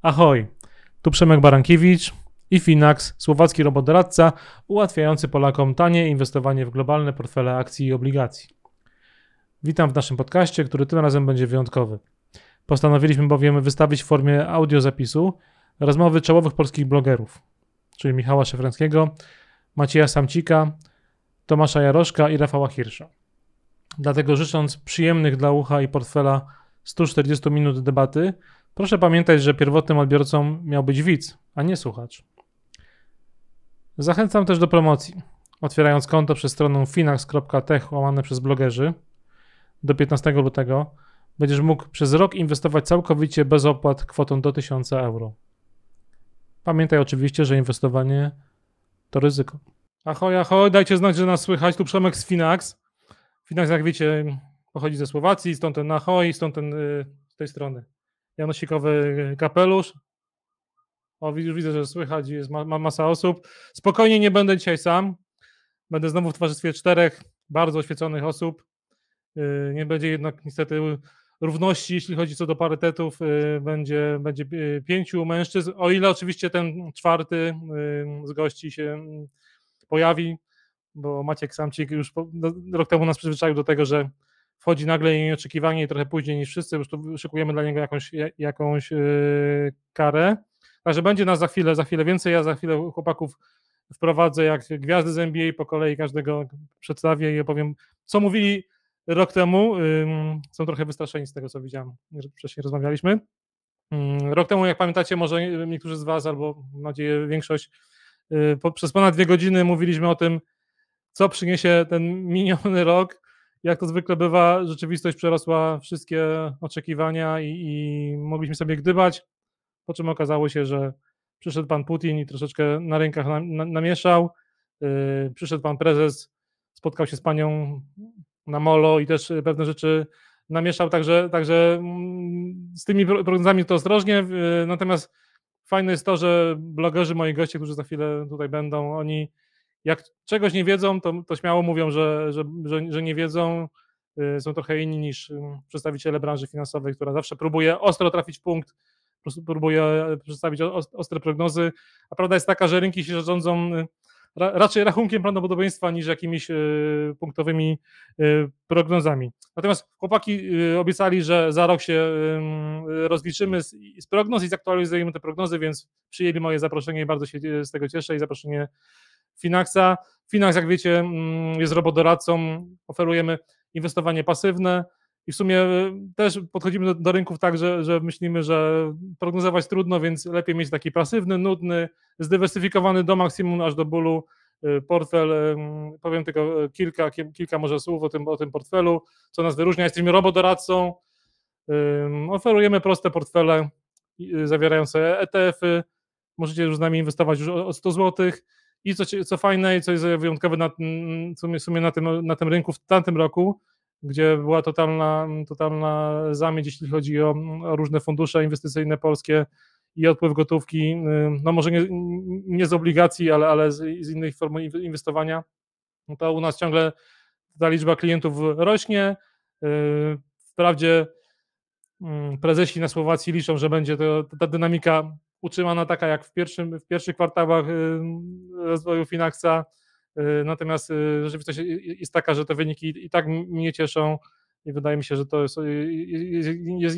Ahoj, tu Przemek Barankiewicz i Finax, słowacki robodoradca ułatwiający Polakom tanie inwestowanie w globalne portfele akcji i obligacji. Witam w naszym podcaście, który tym razem będzie wyjątkowy. Postanowiliśmy bowiem wystawić w formie audiozapisu rozmowy czołowych polskich blogerów, czyli Michała Szefrańskiego, Macieja Samcika, Tomasza Jaroszka i Rafała Hirsza. Dlatego życząc przyjemnych dla ucha i portfela 140 minut debaty, proszę pamiętać, że pierwotnym odbiorcą miał być widz, a nie słuchacz. Zachęcam też do promocji. Otwierając konto przez stronę finax.tech/blogerzy do 15 lutego będziesz mógł przez rok inwestować całkowicie bez opłat kwotą do 1000 euro. Pamiętaj oczywiście, że inwestowanie to ryzyko. Ahoj, ahoj, dajcie znać, że nas słychać. Tu Przemek z Finax. Finax, jak wiecie, pochodzi ze Słowacji, stąd ten ahoj, stąd ten z tej strony janosikowy kapelusz. O, już widzę, że słychać, jest masa osób. Spokojnie, nie będę dzisiaj sam. Będę znowu w towarzystwie 4 bardzo oświeconych osób. Nie będzie jednak niestety równości, jeśli chodzi co do parytetów. Będzie 5 mężczyzn, o ile oczywiście ten 4 z gości się pojawi, bo Maciek Samcik już rok temu nas przyzwyczaił do tego, że wchodzi nagle i nieoczekiwanie i trochę później niż wszyscy, już tu szykujemy dla niego jakąś karę. Także będzie nas za chwilę więcej. Ja za chwilę chłopaków wprowadzę jak gwiazdy z NBA, po kolei każdego przedstawię i opowiem, co mówili rok temu. Są trochę wystraszeni z tego, co widziałem, że wcześniej rozmawialiśmy. Rok temu, jak pamiętacie, może niektórzy z was, albo mam nadzieję większość, przez ponad 2 godziny mówiliśmy o tym, co przyniesie ten miniony rok. Jak to zwykle bywa, rzeczywistość przerosła wszystkie oczekiwania i mogliśmy sobie gdybać, po czym okazało się, że przyszedł pan Putin i troszeczkę na rękach namieszał. Przyszedł pan prezes, spotkał się z panią na molo i też pewne rzeczy namieszał, także z tymi prognozami to ostrożnie. Natomiast fajne jest to, że blogerzy, moi goście, którzy za chwilę tutaj będą, oni jak czegoś nie wiedzą, to śmiało mówią, że nie wiedzą. Są trochę inni niż przedstawiciele branży finansowej, która zawsze próbuje ostro trafić w punkt, po prostu próbuje przedstawić ostre prognozy, a prawda jest taka, że rynki się rządzą raczej rachunkiem prawdopodobieństwa niż jakimiś punktowymi prognozami. Natomiast chłopaki obiecali, że za rok się rozliczymy z prognoz i zaktualizujemy te prognozy, więc przyjęli moje zaproszenie i bardzo się z tego cieszę i zaproszenie Finaxa. Finax, jak wiecie, jest robodoradcą, oferujemy inwestowanie pasywne i w sumie też podchodzimy do rynków tak, że myślimy, że prognozować trudno, więc lepiej mieć taki pasywny, nudny, zdywersyfikowany do maksimum aż do bólu portfel. Powiem tylko kilka może słów o tym portfelu, co nas wyróżnia. Jesteśmy robodoradcą, oferujemy proste portfele zawierające ETF-y, możecie już z nami inwestować już o 100 zł. I co fajne i co jest wyjątkowe w sumie na tym rynku w tamtym roku, gdzie była totalna zamieć, jeśli chodzi o różne fundusze inwestycyjne polskie i odpływ gotówki, no może nie z obligacji, ale z innych form inwestowania, no to u nas ciągle ta liczba klientów rośnie. Wprawdzie prezesi na Słowacji liczą, że będzie ta dynamika utrzymana taka jak w pierwszych kwartałach rozwoju Finaxa, natomiast rzeczywistość jest taka, że te wyniki i tak mnie cieszą i wydaje mi się, że to jest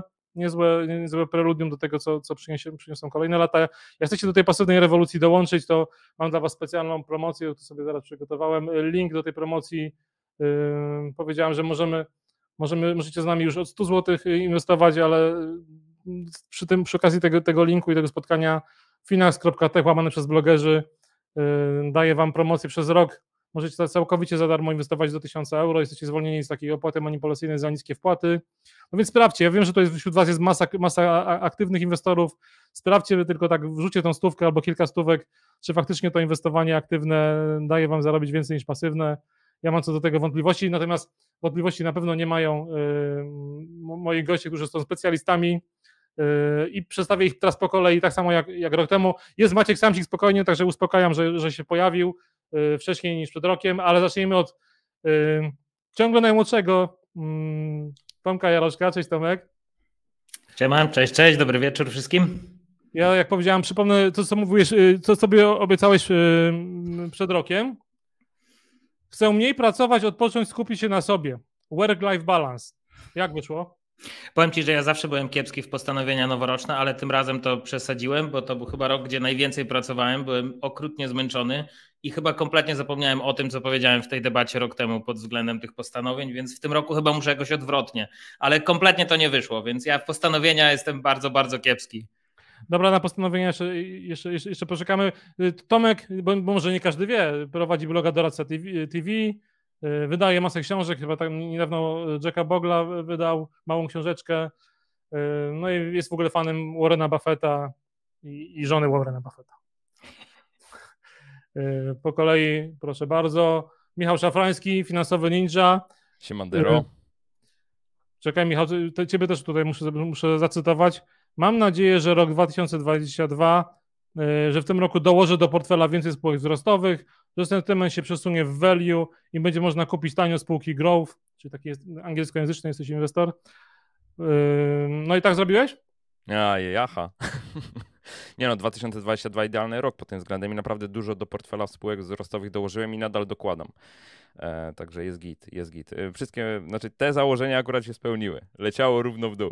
niezłe preludium do tego, co przyniosą kolejne lata. Jak chcecie do tej pasywnej rewolucji dołączyć, to mam dla was specjalną promocję, to sobie zaraz przygotowałem. Link do tej promocji, powiedziałem, że możecie z nami już od 100 zł inwestować, ale przy okazji tego linku i tego spotkania finax.tech/blogerzy daję wam promocję przez rok. Możecie całkowicie za darmo inwestować do 1000 euro. Jesteście zwolnieni z takiej opłaty manipulacyjnej za niskie wpłaty. No więc sprawdźcie. Ja wiem, że wśród was jest masa aktywnych inwestorów. Sprawdźcie, tylko tak wrzućcie tą stówkę albo kilka stówek, czy faktycznie to inwestowanie aktywne daje wam zarobić więcej niż pasywne. Ja mam co do tego wątpliwości, natomiast wątpliwości na pewno nie mają moi goście, którzy są specjalistami i przedstawię ich teraz po kolei, tak samo jak rok temu. Jest Maciek Samcik, spokojnie, także uspokajam, że się pojawił wcześniej niż przed rokiem, ale zacznijmy od ciągle najmłodszego Tomka Jaroszka. Cześć Tomek. Siema, cześć, dobry wieczór wszystkim. Ja, jak powiedziałem, przypomnę to, co mówisz, co sobie obiecałeś przed rokiem. Chcę mniej pracować, odpocząć, skupić się na sobie. Work-life balance. Jak wyszło? Powiem Ci, że ja zawsze byłem kiepski w postanowienia noworoczne, ale tym razem to przesadziłem, bo to był chyba rok, gdzie najwięcej pracowałem, byłem okrutnie zmęczony i chyba kompletnie zapomniałem o tym, co powiedziałem w tej debacie rok temu pod względem tych postanowień, więc w tym roku chyba muszę jakoś odwrotnie, ale kompletnie to nie wyszło, więc ja w postanowienia jestem bardzo, bardzo kiepski. Dobra, na postanowienia jeszcze poczekamy. Tomek, bo może nie każdy wie, prowadzi bloga Doradca TV, wydaje masę książek, chyba tak niedawno Jacka Bogla wydał małą książeczkę, no i jest w ogóle fanem Warrena Buffetta i żony Warrena Buffetta. Po kolei, proszę bardzo, Michał Szafrański, finansowy ninja. Siemandero. Czekaj, Michał, ciebie też tutaj muszę zacytować. Mam nadzieję, że rok 2022, że w tym roku dołożę do portfela więcej spółek wzrostowych, że sentyment się przesunie w value i będzie można kupić tanio spółki growth, czyli taki angielskojęzyczny jesteś inwestor. No i tak zrobiłeś? Jaha. Nie no, 2022 idealny rok pod tym względem i naprawdę dużo do portfela spółek wzrostowych dołożyłem i nadal dokładam. Także jest git. Wszystkie, znaczy te założenia akurat się spełniły. Leciało równo w dół.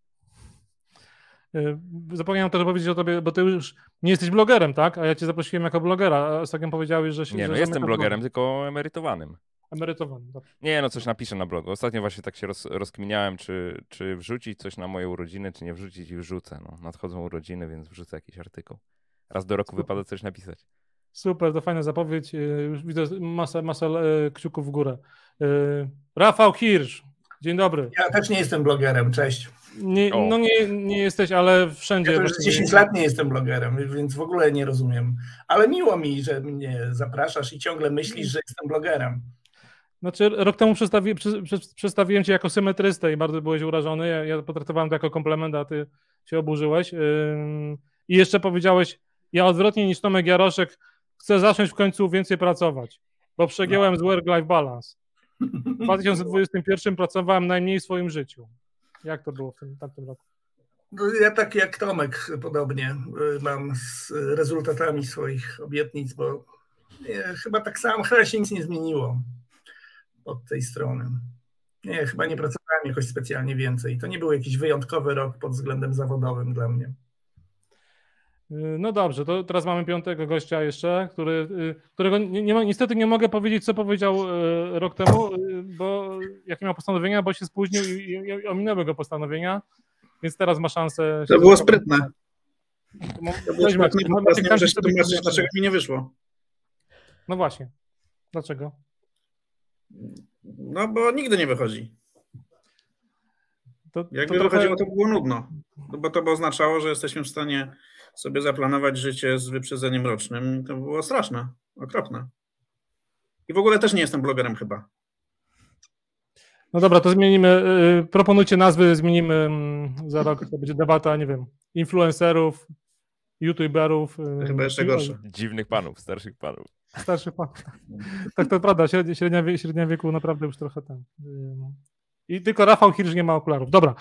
Zapomniałem też powiedzieć o tobie, bo ty już nie jesteś blogerem, tak? A ja cię zaprosiłem jako blogera, a ostatnio powiedziałeś, że się... Nie, no jestem blogerem, tylko emerytowanym. Emerytowany, dobrze. Nie, no coś napiszę na blogu. Ostatnio właśnie tak się rozkminiałem, czy wrzucić coś na moje urodziny, czy nie wrzucić i wrzucę. No, nadchodzą urodziny, więc wrzucę jakiś artykuł. Raz do roku wypada coś napisać. Super, to fajna zapowiedź. Już widzę masę kciuków w górę. Rafał Hirsch, dzień dobry. Ja też nie jestem blogerem, cześć. Nie jesteś, ale wszędzie. Ja już 10 lat nie jestem blogerem, więc w ogóle nie rozumiem. Ale miło mi, że mnie zapraszasz i ciągle myślisz, że jestem blogerem. Znaczy, rok temu przedstawiłem cię jako symetrystę i bardzo byłeś urażony. Ja potraktowałem to jako komplement, a ty się oburzyłeś. I jeszcze powiedziałeś, ja odwrotnie niż Tomek Jaroszek chcę zacząć w końcu więcej pracować, bo przegiąłem z work-life balance. W 2021 pracowałem najmniej w swoim życiu. Jak to było w tamtym roku? No, ja tak jak Tomek podobnie mam z rezultatami swoich obietnic, bo chyba tak samo, chyba się nic nie zmieniło od tej strony. Nie, chyba nie pracowałem jakoś specjalnie więcej. To nie był jakiś wyjątkowy rok pod względem zawodowym dla mnie. No dobrze, to teraz mamy piątego gościa jeszcze, którego niestety nie mogę powiedzieć, co powiedział rok temu, bo jakie miał postanowienia, bo się spóźnił i ominęły go postanowienia, więc teraz ma szansę... To było sprytne. To było sprytne, bo teraz nie możesz tłumaczyć, dlaczego mi nie wyszło. No właśnie. Dlaczego? No bo nigdy nie wychodzi. Jakby wychodziło, to było nudno. Bo to by oznaczało, że jesteśmy w stanie sobie zaplanować życie z wyprzedzeniem rocznym. To było straszne, okropne. I w ogóle też nie jestem blogerem chyba. No dobra, to zmienimy, proponujcie nazwy, zmienimy za rok, to będzie debata, nie wiem, influencerów, youtuberów. Chyba jeszcze gorsze. Dziwnych panów, starszych panów. Starszych panów. Tak, to prawda, średnia wieku naprawdę już trochę tam. I tylko Rafał Hirsch nie ma okularów. Dobra.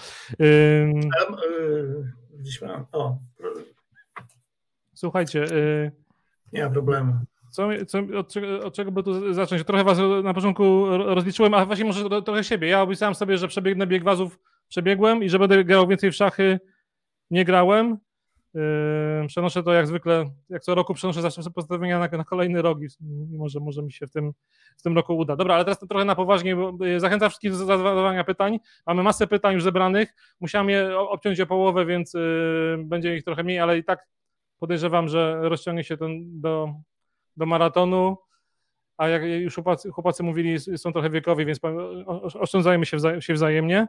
Gdzieś mam. O. Słuchajcie. Nie ma problemu. Od czego by tu zacząć? Trochę was na początku rozliczyłem, a właśnie może trochę siebie. Ja obiecałem sobie, że przebiegnę bieg wazów, przebiegłem i że będę grał więcej w szachy, nie grałem. Przenoszę to jak zwykle, jak co roku przenoszę zawsze postanowienia na kolejny rok i może mi się w tym roku uda. Dobra, ale teraz trochę na poważnie, bo zachęcam wszystkich do zadawania pytań. Mamy masę pytań już zebranych. Musiałem je obciąć o połowę, więc będzie ich trochę mniej, ale i tak podejrzewam, że rozciągnie się to do maratonu, a jak już chłopacy mówili, są trochę wiekowi, więc oszczędzajmy się wzajemnie.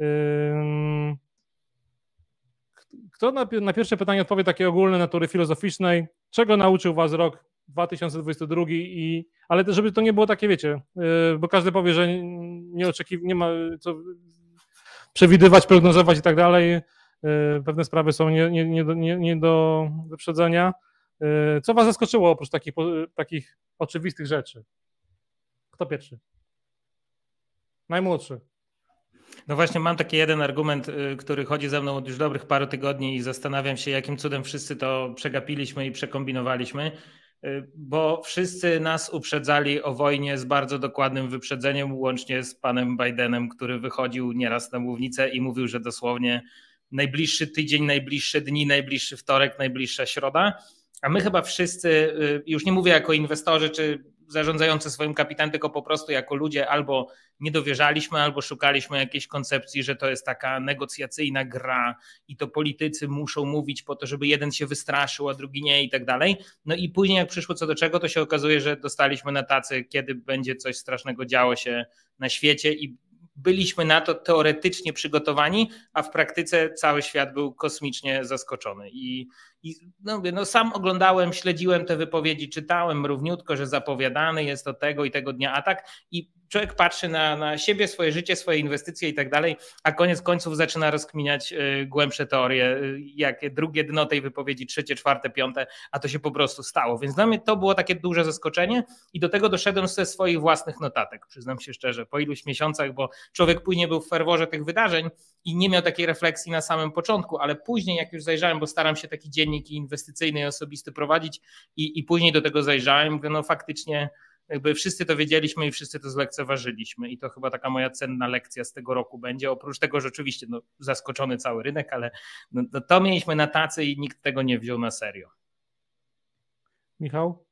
Kto na pierwsze pytanie odpowie takie ogólne natury filozoficznej? Czego nauczył was rok 2022? Ale żeby to nie było takie, wiecie, bo każdy powie, że nie ma co przewidywać, prognozować i tak dalej. Pewne sprawy są nie do wyprzedzenia. Co was zaskoczyło oprócz takich oczywistych rzeczy? Kto pierwszy? Najmłodszy. No właśnie mam taki jeden argument, który chodzi ze mną od już dobrych paru tygodni i zastanawiam się, jakim cudem wszyscy to przegapiliśmy i przekombinowaliśmy, bo wszyscy nas uprzedzali o wojnie z bardzo dokładnym wyprzedzeniem, łącznie z panem Bidenem, który wychodził nieraz na mównicę i mówił, że dosłownie najbliższy tydzień, najbliższe dni, najbliższy wtorek, najbliższa środa. A my chyba wszyscy, już nie mówię jako inwestorzy czy zarządzający swoim kapitałem, tylko po prostu jako ludzie albo nie dowierzaliśmy, albo szukaliśmy jakiejś koncepcji, że to jest taka negocjacyjna gra i to politycy muszą mówić po to, żeby jeden się wystraszył, a drugi nie i tak dalej. No i później jak przyszło co do czego, to się okazuje, że dostaliśmy na tacy, kiedy będzie coś strasznego działo się na świecie i byliśmy na to teoretycznie przygotowani, a w praktyce cały świat był kosmicznie zaskoczony. I sam oglądałem, śledziłem te wypowiedzi, czytałem równiutko, że zapowiadany jest od tego i tego dnia atak i człowiek patrzy na siebie, swoje życie, swoje inwestycje i tak dalej, a koniec końców zaczyna rozkminiać głębsze teorie, jakie drugie dno tej wypowiedzi, trzecie, czwarte, piąte, a to się po prostu stało. Więc dla mnie to było takie duże zaskoczenie i do tego doszedłem ze swoich własnych notatek, przyznam się szczerze, po iluś miesiącach, bo człowiek później był w ferworze tych wydarzeń i nie miał takiej refleksji na samym początku, ale później jak już zajrzałem, bo staram się taki dziennik inwestycyjny i osobisty prowadzić i później do tego zajrzałem, mówię, no faktycznie jakby wszyscy to wiedzieliśmy i wszyscy to zlekceważyliśmy i to chyba taka moja cenna lekcja z tego roku będzie, oprócz tego, że oczywiście zaskoczony cały rynek, ale to mieliśmy na tacy i nikt tego nie wziął na serio. Michał?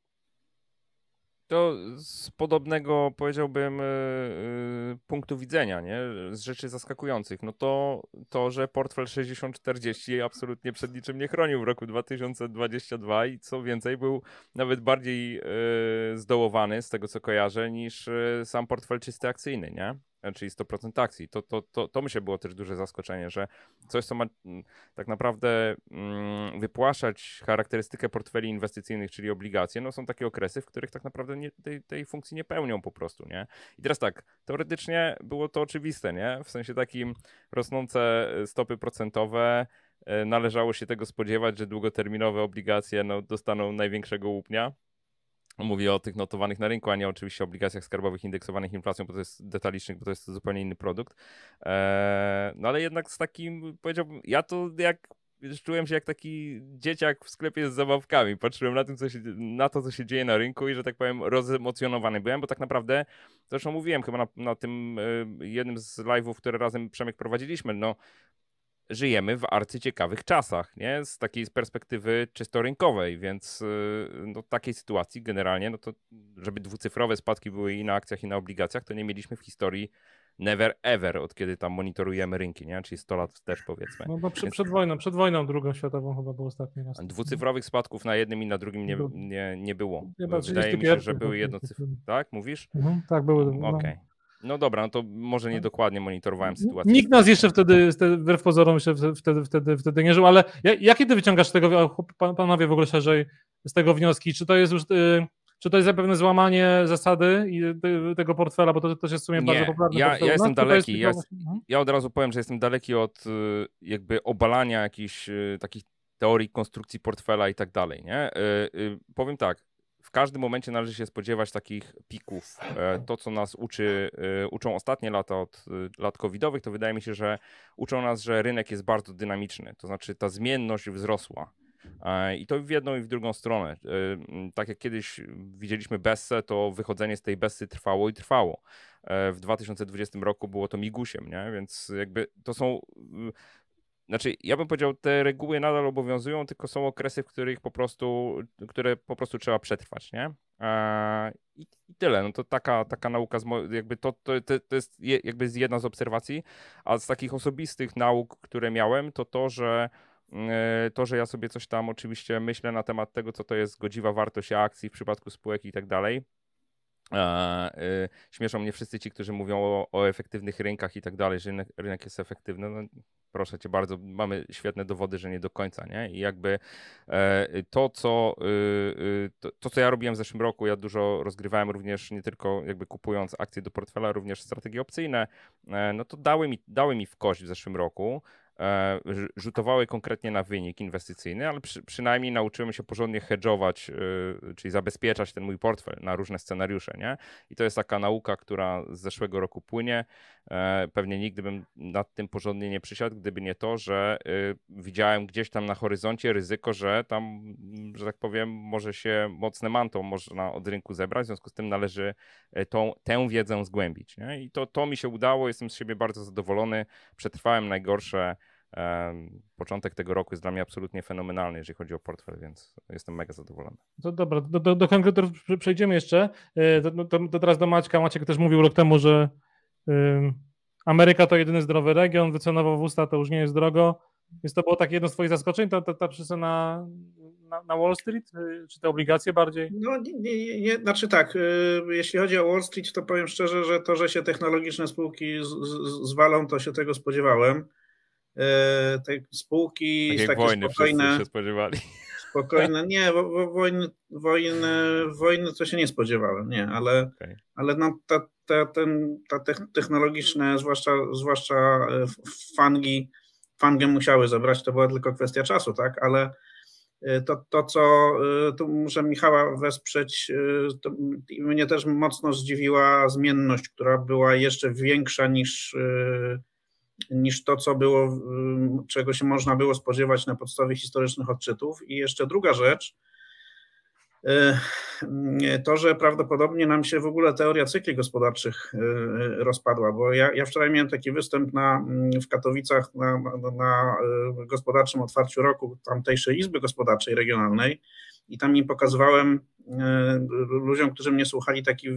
To z podobnego, powiedziałbym, punktu widzenia, nie? Z rzeczy zaskakujących. No to, że portfel 60-40 absolutnie przed niczym nie chronił w roku 2022 i co więcej był nawet bardziej zdołowany, z tego co kojarzę, niż sam portfel czysty akcyjny, nie? Czyli 100% akcji. To myślę było też duże zaskoczenie, że coś, co ma tak naprawdę wypłaszczać charakterystykę portfeli inwestycyjnych, czyli obligacje, no są takie okresy, w których tak naprawdę tej funkcji nie pełnią po prostu, nie? I teraz tak, teoretycznie było to oczywiste, nie? W sensie takim rosnące stopy procentowe, należało się tego spodziewać, że długoterminowe obligacje dostaną największego łupnia. Mówię o tych notowanych na rynku, a nie oczywiście o obligacjach skarbowych indeksowanych inflacją, bo to jest detalicznych, bo to jest zupełnie inny produkt. No ale jednak z takim, powiedziałbym, ja to czułem się jak taki dzieciak w sklepie z zabawkami. Patrzyłem na to, co się dzieje na rynku i, że tak powiem, rozemocjonowany byłem, bo tak naprawdę, zresztą mówiłem chyba na tym jednym z live'ów, które razem, Przemek, prowadziliśmy, żyjemy w arcyciekawych czasach, nie? Z takiej perspektywy czysto rynkowej, więc w takiej sytuacji generalnie, to żeby dwucyfrowe spadki były i na akcjach, i na obligacjach, to nie mieliśmy w historii never ever, od kiedy tam monitorujemy rynki, nie? Czyli 100 lat wstecz, powiedzmy. No bo przed wojną drugą światową chyba był ostatni raz. Dwucyfrowych spadków na jednym i na drugim nie było. Chyba Wydaje mi się, że były jednocyfrowe. Tak, mówisz? Tak, były. Okej. No dobra, to może niedokładnie monitorowałem sytuację. Nikt nas jeszcze wtedy, wbrew pozorom, jeszcze wtedy nie żył, ale jakie ty wyciągasz z tego, panowie w ogóle szerzej, z tego wnioski? Czy to jest już, czy to jest zapewne złamanie zasady i tego portfela, bo to też jest w sumie bardzo popularne. Ja jestem daleki. Ja od razu powiem, że jestem daleki od jakby obalania jakichś takich teorii konstrukcji portfela i tak dalej, nie? Powiem tak. W każdym momencie należy się spodziewać takich pików. To, co nas uczą ostatnie lata od lat covidowych, to wydaje mi się, że uczą nas, że rynek jest bardzo dynamiczny. To znaczy ta zmienność wzrosła. I to w jedną i w drugą stronę. Tak jak kiedyś widzieliśmy bessę, to wychodzenie z tej bessy trwało i trwało. W 2020 roku było to migusiem, nie? Więc jakby to są... Znaczy, ja bym powiedział, te reguły nadal obowiązują, tylko są okresy, które po prostu trzeba przetrwać, nie? I tyle. To taka nauka, jakby to jest jakby jedna z obserwacji, a z takich osobistych nauk, które miałem, to, że ja sobie coś tam oczywiście myślę na temat tego, co to jest godziwa wartość akcji w przypadku spółek i tak dalej. Śmieszą mnie wszyscy ci, którzy mówią o efektywnych rynkach i tak dalej, że rynek jest efektywny. No, proszę cię bardzo, mamy świetne dowody, że nie do końca, nie? I jakby to, co ja robiłem w zeszłym roku, ja dużo rozgrywałem również, nie tylko jakby kupując akcje do portfela, również strategie opcyjne, no to dały mi w kość w zeszłym roku. rzutowały konkretnie na wynik inwestycyjny, ale przynajmniej nauczyłem się porządnie hedge'ować, czyli zabezpieczać ten mój portfel na różne scenariusze, nie? I to jest taka nauka, która z zeszłego roku płynie. Pewnie nigdy bym nad tym porządnie nie przysiadł, gdyby nie to, że widziałem gdzieś tam na horyzoncie ryzyko, że tam, że tak powiem, może się mocne manto można od rynku zebrać, w związku z tym należy tę wiedzę zgłębić, nie? I to mi się udało, jestem z siebie bardzo zadowolony, przetrwałem najgorsze. Początek tego roku jest dla mnie absolutnie fenomenalny, jeżeli chodzi o portfel, więc jestem mega zadowolony. To dobra, do konkretów przejdziemy jeszcze. To teraz do Maćka. Maciek też mówił rok temu, że Ameryka to jedyny zdrowy region, wycenowo w usta to już nie jest drogo. Więc to było takie jedno z twoich zaskoczeń, ta przecena na Wall Street, czy te obligacje bardziej? No nie, znaczy tak, jeśli chodzi o Wall Street, to powiem szczerze, że to, że się technologiczne spółki zwalą, to się tego spodziewałem. Te spółki takie spokojne, wszyscy się spodziewali. Spokojne, nie, wojny to się nie spodziewałem, nie, ale, Okay. ale no, technologiczne, zwłaszcza fangę musiały zebrać, to była tylko kwestia czasu, tak, ale to co tu muszę Michała wesprzeć, to mnie też mocno zdziwiła zmienność, która była jeszcze większa niż to, co było, czego się można było spodziewać na podstawie historycznych odczytów. I jeszcze druga rzecz, to, że prawdopodobnie nam się w ogóle teoria cykli gospodarczych rozpadła, bo ja wczoraj miałem taki występ w Katowicach na gospodarczym otwarciu roku tamtejszej Izby Gospodarczej Regionalnej i tam im pokazywałem ludziom, którzy mnie słuchali, taki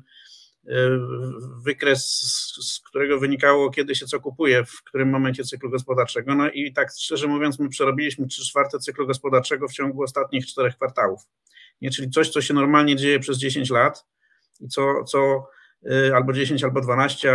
wykres, z którego wynikało, kiedy się co kupuje, w którym momencie cyklu gospodarczego. No i tak szczerze mówiąc, my przerobiliśmy 3/4 cyklu gospodarczego w ciągu ostatnich 4 kwartałów. Nie, czyli coś, co się normalnie dzieje przez 10 lat i co albo 10, albo 12,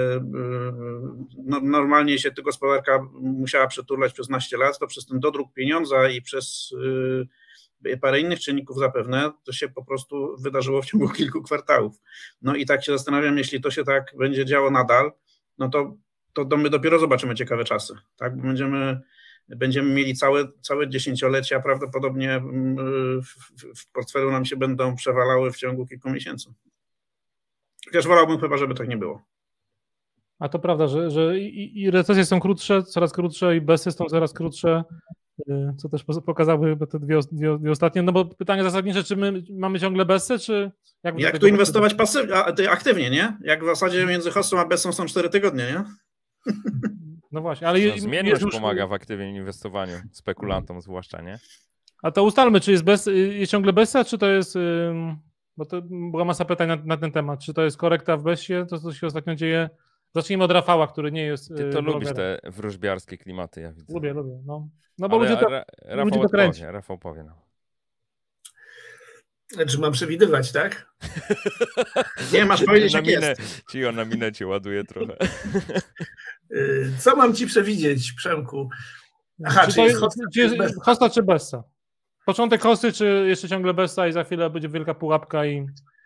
no, normalnie się ta gospodarka musiała przeturlać przez 12 lat, to przez ten dodruk pieniądza i przez parę innych czynników zapewne, to się po prostu wydarzyło w ciągu kilku kwartałów. No i tak się zastanawiam, jeśli to się tak będzie działo nadal, no to my dopiero zobaczymy ciekawe czasy, tak? Bo będziemy mieli całe dziesięciolecia, prawdopodobnie w portfelu nam się będą przewalały w ciągu kilku miesięcy. Chociaż wolałbym chyba, żeby tak nie było. A to prawda, że i recesje są krótsze, coraz krótsze i BESy są coraz krótsze, co też pokazały te dwie ostatnie. No bo pytanie zasadnicze, czy my mamy ciągle BESy, czy... Jak tu inwestować aktywnie, nie? Jak w zasadzie między hossą a BESą są 4 tygodnie, nie? No właśnie, ale... Zmienność pomaga w aktywnym inwestowaniu, spekulantom zwłaszcza, nie? A to ustalmy, czy jest ciągle BESa, czy to jest... Bo to była masa pytań na ten temat. Czy to jest korekta w BESie, to co się ostatnio dzieje? Zacznijmy od Rafała, który nie jest... Ty to lubisz te wróżbiarskie klimaty, ja widzę. Lubię. No bo ludzie to kręci. Rafał powie nam. Czy mam przewidywać, tak? Nie, masz powiedzieć, jak jest. On na minę cię ładuje trochę. Co mam ci przewidzieć, Przemku? Aha, czy jest hosta czy bessa? Początek hosty, czy jeszcze ciągle bessa i za chwilę będzie wielka pułapka i...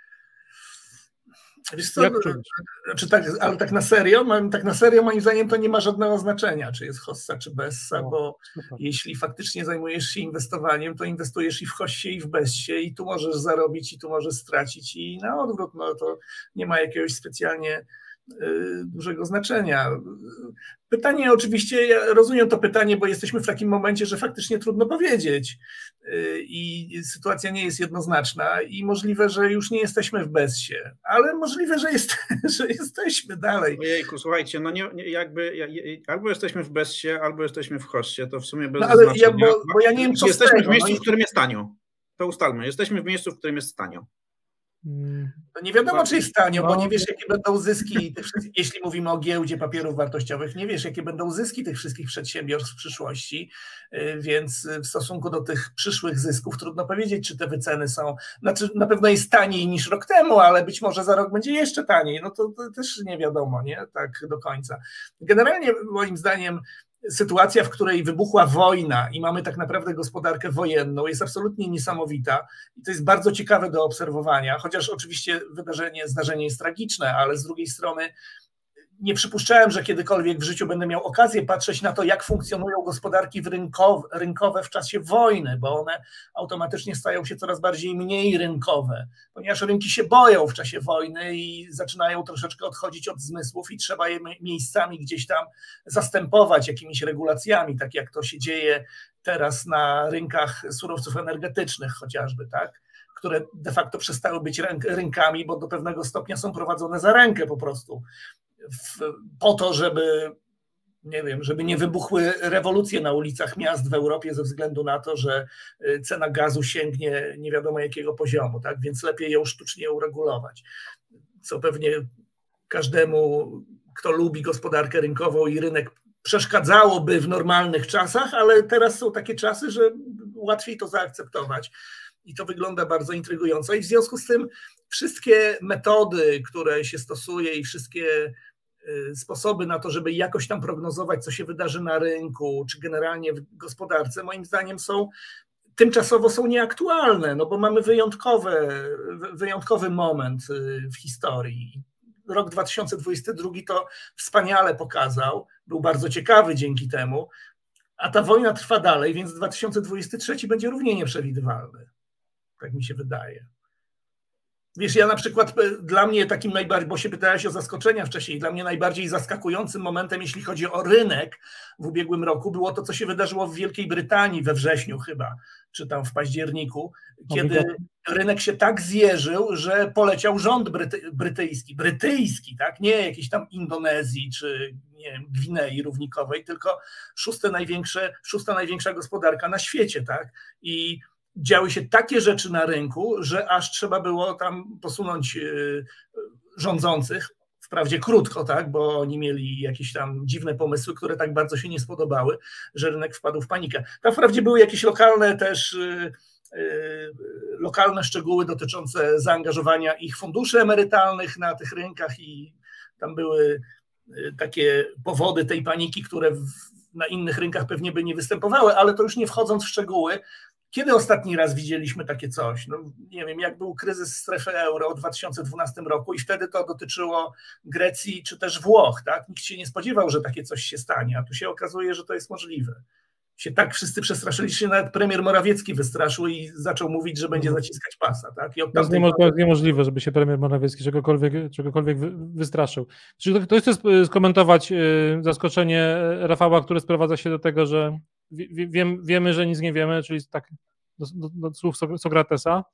Wiesz co, ale tak na serio, moim zdaniem to nie ma żadnego znaczenia, czy jest hossa, czy bessa, bo jeśli faktycznie zajmujesz się inwestowaniem, to inwestujesz i w hossie, i w bessie i tu możesz zarobić, i tu możesz stracić i na odwrót, no to nie ma jakiegoś specjalnie dużego znaczenia. Pytanie oczywiście, ja rozumiem to pytanie, bo jesteśmy w takim momencie, że faktycznie trudno powiedzieć i sytuacja nie jest jednoznaczna i możliwe, że już nie jesteśmy w BES-ie, ale możliwe, że jesteśmy dalej. Ojejku, słuchajcie, no albo jesteśmy w BES-ie, albo jesteśmy w hossie, to w sumie bez znaczenia. Bo ja nie wiem, co jesteśmy w miejscu, w którym jest tanio. To ustalmy, jesteśmy w miejscu, w którym jest tanio. No nie wiadomo, czy jest tanio, bo nie wiesz, jakie będą zyski, jeśli mówimy o giełdzie papierów wartościowych, nie wiesz, jakie będą zyski tych wszystkich przedsiębiorstw w przyszłości, więc w stosunku do tych przyszłych zysków trudno powiedzieć, czy te wyceny są, znaczy na pewno jest taniej niż rok temu, ale być może za rok będzie jeszcze taniej, no to też nie wiadomo, nie, tak do końca. Generalnie moim zdaniem sytuacja, w której wybuchła wojna i mamy tak naprawdę gospodarkę wojenną, jest absolutnie niesamowita i to jest bardzo ciekawe do obserwowania, chociaż oczywiście zdarzenie jest tragiczne, ale z drugiej strony nie przypuszczałem, że kiedykolwiek w życiu będę miał okazję patrzeć na to, jak funkcjonują gospodarki rynkowe w czasie wojny, bo one automatycznie stają się coraz bardziej mniej rynkowe, ponieważ rynki się boją w czasie wojny i zaczynają troszeczkę odchodzić od zmysłów i trzeba je miejscami gdzieś tam zastępować jakimiś regulacjami, tak jak to się dzieje teraz na rynkach surowców energetycznych chociażby, tak? Które de facto przestały być rynkami, bo do pewnego stopnia są prowadzone za rękę po prostu. Po to, żeby, nie wiem, żeby nie wybuchły rewolucje na ulicach miast w Europie ze względu na to, że cena gazu sięgnie nie wiadomo jakiego poziomu, tak? Więc lepiej ją sztucznie uregulować. Co pewnie każdemu, kto lubi gospodarkę rynkową i rynek, przeszkadzałoby w normalnych czasach, ale teraz są takie czasy, że łatwiej to zaakceptować. I to wygląda bardzo intrygująco. I w związku z tym wszystkie metody, które się stosuje i wszystkie sposoby na to, żeby jakoś tam prognozować, co się wydarzy na rynku, czy generalnie w gospodarce, moim zdaniem tymczasowo są nieaktualne, no bo mamy wyjątkowy moment w historii. Rok 2022 to wspaniale pokazał, był bardzo ciekawy dzięki temu, a ta wojna trwa dalej, więc 2023 będzie równie nieprzewidywalny. Tak mi się wydaje. Wiesz, ja na przykład, dla mnie takim najbardziej, bo się pytałeś o zaskoczenia wcześniej, dla mnie najbardziej zaskakującym momentem, jeśli chodzi o rynek w ubiegłym roku, było to, co się wydarzyło w Wielkiej Brytanii we wrześniu chyba, czy tam w październiku, kiedy rynek się tak zjeżył, że poleciał rząd brytyjski, tak? Nie jakiejś tam Indonezji, czy nie wiem, Gwinei Równikowej, tylko szósta największa gospodarka na świecie, tak? I działy się takie rzeczy na rynku, że aż trzeba było tam posunąć rządzących, wprawdzie krótko, tak, bo oni mieli jakieś tam dziwne pomysły, które tak bardzo się nie spodobały, że rynek wpadł w panikę. Tam wprawdzie były jakieś lokalne szczegóły dotyczące zaangażowania ich funduszy emerytalnych na tych rynkach i tam były takie powody tej paniki, które na innych rynkach pewnie by nie występowały, ale to już nie wchodząc w szczegóły. Kiedy ostatni raz widzieliśmy takie coś? No, nie wiem, jak był kryzys strefy euro w 2012 roku i wtedy to dotyczyło Grecji czy też Włoch, tak? Nikt się nie spodziewał, że takie coś się stanie, a tu się okazuje, że to jest możliwe. Się tak wszyscy przestraszyli, że się nawet premier Morawiecki wystraszył i zaczął mówić, że będzie zaciskać pasa, tak? I od to jest niemożliwe, żeby się premier Morawiecki czegokolwiek wystraszył. Czy ktoś chce skomentować zaskoczenie Rafała, które sprowadza się do tego, że wiemy, że nic nie wiemy, czyli tak do słów Sokratesa?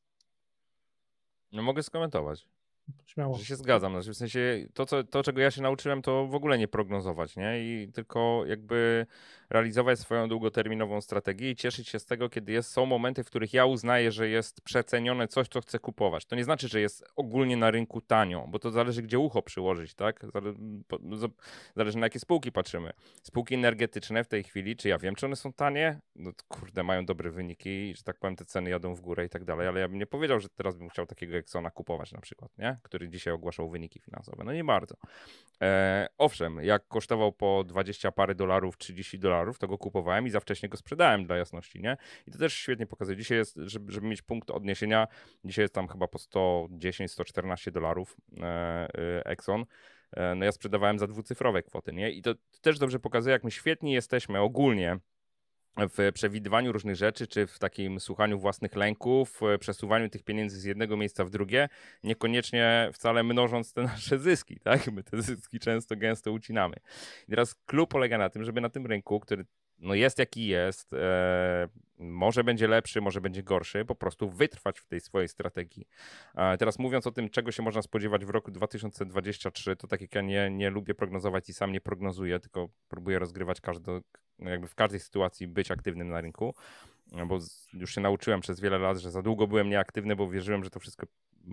No mogę skomentować. Śmiało. Że się zgadzam. Znaczy, w sensie to, czego ja się nauczyłem, to w ogóle nie prognozować, nie? I tylko jakby realizować swoją długoterminową strategię i cieszyć się z tego, kiedy są momenty, w których ja uznaję, że jest przecenione coś, co chcę kupować. To nie znaczy, że jest ogólnie na rynku tanio, bo to zależy, gdzie ucho przyłożyć, tak? Zależy, na jakie spółki patrzymy. Spółki energetyczne w tej chwili, czy ja wiem, czy one są tanie? No kurde, mają dobre wyniki, że tak powiem, te ceny jadą w górę i tak dalej, ale ja bym nie powiedział, że teraz bym chciał takiego Exxona kupować na przykład, nie? Który dzisiaj ogłaszał wyniki finansowe. No nie bardzo. Owszem, jak kosztował po 20 parę dolarów, $30, to go kupowałem i za wcześnie go sprzedałem, dla jasności, nie? I to też świetnie pokazuje. Dzisiaj jest, żeby mieć punkt odniesienia, dzisiaj jest tam chyba po $110-114 Exxon. No ja sprzedawałem za dwucyfrowe kwoty, nie? I to też dobrze pokazuje, jak my świetni jesteśmy ogólnie w przewidywaniu różnych rzeczy, czy w takim słuchaniu własnych lęków, przesuwaniu tych pieniędzy z jednego miejsca w drugie, niekoniecznie wcale mnożąc te nasze zyski, tak? My te zyski często, gęsto ucinamy. I teraz clue polega na tym, żeby na tym rynku, który no jest jaki jest, może będzie lepszy, może będzie gorszy, po prostu wytrwać w tej swojej strategii. Teraz mówiąc o tym, czego się można spodziewać w roku 2023, to tak jak ja nie lubię prognozować i sam nie prognozuję, tylko próbuję rozgrywać jakby w każdej sytuacji być aktywnym na rynku, bo już się nauczyłem przez wiele lat, że za długo byłem nieaktywny, bo wierzyłem, że to wszystko,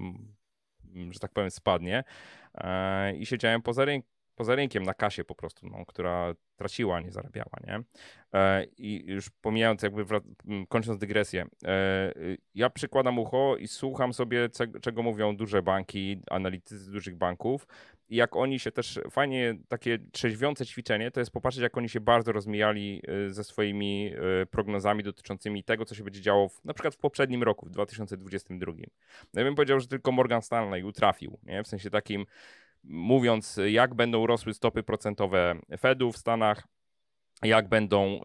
że tak powiem, spadnie i siedziałem poza rynkiem na kasie po prostu, no, która traciła, a nie zarabiała, nie? I już pomijając, jakby kończąc dygresję, ja przykładam ucho i słucham sobie, czego mówią duże banki, analitycy dużych banków i jak oni się też, fajnie takie trzeźwiące ćwiczenie, to jest popatrzeć, jak oni się bardzo rozmijali ze swoimi prognozami dotyczącymi tego, co się będzie działo na przykład w poprzednim roku, w 2022. No ja bym powiedział, że tylko Morgan Stanley utrafił, nie? W sensie takim, mówiąc, jak będą rosły stopy procentowe Fedu w Stanach, jak będą,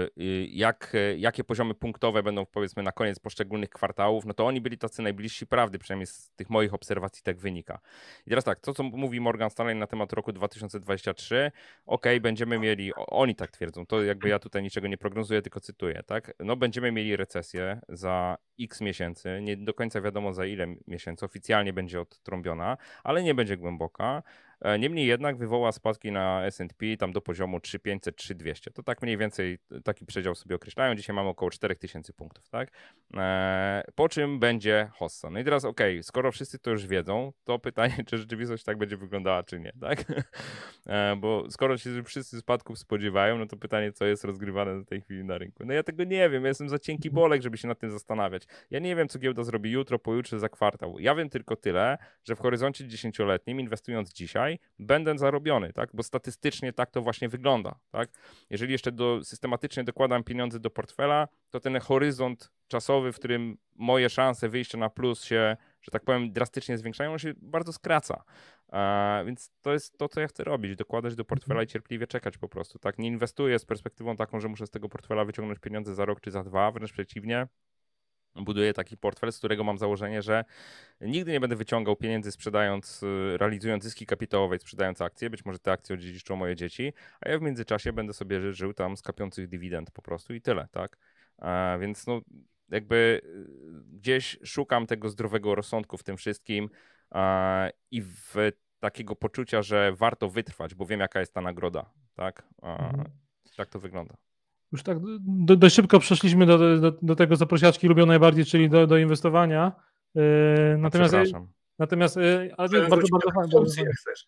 jakie poziomy punktowe będą, powiedzmy, na koniec poszczególnych kwartałów, no to oni byli tacy najbliżsi prawdy, przynajmniej z tych moich obserwacji tak wynika. I teraz tak, to co mówi Morgan Stanley na temat roku 2023, będziemy mieli, oni tak twierdzą, to jakby ja tutaj niczego nie prognozuję, tylko cytuję, tak? No będziemy mieli recesję za x miesięcy, nie do końca wiadomo za ile miesięcy, oficjalnie będzie odtrąbiona, ale nie będzie głęboka. Niemniej jednak wywoła spadki na S&P tam do poziomu 3500, 3200. To tak mniej więcej taki przedział sobie określają. Dzisiaj mamy około 4000 punktów, tak? Po czym będzie hossa. No i teraz skoro wszyscy to już wiedzą, to pytanie, czy rzeczywistość tak będzie wyglądała, czy nie, tak? Bo skoro się wszyscy spadków spodziewają, no to pytanie, co jest rozgrywane w tej chwili na rynku. No ja tego nie wiem, ja jestem za cienki bolek, żeby się nad tym zastanawiać. Ja nie wiem, co giełda zrobi jutro, pojutrze, za kwartał. Ja wiem tylko tyle, że w horyzoncie 10-letnim, inwestując dzisiaj, będę zarobiony, tak? Bo statystycznie tak to właśnie wygląda, tak? Jeżeli jeszcze systematycznie dokładam pieniądze do portfela, to ten horyzont czasowy, w którym moje szanse wyjścia na plus się, że tak powiem, drastycznie zwiększają, on się bardzo skraca. Więc to jest to, co ja chcę robić, dokładać do portfela i cierpliwie czekać po prostu, tak? Nie inwestuję z perspektywą taką, że muszę z tego portfela wyciągnąć pieniądze za rok czy za 2, wręcz przeciwnie. Buduję taki portfel, z którego mam założenie, że nigdy nie będę wyciągał pieniędzy realizując zyski kapitałowe, sprzedając akcje. Być może te akcje odziedziczą moje dzieci, a ja w międzyczasie będę sobie żył tam z kapiących dywidend po prostu i tyle, tak? Więc no jakby gdzieś szukam tego zdrowego rozsądku w tym wszystkim i w takiego poczucia, że warto wytrwać, bo wiem, jaka jest ta nagroda, tak? Tak to wygląda. Już tak dość szybko przeszliśmy do tego, co prosiaczki lubią najbardziej, czyli do inwestowania. Natomiast ale to jest bardzo fajne. Jak chcesz.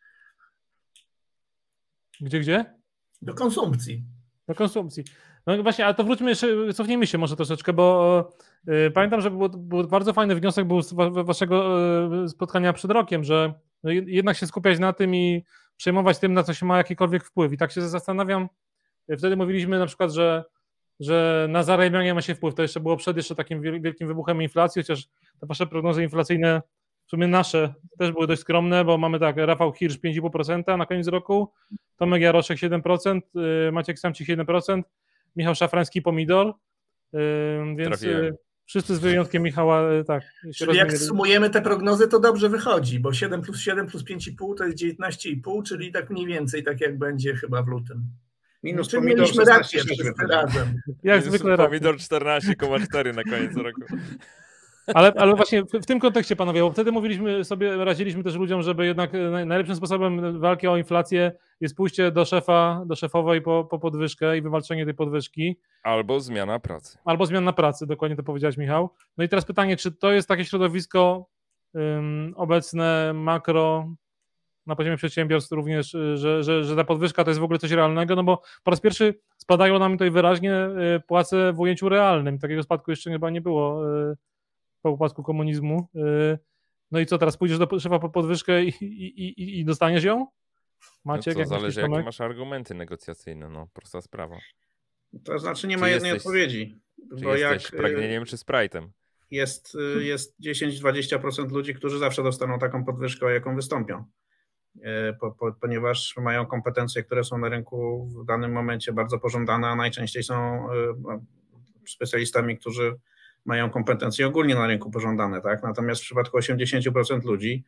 Gdzie? Do konsumpcji. Do konsumpcji. No właśnie, ale to wróćmy jeszcze, cofnijmy się może troszeczkę, bo pamiętam, że był bardzo fajny wniosek był z waszego spotkania przed rokiem, że jednak się skupiać na tym i przejmować tym, na co się ma jakikolwiek wpływ. I tak się zastanawiam, wtedy mówiliśmy na przykład, że na zarabianie ma się wpływ. To jeszcze było przed jeszcze takim wielkim wybuchem inflacji, chociaż te wasze prognozy inflacyjne, w sumie nasze, też były dość skromne, bo mamy tak, Rafał Hirsch 5,5% na koniec roku, Tomek Jaroszek 7%, Maciek Samcik 7%, Michał Szafrański pomidor, więc wszyscy z wyjątkiem Michała tak. Czyli jak sumujemy te prognozy, to dobrze wychodzi, bo 7 plus 7 plus 5,5 to jest 19,5, czyli tak mniej więcej tak jak będzie chyba w lutym. Minus Czyli pomidor mieliśmy 16, rację wszyscy razem. Jak zwykle pomidor 14,4 na koniec roku. Ale właśnie w tym kontekście, panowie, bo wtedy mówiliśmy sobie, radziliśmy też ludziom, żeby jednak najlepszym sposobem walki o inflację jest pójście do szefowej po podwyżkę i wywalczenie tej podwyżki. Albo zmiana pracy. Albo zmiana pracy, dokładnie to powiedziałeś, Michał. No i teraz pytanie, czy to jest takie środowisko obecne, makro, na poziomie przedsiębiorstw również, że ta podwyżka to jest w ogóle coś realnego, no bo po raz pierwszy spadają nam tutaj wyraźnie płace w ujęciu realnym. Takiego spadku jeszcze chyba nie było po upadku komunizmu. No i co, teraz pójdziesz do szefa po podwyżkę i dostaniesz ją? Maciek, no to zależy, jakie masz argumenty negocjacyjne, no prosta sprawa. To znaczy nie ma jednej odpowiedzi. Czy bo jesteś pragnieniem czy Sprite'em? Jest 10-20% ludzi, którzy zawsze dostaną taką podwyżkę, o jaką wystąpią. Ponieważ mają kompetencje, które są na rynku w danym momencie bardzo pożądane, a najczęściej są specjalistami, którzy mają kompetencje ogólnie na rynku pożądane, tak? Natomiast w przypadku 80% ludzi,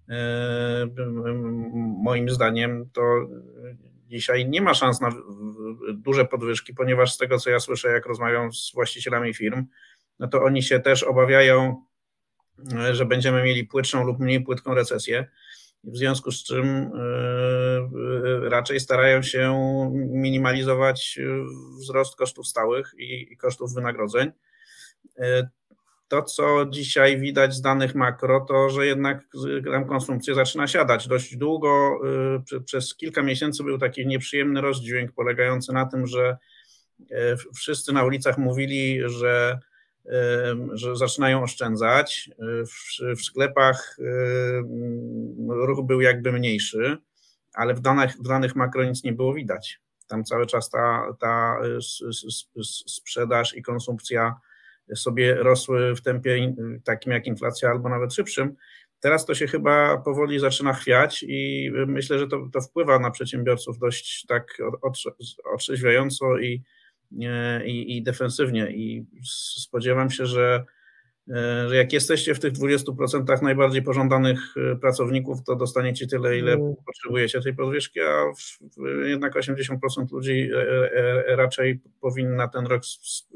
moim zdaniem, to dzisiaj nie ma szans na duże podwyżki, ponieważ z tego, co ja słyszę, jak rozmawiam z właścicielami firm, no to oni się też obawiają, że będziemy mieli płytszą lub mniej płytką recesję, w związku z czym raczej starają się minimalizować wzrost kosztów stałych i kosztów wynagrodzeń. To, co dzisiaj widać z danych makro, to, że jednak tam konsumpcja zaczyna siadać. Dość długo, przez kilka miesięcy był taki nieprzyjemny rozdźwięk polegający na tym, że wszyscy na ulicach mówili, że zaczynają oszczędzać. W sklepach ruch był jakby mniejszy, ale w danych makro nic nie było widać. Tam cały czas ta sprzedaż i konsumpcja sobie rosły w tempie takim jak inflacja albo nawet szybszym. Teraz to się chyba powoli zaczyna chwiać i myślę, że to wpływa na przedsiębiorców dość tak otrzeźwiająco i defensywnie. I spodziewam się, że jak jesteście w tych 20% najbardziej pożądanych pracowników, to dostaniecie tyle, ile potrzebujecie tej podwyżki, a jednak 80% ludzi raczej powinno na ten rok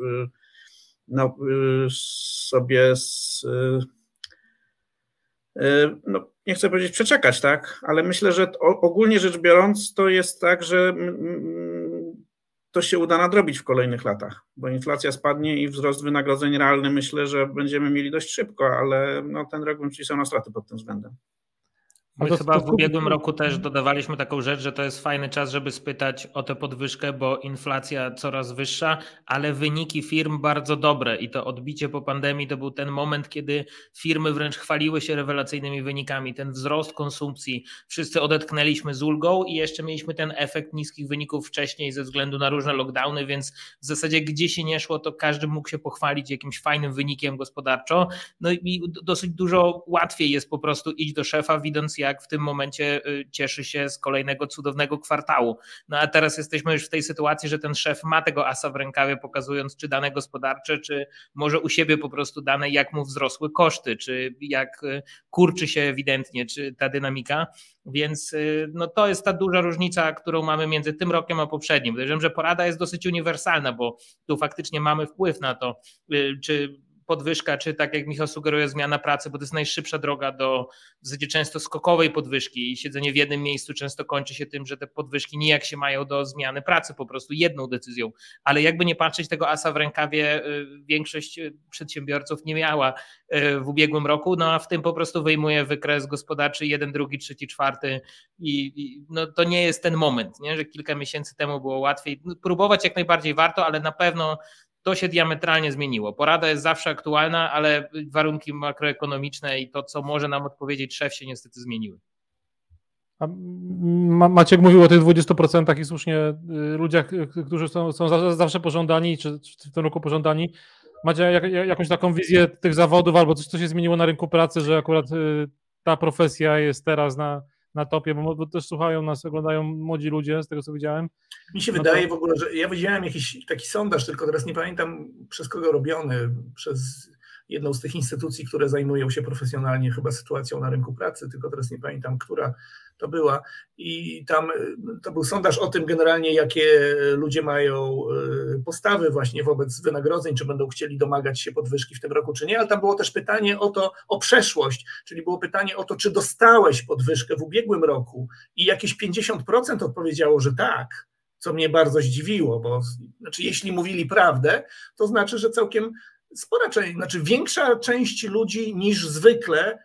sobie no, nie chcę powiedzieć przeczekać, tak, ale myślę, że ogólnie rzecz biorąc to jest tak, że to się uda nadrobić w kolejnych latach, bo inflacja spadnie i wzrost wynagrodzeń realny myślę, że będziemy mieli dość szybko, ale no, ten rok bym wpisał na straty pod tym względem. My chyba w ubiegłym roku też dodawaliśmy taką rzecz, że to jest fajny czas, żeby spytać o tę podwyżkę, bo inflacja coraz wyższa, ale wyniki firm bardzo dobre i to odbicie po pandemii to był ten moment, kiedy firmy wręcz chwaliły się rewelacyjnymi wynikami. Ten wzrost konsumpcji, wszyscy odetchnęliśmy z ulgą i jeszcze mieliśmy ten efekt niskich wyników wcześniej ze względu na różne lockdowny, więc w zasadzie gdzie się nie szło, to każdy mógł się pochwalić jakimś fajnym wynikiem gospodarczo. No i dosyć dużo łatwiej jest po prostu iść do szefa, widząc jak w tym momencie cieszy się z kolejnego cudownego kwartału. No a teraz jesteśmy już w tej sytuacji, że ten szef ma tego asa w rękawie, pokazując czy dane gospodarcze, czy może u siebie po prostu dane, jak mu wzrosły koszty, czy jak kurczy się ewidentnie, czy ta dynamika. Więc no to jest ta duża różnica, którą mamy między tym rokiem a poprzednim. Podejrzewam, że porada jest dosyć uniwersalna, bo tu faktycznie mamy wpływ na to, czy podwyżka, czy tak jak Michał sugeruje, zmiana pracy, bo to jest najszybsza droga do w zasadzie często skokowej podwyżki i siedzenie w jednym miejscu często kończy się tym, że te podwyżki nijak się mają do zmiany pracy, po prostu jedną decyzją. Ale jakby nie patrzeć, tego asa w rękawie większość przedsiębiorców nie miała w ubiegłym roku, no a w tym po prostu wyjmuje wykres gospodarczy 1, 2, 3, 4 i no to nie jest ten moment, nie? Że kilka miesięcy temu było łatwiej. Próbować jak najbardziej warto, ale na pewno to się diametralnie zmieniło. Porada jest zawsze aktualna, ale warunki makroekonomiczne i to, co może nam odpowiedzieć szef, się niestety zmieniły. A Maciek mówił o tych 20% i słusznie ludziach, którzy są zawsze pożądani, czy w tym roku pożądani. Macie jakąś taką wizję tych zawodów albo coś, co się zmieniło na rynku pracy, że akurat ta profesja jest teraz na topie, bo też słuchają nas, oglądają młodzi ludzie, z tego co widziałem. Mi się wydaje w ogóle, że ja widziałem jakiś taki sondaż, tylko teraz nie pamiętam przez kogo robiony, przez jedną z tych instytucji, które zajmują się profesjonalnie chyba sytuacją na rynku pracy, tylko teraz nie pamiętam, która to była. I tam to był sondaż o tym generalnie, jakie ludzie mają postawy właśnie wobec wynagrodzeń, czy będą chcieli domagać się podwyżki w tym roku, czy nie, ale tam było też pytanie o to, o przeszłość, czyli było pytanie o to, czy dostałeś podwyżkę w ubiegłym roku i jakieś 50% odpowiedziało, że tak, co mnie bardzo zdziwiło, bo znaczy, jeśli mówili prawdę, to znaczy, że całkiem spora część, znaczy większa część ludzi niż zwykle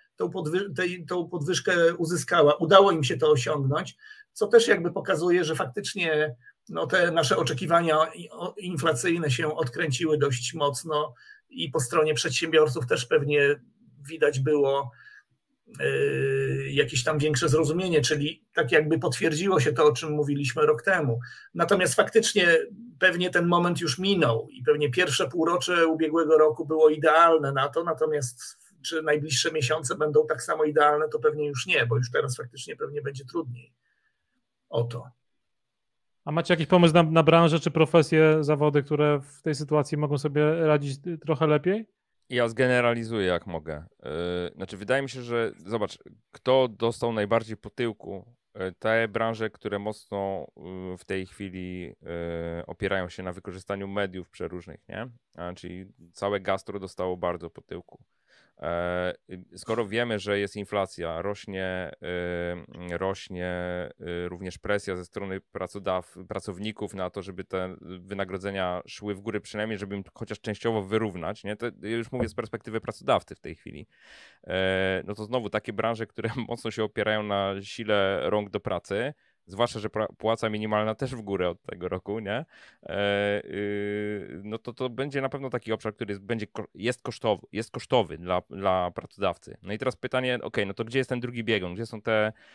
tą podwyżkę uzyskała. Udało im się to osiągnąć, co też jakby pokazuje, że faktycznie no, te nasze oczekiwania inflacyjne się odkręciły dość mocno i po stronie przedsiębiorców też pewnie widać było jakieś tam większe zrozumienie, czyli tak jakby potwierdziło się to, o czym mówiliśmy rok temu. Natomiast faktycznie pewnie ten moment już minął i pewnie pierwsze półrocze ubiegłego roku było idealne na to, natomiast czy najbliższe miesiące będą tak samo idealne, to pewnie już nie, bo już teraz faktycznie pewnie będzie trudniej o to. A macie jakiś pomysł na branżę czy profesje, zawody, które w tej sytuacji mogą sobie radzić trochę lepiej? Ja zgeneralizuję jak mogę. Znaczy wydaje mi się, że zobacz, kto dostał najbardziej po tyłku, te branże, które mocno w tej chwili opierają się na wykorzystaniu mediów przeróżnych, nie? Czyli całe gastro dostało bardzo po tyłku. Skoro wiemy, że jest inflacja, rośnie również presja ze strony pracowników na to, żeby te wynagrodzenia szły w górę, przynajmniej żeby im chociaż częściowo wyrównać, nie? To już mówię z perspektywy pracodawcy w tej chwili. No to znowu takie branże, które mocno się opierają na sile rąk do pracy, zwłaszcza, że płaca minimalna też w górę od tego roku, nie? No to będzie na pewno taki obszar, który jest kosztowy dla pracodawcy. No i teraz pytanie, no to gdzie jest ten drugi biegun? Gdzie są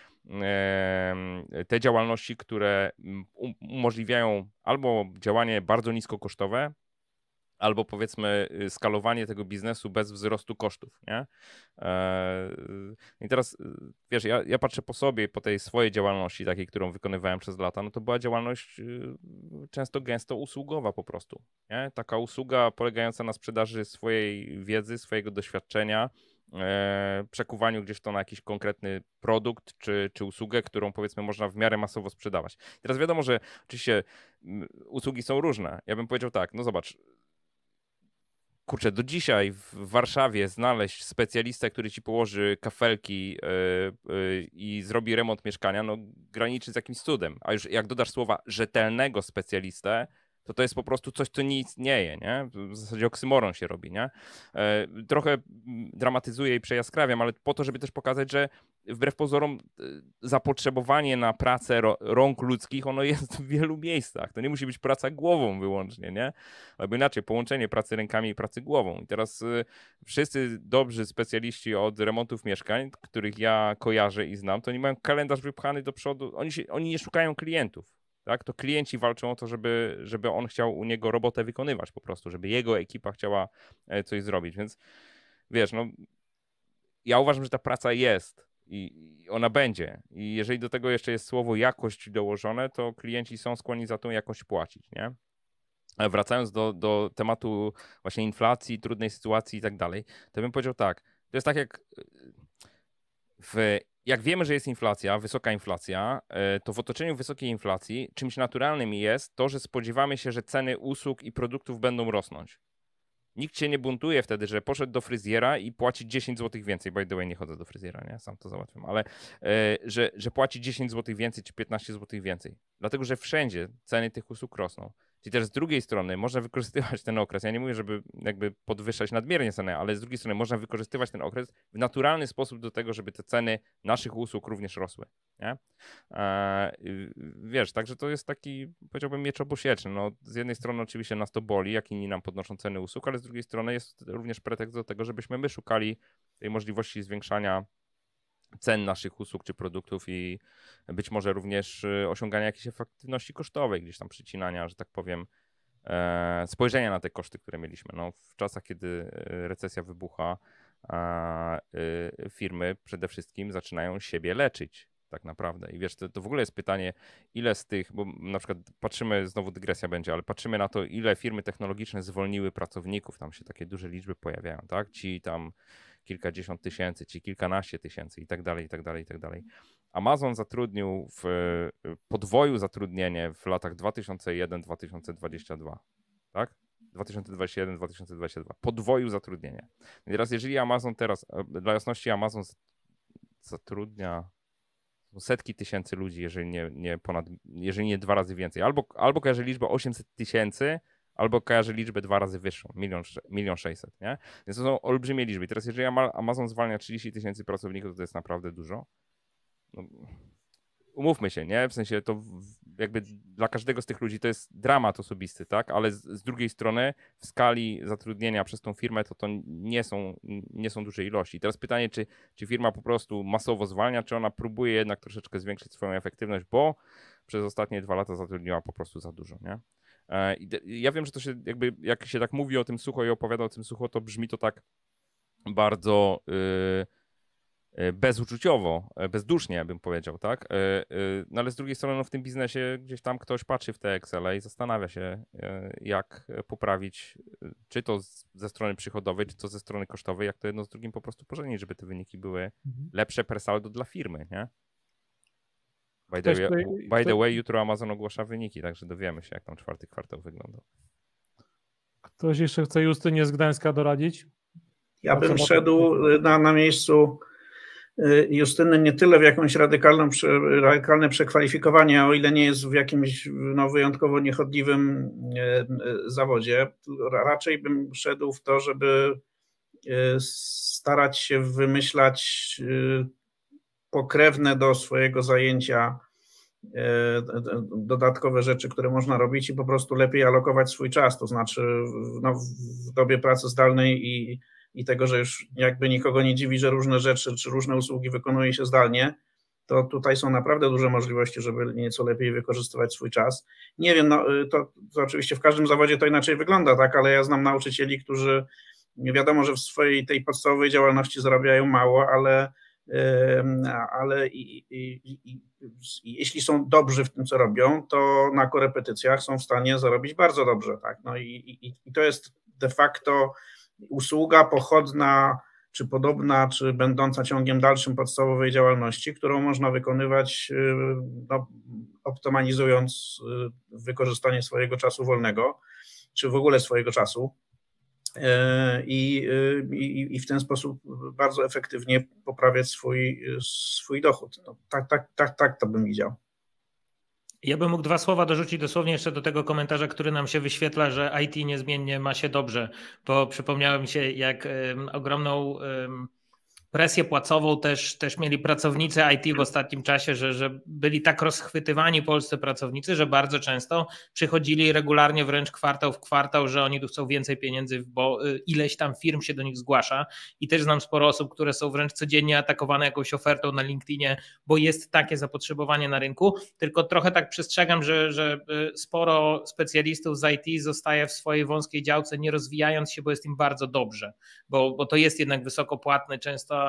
te działalności, które umożliwiają albo działanie bardzo niskokosztowe, albo powiedzmy skalowanie tego biznesu bez wzrostu kosztów, nie? I teraz, wiesz, ja patrzę po sobie, po tej swojej działalności, takiej, którą wykonywałem przez lata, no to była działalność często gęsto usługowa po prostu, nie? Taka usługa polegająca na sprzedaży swojej wiedzy, swojego doświadczenia, przekuwaniu gdzieś to na jakiś konkretny produkt czy usługę, którą powiedzmy można w miarę masowo sprzedawać. Teraz wiadomo, że oczywiście usługi są różne. Ja bym powiedział tak, no zobacz, kurczę, do dzisiaj w Warszawie znaleźć specjalistę, który ci położy kafelki i zrobi remont mieszkania, no graniczy z jakimś cudem. A już jak dodasz słowa rzetelnego specjalistę, to jest po prostu coś, co nie istnieje, nie? W zasadzie oksymoron się robi, nie? Trochę dramatyzuję i przejaskrawiam, ale po to, żeby też pokazać, że wbrew pozorom zapotrzebowanie na pracę rąk ludzkich, ono jest w wielu miejscach. To nie musi być praca głową wyłącznie, nie? Albo inaczej, połączenie pracy rękami i pracy głową. I teraz wszyscy dobrzy specjaliści od remontów mieszkań, których ja kojarzę i znam, to oni mają kalendarz wypchany do przodu. Oni nie szukają klientów. Tak? To klienci walczą o to, żeby on chciał u niego robotę wykonywać po prostu, żeby jego ekipa chciała coś zrobić. Więc wiesz, no ja uważam, że ta praca jest i ona będzie. I jeżeli do tego jeszcze jest słowo jakość dołożone, to klienci są skłonni za tą jakość płacić, nie? Ale wracając do tematu właśnie inflacji, trudnej sytuacji i tak dalej, to bym powiedział tak, to jest tak jak wiemy, że jest inflacja, wysoka inflacja, to w otoczeniu wysokiej inflacji czymś naturalnym jest to, że spodziewamy się, że ceny usług i produktów będą rosnąć. Nikt się nie buntuje wtedy, że poszedł do fryzjera i płaci 10 zł więcej. By the way, nie chodzę do fryzjera, nie? Sam to załatwiam, ale że płaci 10 zł więcej czy 15 zł więcej. Dlatego, że wszędzie ceny tych usług rosną. Czyli też z drugiej strony można wykorzystywać ten okres. Ja nie mówię, żeby jakby podwyższać nadmiernie cenę, ale z drugiej strony można wykorzystywać ten okres w naturalny sposób do tego, żeby te ceny naszych usług również rosły. Nie? Wiesz, także to jest taki, powiedziałbym, miecz obosieczny. No, z jednej strony oczywiście nas to boli, jak inni nam podnoszą ceny usług, ale z drugiej strony jest również pretekst do tego, żebyśmy my szukali tej możliwości zwiększania cen naszych usług czy produktów i być może również osiągania jakiejś efektywności kosztowej, gdzieś tam przycinania, że tak powiem, spojrzenia na te koszty, które mieliśmy. No, w czasach, kiedy recesja wybucha, firmy przede wszystkim zaczynają siebie leczyć tak naprawdę. I wiesz, to w ogóle jest pytanie, ile z tych, bo na przykład patrzymy, znowu dygresja będzie, ale patrzymy na to, ile firmy technologiczne zwolniły pracowników, tam się takie duże liczby pojawiają, tak? Ci tam kilkadziesiąt tysięcy, ci kilkanaście tysięcy i tak dalej, i tak dalej, i tak dalej. Amazon zatrudnił podwoił zatrudnienie w latach 2001-2022, tak? 2021-2022. Podwoił zatrudnienie. I teraz jeżeli Amazon teraz, dla jasności Amazon zatrudnia setki tysięcy ludzi, jeżeli nie 2 razy więcej. Albo kojarzy liczbę 800 000, albo kojarzy liczbę 2 razy wyższą, 1 600 000, nie? Więc to są olbrzymie liczby. I teraz jeżeli Amazon zwalnia 30 000 pracowników, to jest naprawdę dużo. No, umówmy się, nie? W sensie to jakby dla każdego z tych ludzi to jest dramat osobisty, tak? Ale z drugiej strony w skali zatrudnienia przez tą firmę to nie są duże ilości. I teraz pytanie, czy firma po prostu masowo zwalnia, czy ona próbuje jednak troszeczkę zwiększyć swoją efektywność, bo przez ostatnie 2 lata zatrudniła po prostu za dużo, nie? Ja wiem, że to się jakby, jak się tak mówi o tym sucho i opowiada o tym sucho, to brzmi to tak bardzo bezuczuciowo, bezdusznie bym powiedział, tak? No ale z drugiej strony no w tym biznesie gdzieś tam ktoś patrzy w te Excele i zastanawia się, jak poprawić, czy to ze strony przychodowej, czy to ze strony kosztowej, jak to jedno z drugim po prostu pożenić, żeby te wyniki były lepsze per saldo dla firmy, nie? By the way, jutro Amazon ogłasza wyniki, także dowiemy się, jak tam 4. kwartał wyglądał. Ktoś jeszcze chce Justynie z Gdańska doradzić? Ja bym szedł na miejscu Justyny nie tyle w jakąś radykalne przekwalifikowanie, o ile nie jest w jakimś wyjątkowo niechodliwym zawodzie. Raczej bym szedł w to, żeby starać się wymyślać pokrewne do swojego zajęcia dodatkowe rzeczy, które można robić i po prostu lepiej alokować swój czas, to znaczy w dobie pracy zdalnej i tego, że już jakby nikogo nie dziwi, że różne rzeczy czy różne usługi wykonuje się zdalnie, to tutaj są naprawdę duże możliwości, żeby nieco lepiej wykorzystywać swój czas. Nie wiem, no, to oczywiście w każdym zawodzie to inaczej wygląda, tak, ale ja znam nauczycieli, którzy wiadomo, że w swojej tej podstawowej działalności zarabiają mało, ale jeśli są dobrzy w tym, co robią, to na korepetycjach są w stanie zarobić bardzo dobrze, tak, no i to jest de facto usługa pochodna, czy podobna, czy będąca ciągiem dalszym podstawowej działalności, którą można wykonywać, no, optymalizując wykorzystanie swojego czasu wolnego, czy w ogóle swojego czasu i w ten sposób bardzo efektywnie poprawiać swój dochód. No, tak to bym widział. Ja bym mógł 2 słowa dorzucić dosłownie jeszcze do tego komentarza, który nam się wyświetla, że IT niezmiennie ma się dobrze, bo przypomniało mi się, jak ogromną presję płacową też mieli pracownicy IT w ostatnim czasie, że byli tak rozchwytywani polscy pracownicy, że bardzo często przychodzili regularnie wręcz kwartał w kwartał, że oni tu chcą więcej pieniędzy, bo ileś tam firm się do nich zgłasza i też znam sporo osób, które są wręcz codziennie atakowane jakąś ofertą na LinkedInie, bo jest takie zapotrzebowanie na rynku, tylko trochę tak przestrzegam, że sporo specjalistów z IT zostaje w swojej wąskiej działce, nie rozwijając się, bo jest im bardzo dobrze, bo to jest jednak wysoko płatny często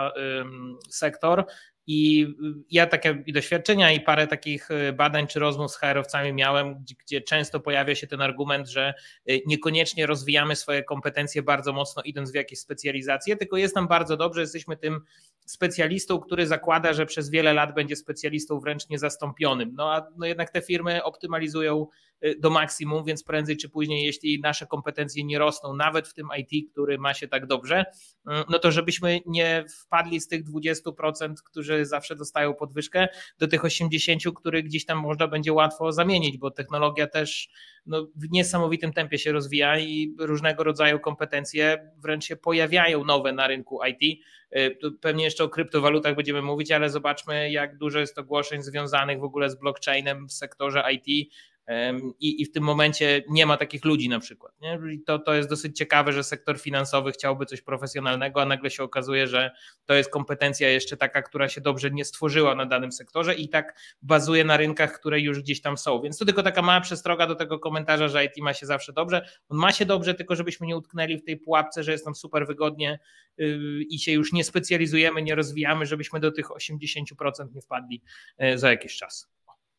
sektor i ja takie doświadczenia i parę takich badań czy rozmów z HR-owcami miałem, gdzie często pojawia się ten argument, że niekoniecznie rozwijamy swoje kompetencje bardzo mocno idąc w jakieś specjalizacje, tylko jest nam bardzo dobrze, jesteśmy tym specjalistą, który zakłada, że przez wiele lat będzie specjalistą wręcz niezastąpionym. No a jednak te firmy optymalizują do maksimum, więc prędzej czy później, jeśli nasze kompetencje nie rosną, nawet w tym IT, który ma się tak dobrze, no to żebyśmy nie wpadli z tych 20%, którzy zawsze dostają podwyżkę, do tych 80%, których gdzieś tam można będzie łatwo zamienić, bo technologia też w niesamowitym tempie się rozwija i różnego rodzaju kompetencje wręcz się pojawiają nowe na rynku IT. Pewnie jeszcze o kryptowalutach będziemy mówić, ale zobaczmy, jak dużo jest ogłoszeń związanych w ogóle z blockchainem w sektorze IT i w tym momencie nie ma takich ludzi na przykład. Nie? To jest dosyć ciekawe, że sektor finansowy chciałby coś profesjonalnego, a nagle się okazuje, że to jest kompetencja jeszcze taka, która się dobrze nie stworzyła na danym sektorze i tak bazuje na rynkach, które już gdzieś tam są. Więc to tylko taka mała przestroga do tego komentarza, że IT ma się zawsze dobrze. On ma się dobrze, tylko żebyśmy nie utknęli w tej pułapce, że jest nam super wygodnie i się już nie specjalizujemy, nie rozwijamy, żebyśmy do tych 80% nie wpadli za jakiś czas.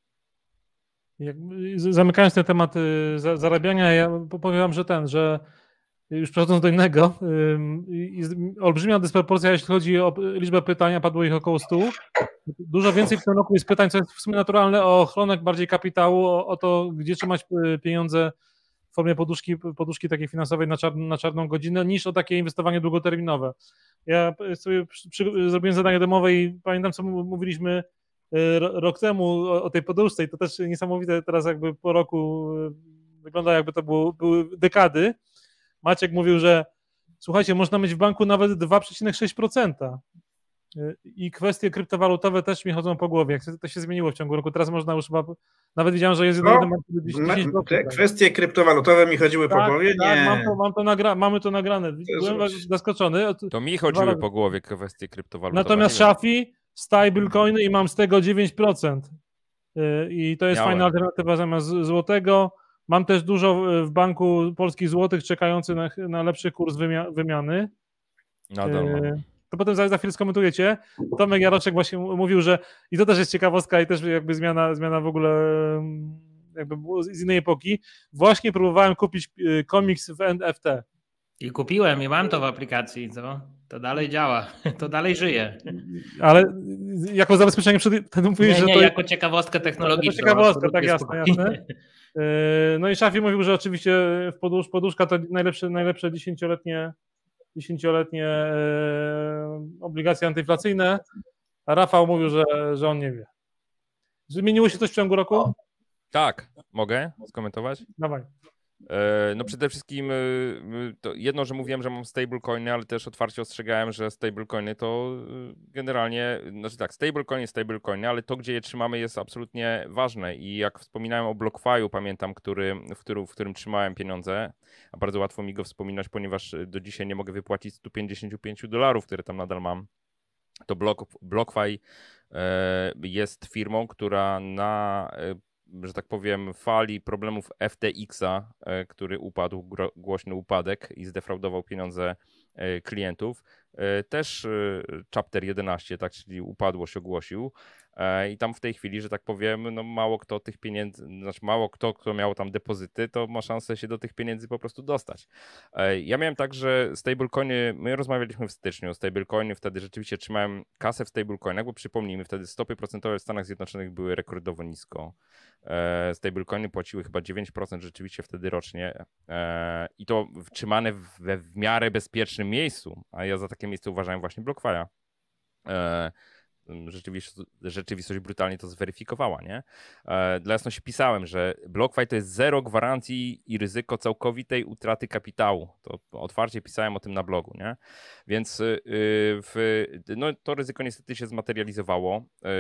Zamykając ten temat zarabiania, ja powiem, że już przechodząc do innego, jest olbrzymia dysproporcja, jeśli chodzi o liczbę pytań, a padło ich około 100. Dużo więcej w tym roku jest pytań, co jest w sumie naturalne, o ochronę bardziej kapitału, o to, gdzie trzymać pieniądze w formie poduszki takiej finansowej na czarną godzinę, niż o takie inwestowanie długoterminowe. Ja sobie zrobiłem zadanie domowe i pamiętam, co mówiliśmy rok temu o tej poduszce i to też niesamowite teraz jakby po roku wygląda, jakby to były dekady. Maciek mówił, że słuchajcie, można mieć w banku nawet 2,6%. I kwestie kryptowalutowe też mi chodzą po głowie. Jak to się zmieniło w ciągu roku. Teraz można już chyba, nawet widziałem, że jest jedno banku 10%. Kwestie kryptowalutowe mi chodziły po głowie? Tak, nie. Mamy to nagrane. Byłem zaskoczony. To mi chodziły po głowie kwestie kryptowalutowe. Natomiast Shafi, stablecoiny i mam z tego 9%. I to jest fajna alternatywa zamiast złotego. Mam też dużo w banku polskich złotych czekający na lepszy kurs wymiany. Nadal mam. To potem za chwilę skomentujecie. Tomek Jaroszek właśnie mówił, że i to też jest ciekawostka i też jakby zmiana w ogóle jakby z innej epoki. Właśnie próbowałem kupić komiks w NFT. I kupiłem i mam to w aplikacji, to dalej działa, to dalej żyje. Ale jako zabezpieczenie przed... Mówisz, nie, jako ciekawostkę technologiczną. Jako ciekawostka, tak jasne. No i Shafi mówił, że oczywiście poduszka to najlepsze 10-letnie obligacje antyinflacyjne, a Rafał mówił, że on nie wie. Zmieniło się coś w ciągu roku? Tak, mogę skomentować? Dawaj. No przede wszystkim to jedno, że mówiłem, że mam stablecoiny, ale też otwarcie ostrzegałem, że stablecoiny to generalnie, znaczy tak, stablecoiny, ale to, gdzie je trzymamy, jest absolutnie ważne i jak wspominałem o BlockFi'u, pamiętam, w którym trzymałem pieniądze, a bardzo łatwo mi go wspominać, ponieważ do dzisiaj nie mogę wypłacić $155, które tam nadal mam. To BlockFi jest firmą, która na, że tak powiem, fali problemów FTX-a, który upadł, głośny upadek i zdefraudował pieniądze klientów, też Chapter 11, tak, czyli upadłość ogłosił i tam w tej chwili, że tak powiem, no mało kto tych pieniędzy, znaczy mało kto miał tam depozyty, to ma szansę się do tych pieniędzy po prostu dostać. Ja miałem tak, że stablecoiny, my rozmawialiśmy w styczniu o stablecoiny, wtedy rzeczywiście trzymałem kasę w stablecoinach, bo przypomnijmy, wtedy stopy procentowe w Stanach Zjednoczonych były rekordowo nisko. Stablecoiny płaciły chyba 9% rzeczywiście wtedy rocznie i to trzymane w miarę bezpiecznym miejscu, a ja za takie miejsce uważałem właśnie BlockFi'a. Rzeczywistość brutalnie to zweryfikowała, nie? Dla jasności pisałem, że BlockFi to jest zero gwarancji i ryzyko całkowitej utraty kapitału. To otwarcie pisałem o tym na blogu, nie? Więc no, to ryzyko niestety się zmaterializowało.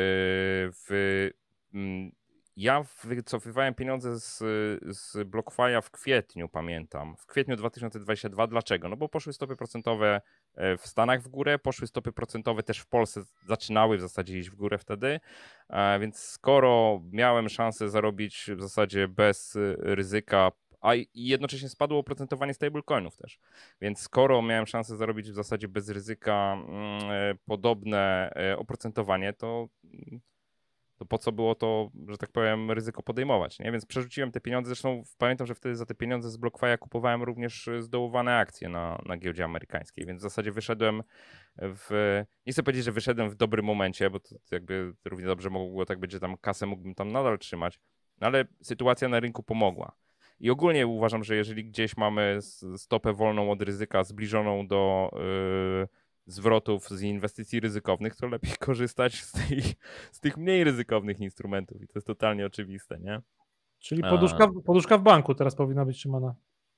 Ja wycofywałem pieniądze z BlockFi'a w kwietniu, pamiętam. W kwietniu 2022. Dlaczego? No bo poszły stopy procentowe w Stanach w górę, poszły stopy procentowe też w Polsce, zaczynały w zasadzie iść w górę wtedy, więc skoro miałem szansę zarobić w zasadzie bez ryzyka, a jednocześnie spadło oprocentowanie stablecoinów też, więc skoro miałem szansę zarobić w zasadzie bez ryzyka podobne oprocentowanie, to po co było to, że tak powiem, ryzyko podejmować, nie? Więc przerzuciłem te pieniądze, zresztą pamiętam, że wtedy za te pieniądze z BlockFi'a kupowałem również zdołowane akcje na giełdzie amerykańskiej, więc w zasadzie wyszedłem nie chcę powiedzieć, że wyszedłem w dobrym momencie, bo to jakby równie dobrze mogło tak być, że tam kasę mógłbym tam nadal trzymać, no ale sytuacja na rynku pomogła. I ogólnie uważam, że jeżeli gdzieś mamy stopę wolną od ryzyka, zbliżoną do zwrotów z inwestycji ryzykownych, to lepiej korzystać z tych mniej ryzykownych instrumentów i to jest totalnie oczywiste, nie? Czyli poduszka w banku teraz powinna być trzymana.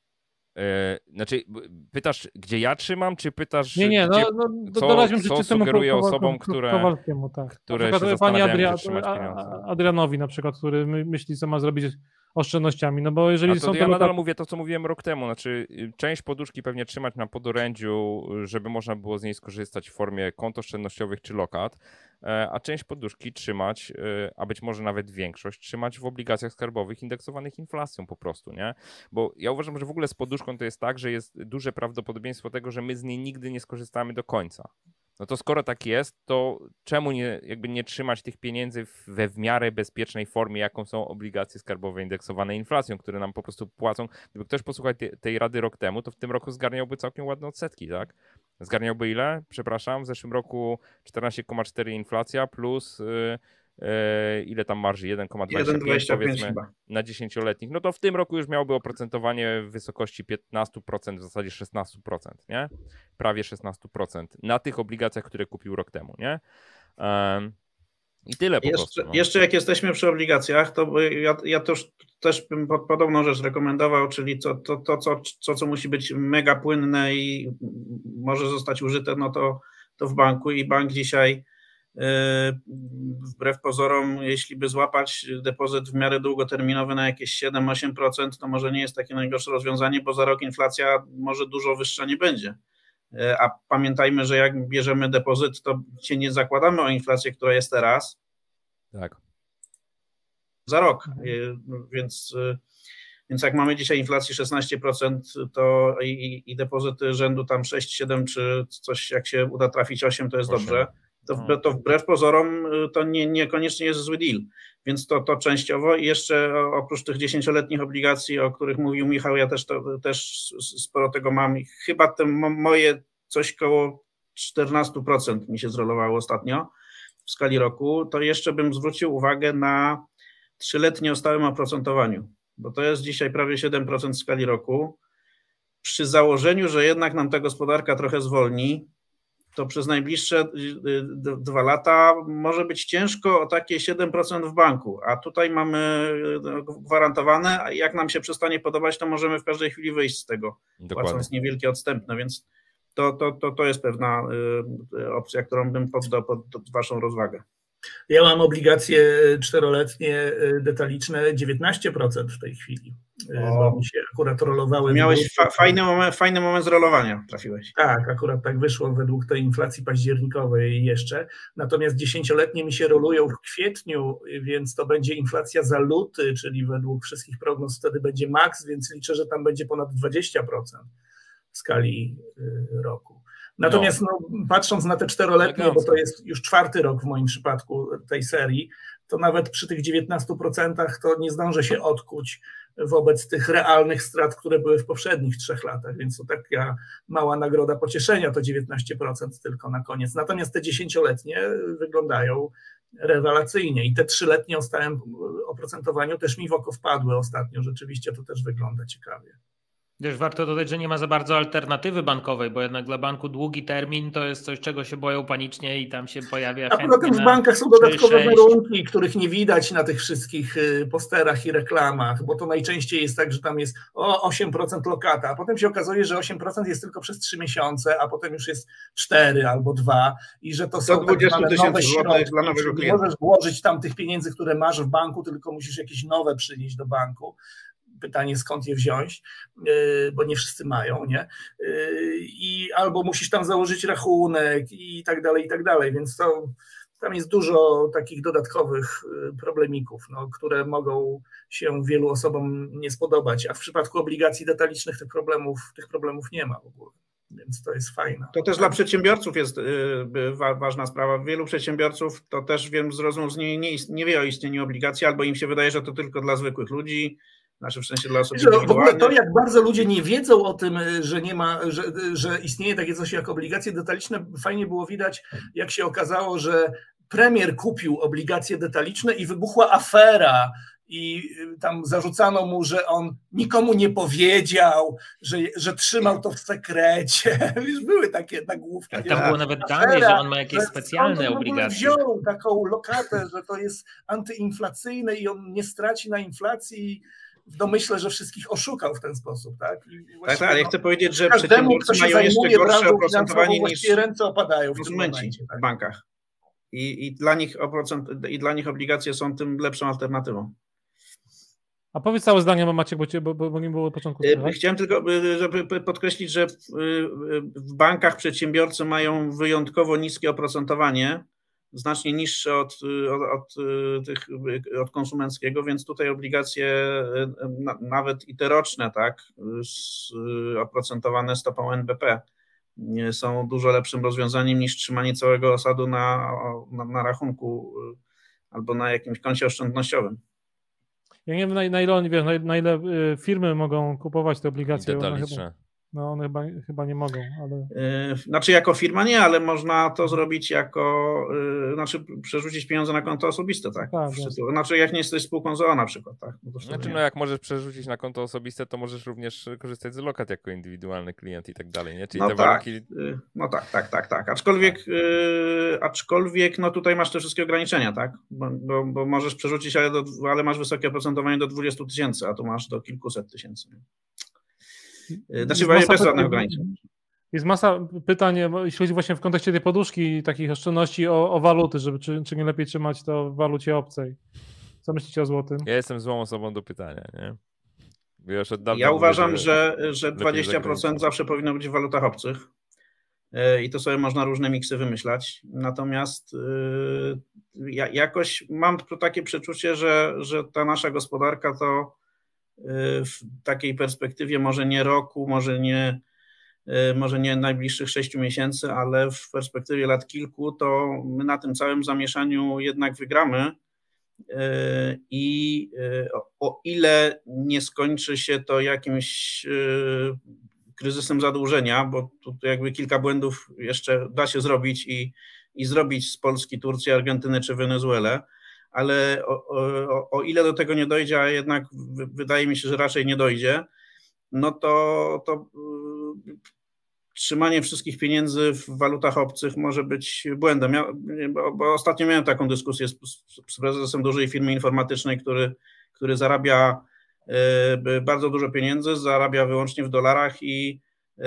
Znaczy, pytasz, gdzie ja trzymam, czy pytasz, nie, co sugeruję osobom, które się zastanawiają, gdzie trzymać pieniądze? Adrianowi na przykład, który myśli, co ma zrobić oszczędnościami, no bo jeżeli są to... Ja nadal mówię to, co mówiłem rok temu, znaczy część poduszki pewnie trzymać na podorędziu, żeby można było z niej skorzystać w formie kont oszczędnościowych czy lokat, a część poduszki trzymać, a być może nawet większość, trzymać w obligacjach skarbowych indeksowanych inflacją po prostu, nie? Bo ja uważam, że w ogóle z poduszką to jest tak, że jest duże prawdopodobieństwo tego, że my z niej nigdy nie skorzystamy do końca. No to skoro tak jest, to czemu nie trzymać tych pieniędzy w miarę bezpiecznej formie, jaką są obligacje skarbowe indeksowane inflacją, które nam po prostu płacą. Gdyby ktoś posłuchał tej rady rok temu, to w tym roku zgarniałby całkiem ładne odsetki, tak? Zgarniałby ile? Przepraszam, w zeszłym roku 14,4 inflacja plus ile tam marży? 1,25 powiedzmy chyba. Na 10-letnich. No to w tym roku już miałby oprocentowanie w wysokości 15%, w zasadzie 16%, nie? Prawie 16% na tych obligacjach, które kupił rok temu, nie? I tyle po prostu. No. Jeszcze jak jesteśmy przy obligacjach, to ja też bym podobną rzecz rekomendował, czyli co musi być mega płynne i może zostać użyte, no to w banku i bank dzisiaj wbrew pozorom, jeśli by złapać depozyt w miarę długoterminowy na jakieś 7-8%, to może nie jest takie najgorsze rozwiązanie, bo za rok inflacja może dużo wyższa nie będzie. A pamiętajmy, że jak bierzemy depozyt, to się nie zakładamy o inflację, która jest teraz. Tak. Za rok. Więc jak mamy dzisiaj inflację 16%, to i depozyty rzędu tam 6, 7 czy coś, jak się uda trafić 8, to jest 8. Dobrze. To wbrew pozorom to niekoniecznie jest zły deal. Więc to częściowo i jeszcze oprócz tych 10-letnich obligacji, o których mówił Michał, ja też sporo tego mam i chyba te moje coś koło 14% mi się zrolowało ostatnio w skali roku, to jeszcze bym zwrócił uwagę na 3-letnie o stałym oprocentowaniu, bo to jest dzisiaj prawie 7% w skali roku. Przy założeniu, że jednak nam ta gospodarka trochę zwolni, to przez najbliższe 2 lata może być ciężko o takie 7% w banku, a tutaj mamy gwarantowane, a jak nam się przestanie podobać, to możemy w każdej chwili wyjść z tego, płacąc niewielkie odstępne, więc to jest pewna opcja, którą bym poddał pod waszą rozwagę. Ja mam obligacje 4-letnie detaliczne 19% w tej chwili. bo mi się akurat rolowały. Miałeś fajny moment zrolowania, trafiłeś. Tak, akurat tak wyszło według tej inflacji październikowej jeszcze. Natomiast 10-letnie mi się rolują w kwietniu, więc to będzie inflacja za luty, czyli według wszystkich prognoz wtedy będzie maks, więc liczę, że tam będzie ponad 20% w skali roku. Natomiast patrząc na te 4-letnie, bo to jest już 4. rok w moim przypadku tej serii, to nawet przy tych 19% to nie zdążę się odkuć wobec tych realnych strat, które były w poprzednich 3 latach, więc to taka mała nagroda pocieszenia, to 19% tylko na koniec. Natomiast te 10-letnie wyglądają rewelacyjnie i te 3-letnie o stałym oprocentowaniu też mi w oko wpadły ostatnio, rzeczywiście to też wygląda ciekawie. Wiesz, warto dodać, że nie ma za bardzo alternatywy bankowej, bo jednak dla banku długi termin to jest coś, czego się boją panicznie i tam się pojawia chętnie. A poza tym w bankach są dodatkowe warunki, których nie widać na tych wszystkich posterach i reklamach, bo to najczęściej jest tak, że tam jest 8% lokata, a potem się okazuje, że 8% jest tylko przez 3 miesiące, a potem już jest 4 albo 2 i że to są tak zwane nowe środki. Nie możesz włożyć tam tych pieniędzy, które masz w banku, tylko musisz jakieś nowe przynieść do banku. Pytanie, skąd je wziąć, bo nie wszyscy mają, nie? I albo musisz tam założyć rachunek i tak dalej, więc to, tam jest dużo takich dodatkowych problemików, które mogą się wielu osobom nie spodobać, a w przypadku obligacji detalicznych tych problemów nie ma w ogóle. Więc to jest fajne. To też dla przedsiębiorców jest ważna sprawa. Wielu przedsiębiorców, to też wiem z rozmów z nimi, nie wie o istnieniu obligacji, albo im się wydaje, że to tylko dla zwykłych ludzi, znaczy w sensie dla osób indywidualnych. W ogóle to, jak bardzo ludzie nie wiedzą o tym, że nie ma, że istnieje takie coś jak obligacje detaliczne, fajnie było widać, jak się okazało, że premier kupił obligacje detaliczne i wybuchła afera i tam zarzucano mu, że on nikomu nie powiedział, że trzymał to w sekrecie. Wiesz, były takie nagłówki. Tam było nawet dane, że on ma jakieś specjalne obligacje. Wziął taką lokatę, że to jest antyinflacyjne i on nie straci na inflacji. W domyśle, że wszystkich oszukał w ten sposób, tak? Tak, ale chcę powiedzieć, że przedsiębiorcy mają jeszcze gorsze oprocentowanie niż ręce opadają w konsumenci w bankach. I dla nich obligacje są tym lepszą alternatywą. A powiedz całe zdanie, Maciek, bo nie było od początku. Chciałem tylko podkreślić, że w bankach przedsiębiorcy mają wyjątkowo niskie oprocentowanie, znacznie niższe od konsumenckiego, więc tutaj obligacje nawet i te roczne, tak, oprocentowane stopą NBP są dużo lepszym rozwiązaniem niż trzymanie całego osadu na rachunku albo na jakimś koncie oszczędnościowym. Ja nie wiem, na ile firmy mogą kupować te obligacje. Detaliczne. One chyba nie mogą, ale... Znaczy jako firma nie, ale można to zrobić przerzucić pieniądze na konto osobiste, tak? Znaczy jak nie jesteś spółką z o.o. na przykład, tak? Jak możesz przerzucić na konto osobiste, to możesz również korzystać z lokat jako indywidualny klient i tak dalej, nie? Czyli warunki... Tak. Aczkolwiek tutaj masz te wszystkie ograniczenia, tak? Bo możesz przerzucić, ale masz wysokie oprocentowanie do 20 000, a tu masz do kilkuset tysięcy. Znaczy bez żadnych ograniczeń. Jest masa pytań, jeśli chodzi właśnie w kontekście tej poduszki, takich oszczędności o waluty, czy nie lepiej trzymać to w walucie obcej. Co myślicie o złotym? Ja jestem złą osobą do pytania, nie? Ja uważam, że 20% zawsze powinno być w walutach obcych i to sobie można różne miksy wymyślać. Natomiast jakoś mam takie przeczucie, że ta nasza gospodarka to w takiej perspektywie może nie roku, może nie najbliższych 6 miesięcy, ale w perspektywie lat kilku, to my na tym całym zamieszaniu jednak wygramy i o ile nie skończy się to jakimś kryzysem zadłużenia, bo tu jakby kilka błędów jeszcze da się zrobić i zrobić z Polski, Turcji, Argentyny czy Wenezuelę, ale o ile do tego nie dojdzie, a jednak wydaje mi się, że raczej nie dojdzie, no to trzymanie wszystkich pieniędzy w walutach obcych może być błędem. Bo ostatnio miałem taką dyskusję z prezesem dużej firmy informatycznej, który zarabia bardzo dużo pieniędzy, zarabia wyłącznie w dolarach i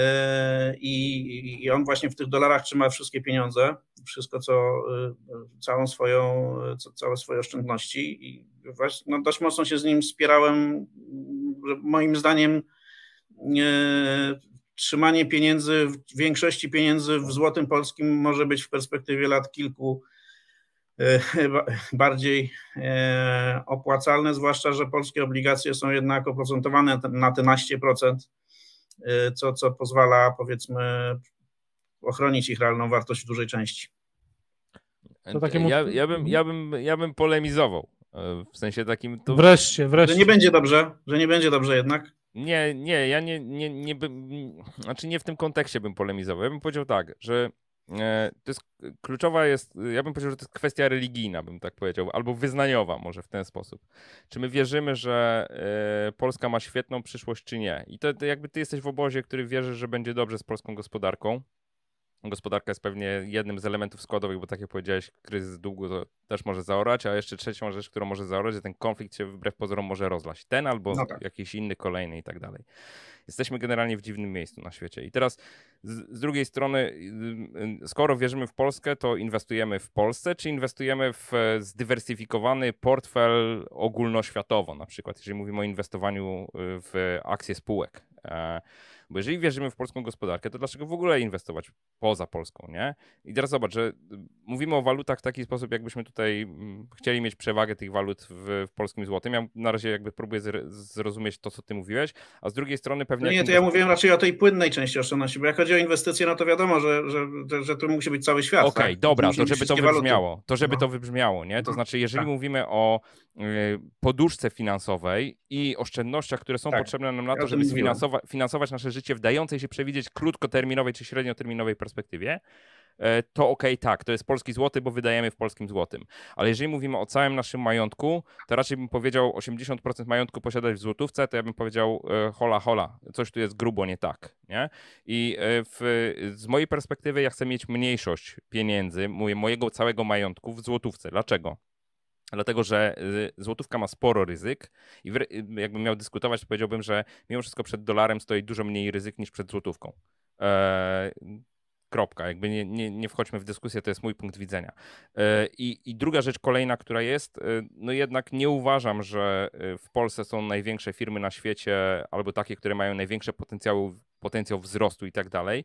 on właśnie w tych dolarach trzyma wszystkie pieniądze, wszystko całe swoje oszczędności i właśnie, dość mocno się z nim spierałem że moim zdaniem trzymanie pieniędzy, większości pieniędzy w złotym polskim może być w perspektywie lat kilku bardziej opłacalne, zwłaszcza, że polskie obligacje są jednak oprocentowane na te naście procent, co pozwala, powiedzmy, ochronić ich realną wartość w dużej części. To takie Ja bym polemizował. W sensie takim... To... Wreszcie. Że nie będzie dobrze jednak. Ja znaczy nie w tym kontekście bym polemizował. Ja bym powiedział tak, że to jest kluczowa jest, ja bym powiedział, że to jest kwestia religijna, bym tak powiedział, albo wyznaniowa może w ten sposób. Czy my wierzymy, że Polska ma świetną przyszłość, czy nie? I to jakby ty jesteś w obozie, który wierzy, że będzie dobrze z polską gospodarką. Gospodarka jest pewnie jednym z elementów składowych, bo tak jak powiedziałeś, kryzys długu to też może zaorać, a jeszcze trzecią rzecz, którą może zaorać, że ten konflikt się wbrew pozorom może rozlać. Ten albo jakiś inny, kolejny i tak dalej. Jesteśmy generalnie w dziwnym miejscu na świecie. I teraz z drugiej strony, skoro wierzymy w Polskę, to inwestujemy w Polsce, czy inwestujemy w zdywersyfikowany portfel ogólnoświatowo, na przykład, jeżeli mówimy o inwestowaniu w akcje spółek. Bo jeżeli wierzymy w polską gospodarkę, to dlaczego w ogóle inwestować poza Polską, nie? I teraz zobacz, że mówimy o walutach w taki sposób, jakbyśmy tutaj chcieli mieć przewagę tych walut w polskim złotym. Ja na razie jakby próbuję zrozumieć to, co ty mówiłeś, a z drugiej strony pewnie... No nie, to ja mówiłem raczej o tej płynnej części oszczędności, bo jak chodzi o inwestycje, no to wiadomo, że to musi być cały świat. Okej, tak? dobra, to żeby to wybrzmiało. To wybrzmiało, nie? To znaczy, jeżeli mówimy o poduszce finansowej i oszczędnościach, które są potrzebne nam na to, żeby finansować nasze życie w dającej się przewidzieć krótkoterminowej czy średnioterminowej perspektywie, to okej, tak, to jest polski złoty, bo wydajemy w polskim złotym. Ale jeżeli mówimy o całym naszym majątku, to raczej bym powiedział 80% majątku posiadać w złotówce, to ja bym powiedział hola, coś tu jest grubo nie tak, nie? I z mojej perspektywy ja chcę mieć mniejszość pieniędzy, mojego całego majątku w złotówce. Dlaczego? Dlatego, że złotówka ma sporo ryzyk i jakbym miał dyskutować, to powiedziałbym, że mimo wszystko przed dolarem stoi dużo mniej ryzyk niż przed złotówką. Kropka. Jakby nie wchodźmy w dyskusję, to jest mój punkt widzenia. I druga rzecz kolejna, która jest, no jednak nie uważam, że w Polsce są największe firmy na świecie albo takie, które mają największe potencjał wzrostu i tak dalej.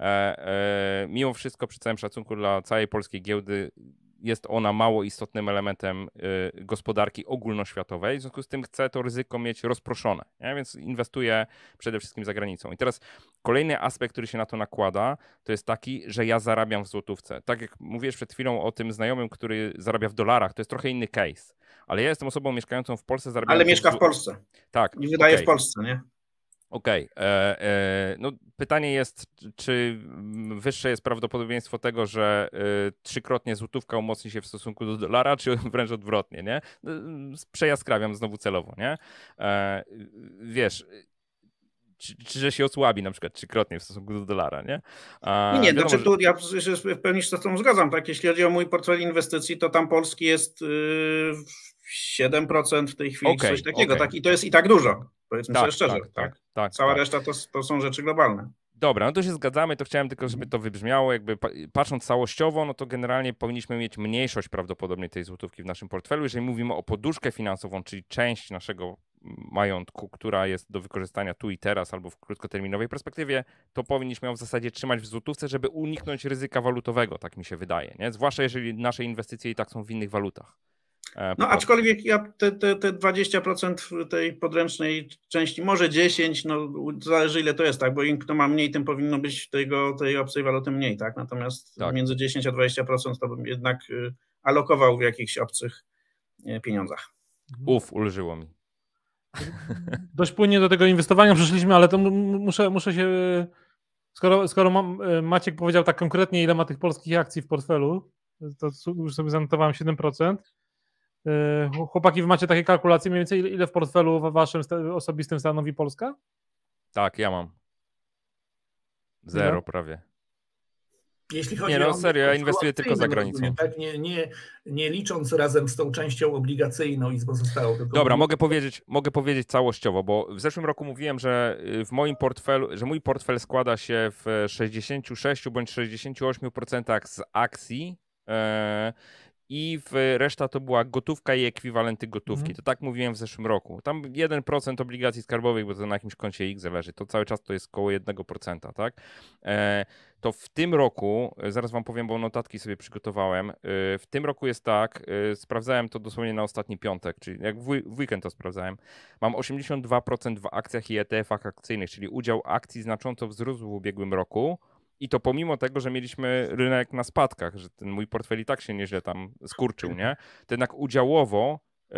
Mimo wszystko, przy całym szacunku dla całej polskiej giełdy, jest ona mało istotnym elementem gospodarki ogólnoświatowej, w związku z tym chcę to ryzyko mieć rozproszone, nie? Więc inwestuję przede wszystkim za granicą. I teraz kolejny aspekt, który się na to nakłada, to jest taki, że ja zarabiam w złotówce. Tak jak mówiłeś przed chwilą o tym znajomym, który zarabia w dolarach, to jest trochę inny case. Ale ja jestem osobą mieszkającą w Polsce, ale mieszka w Polsce. Tak. I wydaje w Polsce, nie? Okej. No pytanie jest, czy wyższe jest prawdopodobieństwo tego, że trzykrotnie złotówka umocni się w stosunku do dolara, czy wręcz odwrotnie, nie? Przejaskrawiam znowu celowo, nie? Wiesz, czy że się osłabi na przykład trzykrotnie w stosunku do dolara, nie? Nie, wiadomo, znaczy tu ja się w pełni z tą zgadzam, tak? Jeśli chodzi o mój portfel inwestycji, to tam polski jest 7% w tej chwili, coś takiego, tak? I to jest i tak dużo, powiedzmy sobie szczerze, tak? Cała reszta to są rzeczy globalne. Dobra, no to się zgadzamy, to chciałem tylko, żeby to wybrzmiało, jakby patrząc całościowo, no to generalnie powinniśmy mieć mniejszość prawdopodobnie tej złotówki w naszym portfelu. Jeżeli mówimy o poduszkę finansową, czyli część naszego majątku, która jest do wykorzystania tu i teraz albo w krótkoterminowej perspektywie, to powinniśmy ją w zasadzie trzymać w złotówce, żeby uniknąć ryzyka walutowego, tak mi się wydaje, nie? Zwłaszcza jeżeli nasze inwestycje i tak są w innych walutach. No aczkolwiek ja te 20% tej podręcznej części, może 10%, no zależy ile to jest, tak, bo im kto ma mniej, tym powinno być tej obcej waluty mniej, tak, natomiast między 10 a 20% to bym jednak alokował w jakichś obcych pieniądzach. Ulżyło mi. Dość płynnie do tego inwestowania przeszliśmy, ale to muszę się, skoro Maciek powiedział tak konkretnie, ile ma tych polskich akcji w portfelu, to już sobie zanotowałem 7%. Chłopaki, wy macie takie kalkulacje mniej więcej, ile w portfelu waszym osobistym stanowi Polska? Tak, ja mam. 0 prawie. Jeśli chodzi o serio, ja inwestuję tylko za granicą. Rozumiem, tak? Nie licząc razem z tą częścią obligacyjną i z pozostałą. Dobra, mogę powiedzieć całościowo, bo w zeszłym roku mówiłem, że w moim portfelu, że mój portfel składa się w 66 bądź 68% z akcji i reszta to była gotówka i ekwiwalenty gotówki. To tak mówiłem w zeszłym roku. Tam 1% obligacji skarbowych, bo to na jakimś koncie X zależy, to cały czas to jest około 1%, tak? To w tym roku, zaraz wam powiem, bo notatki sobie przygotowałem, w tym roku jest tak, sprawdzałem to dosłownie na ostatni piątek, czyli jak w weekend to sprawdzałem, mam 82% w akcjach i ETF-ach akcyjnych, czyli udział akcji znacząco wzrósł w ubiegłym roku. I to pomimo tego, że mieliśmy rynek na spadkach, że ten mój portfel i tak się nieźle tam skurczył, nie? To jednak udziałowo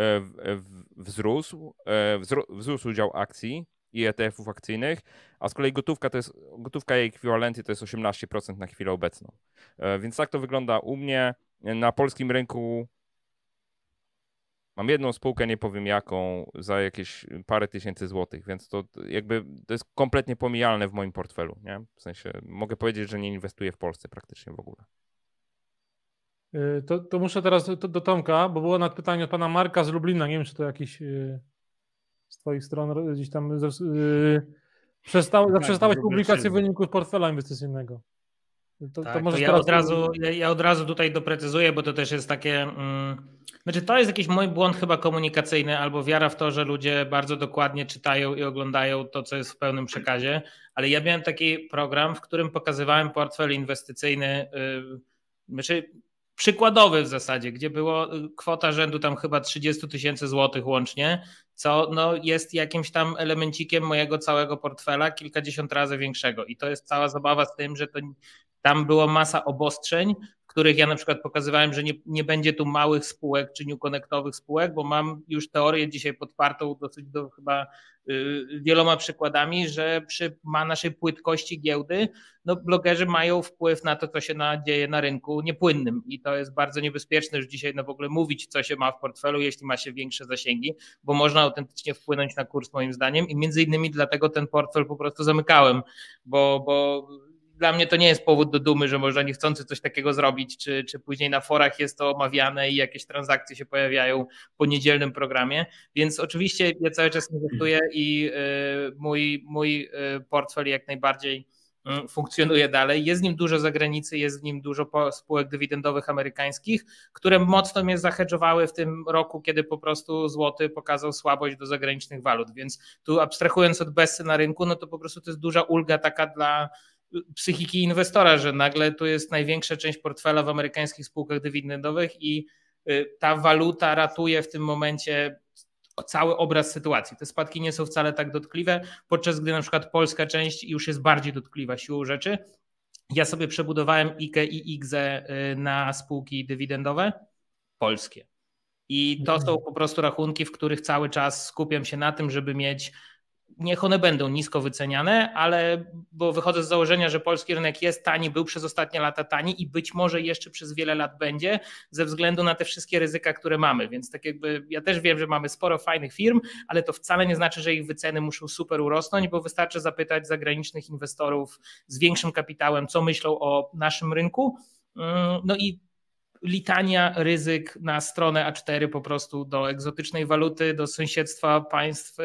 wzrósł udział akcji i ETF-ów akcyjnych, a z kolei gotówka i ekwiwalenty to jest 18% na chwilę obecną. Więc tak to wygląda u mnie. Na polskim rynku mam jedną spółkę, nie powiem jaką, za jakieś parę tysięcy złotych, więc to jakby to jest kompletnie pomijalne w moim portfelu, nie? W sensie mogę powiedzieć, że nie inwestuję w Polsce praktycznie w ogóle. To muszę teraz do Tomka, bo było nad pytanie od pana Marka z Lublina. Nie wiem, czy to jakiś z twoich stron gdzieś tam zaprzestałeś publikacji wyników portfela inwestycyjnego. To ja od razu tutaj doprecyzuję, bo to też jest takie... Znaczy to jest jakiś mój błąd chyba komunikacyjny albo wiara w to, że ludzie bardzo dokładnie czytają i oglądają to, co jest w pełnym przekazie, ale ja miałem taki program, w którym pokazywałem portfel inwestycyjny, znaczy przykładowy w zasadzie, gdzie było kwota rzędu tam chyba 30 000 złotych łącznie, co no jest jakimś tam elemencikiem mojego całego portfela, kilkadziesiąt razy większego i to jest cała zabawa z tym, że to tam była masa obostrzeń, w których ja na przykład pokazywałem, że nie będzie tu małych spółek czy newconnectowych spółek, bo mam już teorię dzisiaj podpartą dosyć chyba wieloma przykładami, że przy naszej płytkości giełdy no blogerzy mają wpływ na to, co się dzieje na rynku niepłynnym i to jest bardzo niebezpieczne już dzisiaj w ogóle mówić, co się ma w portfelu, jeśli ma się większe zasięgi, bo można autentycznie wpłynąć na kurs moim zdaniem i między innymi dlatego ten portfel po prostu zamykałem, bo dla mnie to nie jest powód do dumy, że można niechcący coś takiego zrobić, czy później na forach jest to omawiane i jakieś transakcje się pojawiają po niedzielnym programie, więc oczywiście ja cały czas inwestuję i mój portfel jak najbardziej funkcjonuje dalej. Jest w nim dużo zagranicy, jest w nim dużo spółek dywidendowych amerykańskich, które mocno mnie zahedżowały w tym roku, kiedy po prostu złoty pokazał słabość do zagranicznych walut, więc tu abstrahując od bessy na rynku, no to po prostu to jest duża ulga taka dla psychiki inwestora, że nagle tu jest największa część portfela w amerykańskich spółkach dywidendowych i ta waluta ratuje w tym momencie cały obraz sytuacji. Te spadki nie są wcale tak dotkliwe, podczas gdy na przykład polska część już jest bardziej dotkliwa siłą rzeczy. Ja sobie przebudowałem IKE i IGZE na spółki dywidendowe polskie. I to są po prostu rachunki, w których cały czas skupiam się na tym, żeby mieć, niech one będą nisko wyceniane, ale bo wychodzę z założenia, że polski rynek jest tani, był przez ostatnie lata tani i być może jeszcze przez wiele lat będzie ze względu na te wszystkie ryzyka, które mamy, więc tak jakby ja też wiem, że mamy sporo fajnych firm, ale to wcale nie znaczy, że ich wyceny muszą super urosnąć, bo wystarczy zapytać zagranicznych inwestorów z większym kapitałem, co myślą o naszym rynku, no i litania ryzyk na stronę A4 po prostu do egzotycznej waluty, do sąsiedztwa państw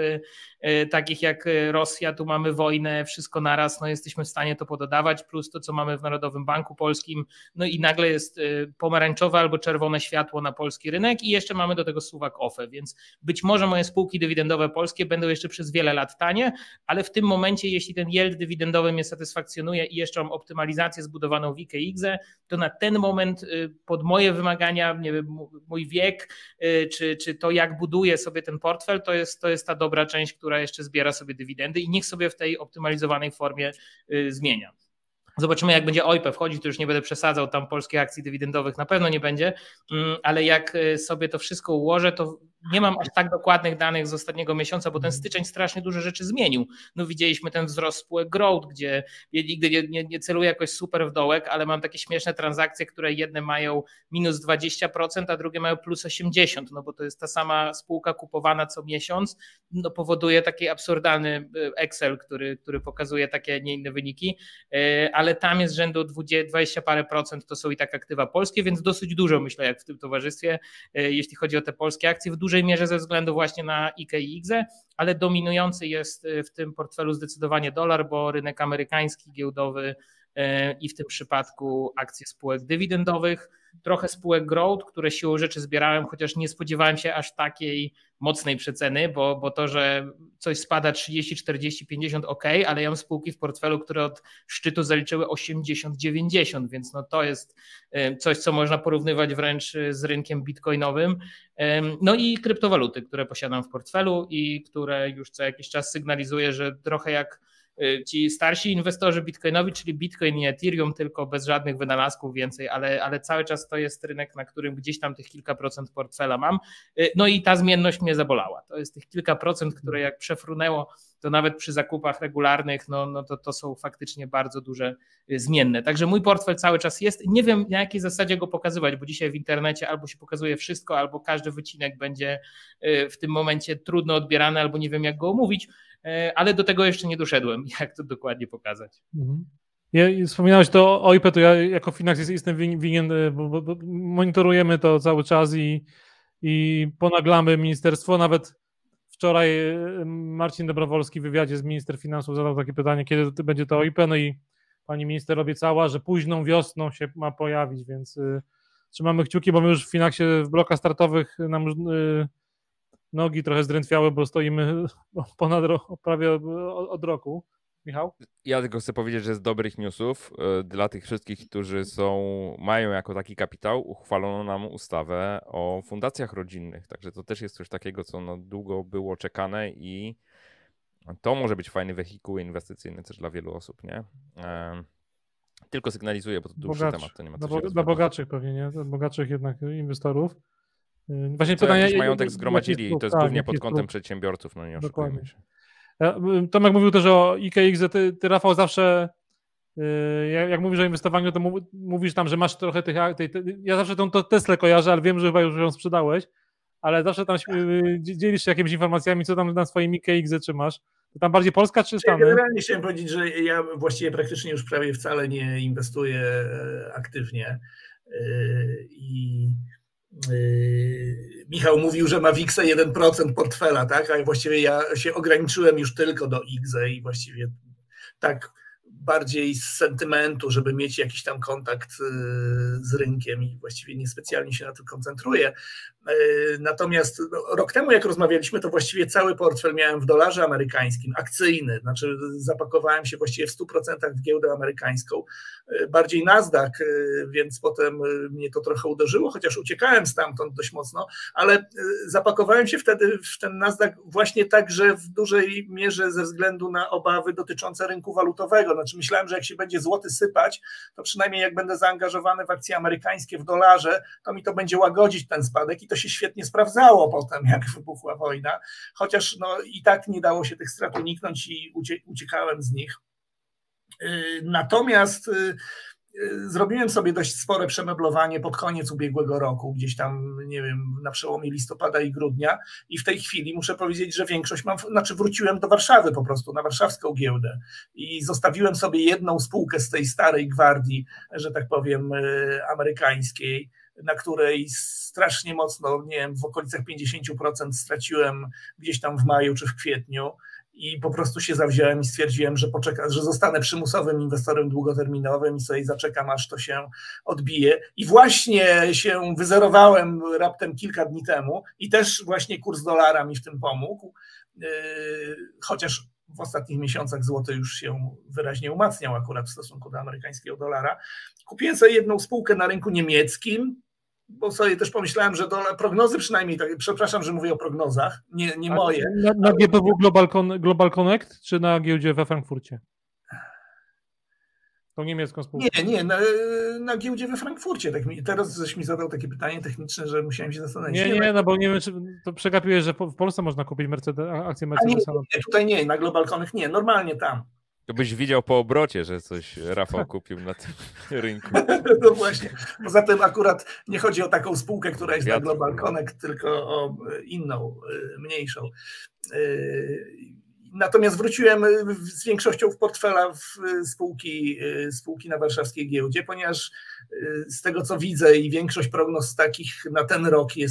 takich jak Rosja, tu mamy wojnę, wszystko naraz, no jesteśmy w stanie to pododawać, plus to, co mamy w Narodowym Banku Polskim, no i nagle jest pomarańczowe albo czerwone światło na polski rynek i jeszcze mamy do tego suwak OFE, więc być może moje spółki dywidendowe polskie będą jeszcze przez wiele lat tanie, ale w tym momencie, jeśli ten yield dywidendowy mnie satysfakcjonuje i jeszcze mam optymalizację zbudowaną w IKE, to na ten moment pod moje wymagania, nie wiem, mój wiek, czy to jak buduję sobie ten portfel, to jest ta dobra część, która jeszcze zbiera sobie dywidendy i niech sobie w tej optymalizowanej formie zmienia. Zobaczymy, jak będzie OIPE wchodzić, to już nie będę przesadzał, tam polskich akcji dywidendowych na pewno nie będzie, ale jak sobie to wszystko ułożę, to nie mam aż tak dokładnych danych z ostatniego miesiąca, bo ten styczeń strasznie dużo rzeczy zmienił. No widzieliśmy ten wzrost spółek growth, gdzie ja nigdy nie celuję jakoś super w dołek, ale mam takie śmieszne transakcje, które jedne mają minus 20%, a drugie mają plus 80%, no bo to jest ta sama spółka kupowana co miesiąc, no powoduje taki absurdalny Excel, który pokazuje takie, nie inne wyniki, ale tam jest rzędu 20 parę procent, to są i tak aktywa polskie, więc dosyć dużo myślę jak w tym towarzystwie, jeśli chodzi o te polskie akcje, w dużej mierze ze względu właśnie na IKE i IGZE, ale dominujący jest w tym portfelu zdecydowanie dolar, bo rynek amerykański, giełdowy i w tym przypadku akcje spółek dywidendowych, trochę spółek growth, które siłą rzeczy zbierałem, chociaż nie spodziewałem się aż takiej mocnej przeceny, bo to, że coś spada 30, 40, 50 ok, ale ja mam spółki w portfelu, które od szczytu zaliczyły 80, 90, więc no to jest coś, co można porównywać wręcz z rynkiem bitcoinowym. No i kryptowaluty, które posiadam w portfelu i które już co jakiś czas sygnalizuję, że trochę jak ci starsi inwestorzy bitcoinowi, czyli Bitcoin i Ethereum, tylko bez żadnych wynalazków więcej, ale cały czas to jest rynek, na którym gdzieś tam tych kilka procent portfela mam. No i ta zmienność mnie zabolała. To jest tych kilka procent, które jak przefrunęło, to nawet przy zakupach regularnych, no to są faktycznie bardzo duże zmienne. Także mój portfel cały czas jest. Nie wiem, na jakiej zasadzie go pokazywać, bo dzisiaj w internecie albo się pokazuje wszystko, albo każdy wycinek będzie w tym momencie trudno odbierany, albo nie wiem, jak go omówić, ale do tego jeszcze nie doszedłem, jak to dokładnie pokazać. Wspominałeś to o OIP, to ja jako Finax jestem winien, bo monitorujemy to cały czas i ponaglamy ministerstwo. Nawet wczoraj Marcin Dobrowolski w wywiadzie z minister finansów zadał takie pytanie, kiedy będzie to OIP, no i pani minister obiecała, że późną wiosną się ma pojawić, więc trzymamy kciuki, bo my już w Finaxie w blokach startowych nam już nogi trochę zdrętwiały, bo stoimy prawie od roku. Michał? Ja tylko chcę powiedzieć, że z dobrych newsów dla tych wszystkich, którzy mają jako taki kapitał, uchwalono nam ustawę o fundacjach rodzinnych, także to też jest coś takiego, co długo było czekane i to może być fajny wehikuł inwestycyjny też dla wielu osób, nie? Tylko sygnalizuję, bo to dłuższy temat, to nie ma co się rozmawiać. Dla bogatszych pewnie, nie? Dla bogatszych jednak inwestorów. Właśnie pytanie, jakiś majątek zgromadzili i to jest głównie pod kątem przedsiębiorców, no nie oszukujmy się. Tomek mówił też o IKX, ty Rafał zawsze, jak mówisz o inwestowaniu, to mówisz tam, że masz trochę ja zawsze tą Teslę kojarzę, ale wiem, że chyba już ją sprzedałeś, ale zawsze tam dzielisz się jakimiś informacjami, co tam na swoim IKX trzymasz. To tam bardziej Polska czy Stany? Generalnie chciałem powiedzieć, że ja właściwie praktycznie już prawie wcale nie inwestuję aktywnie i Michał mówił, że ma WIX 1% portfela, tak? A właściwie ja się ograniczyłem już tylko do IGZE i właściwie tak bardziej z sentymentu, żeby mieć jakiś tam kontakt z rynkiem i właściwie niespecjalnie się na tym koncentruję. Natomiast rok temu, jak rozmawialiśmy, to właściwie cały portfel miałem w dolarze amerykańskim, akcyjny, znaczy zapakowałem się właściwie w 100% w giełdę amerykańską, bardziej Nasdaq, więc potem mnie to trochę uderzyło, chociaż uciekałem stamtąd dość mocno, ale zapakowałem się wtedy w ten Nasdaq właśnie tak, że w dużej mierze ze względu na obawy dotyczące rynku walutowego. Znaczy myślałem, że jak się będzie złoty sypać, to przynajmniej jak będę zaangażowany w akcje amerykańskie w dolarze, to mi to będzie łagodzić ten spadek i to się świetnie sprawdzało potem, jak wybuchła wojna, chociaż i tak nie dało się tych strat uniknąć i uciekałem z nich. Natomiast zrobiłem sobie dość spore przemeblowanie pod koniec ubiegłego roku, gdzieś tam, nie wiem, na przełomie listopada i grudnia i w tej chwili muszę powiedzieć, że większość wróciłem do Warszawy po prostu, na warszawską giełdę i zostawiłem sobie jedną spółkę z tej starej gwardii, że tak powiem, amerykańskiej, na której strasznie mocno, nie wiem, w okolicach 50% straciłem gdzieś tam w maju czy w kwietniu i po prostu się zawziąłem i stwierdziłem, że że zostanę przymusowym inwestorem długoterminowym i sobie zaczekam, aż to się odbije. I właśnie się wyzerowałem raptem kilka dni temu i też właśnie kurs dolara mi w tym pomógł, chociaż w ostatnich miesiącach złoty już się wyraźnie umacniał akurat w stosunku do amerykańskiego dolara. Kupiłem sobie jedną spółkę na rynku niemieckim, bo sobie też pomyślałem, że prognozy przynajmniej, przepraszam, że mówię o prognozach, nie moje. Na GPW Global Connect czy na giełdzie we Frankfurcie? Tą niemiecką spółkę. Nie, na giełdzie we Frankfurcie. Teraz żeś mi zadał takie pytanie techniczne, że musiałem się zastanowić. Nie, no bo nie wiem, czy to przegapiłeś, że w Polsce można kupić akcje Mercedesa. Nie, tutaj nie, na Global Connect nie, normalnie tam. To byś widział po obrocie, że coś Rafał kupił na tym rynku. No właśnie. Poza tym akurat nie chodzi o taką spółkę, która jest na Global Connect, tylko o inną, mniejszą. Natomiast wróciłem z większością w portfela w spółki na warszawskiej giełdzie, ponieważ z tego co widzę i większość prognoz takich na ten rok jest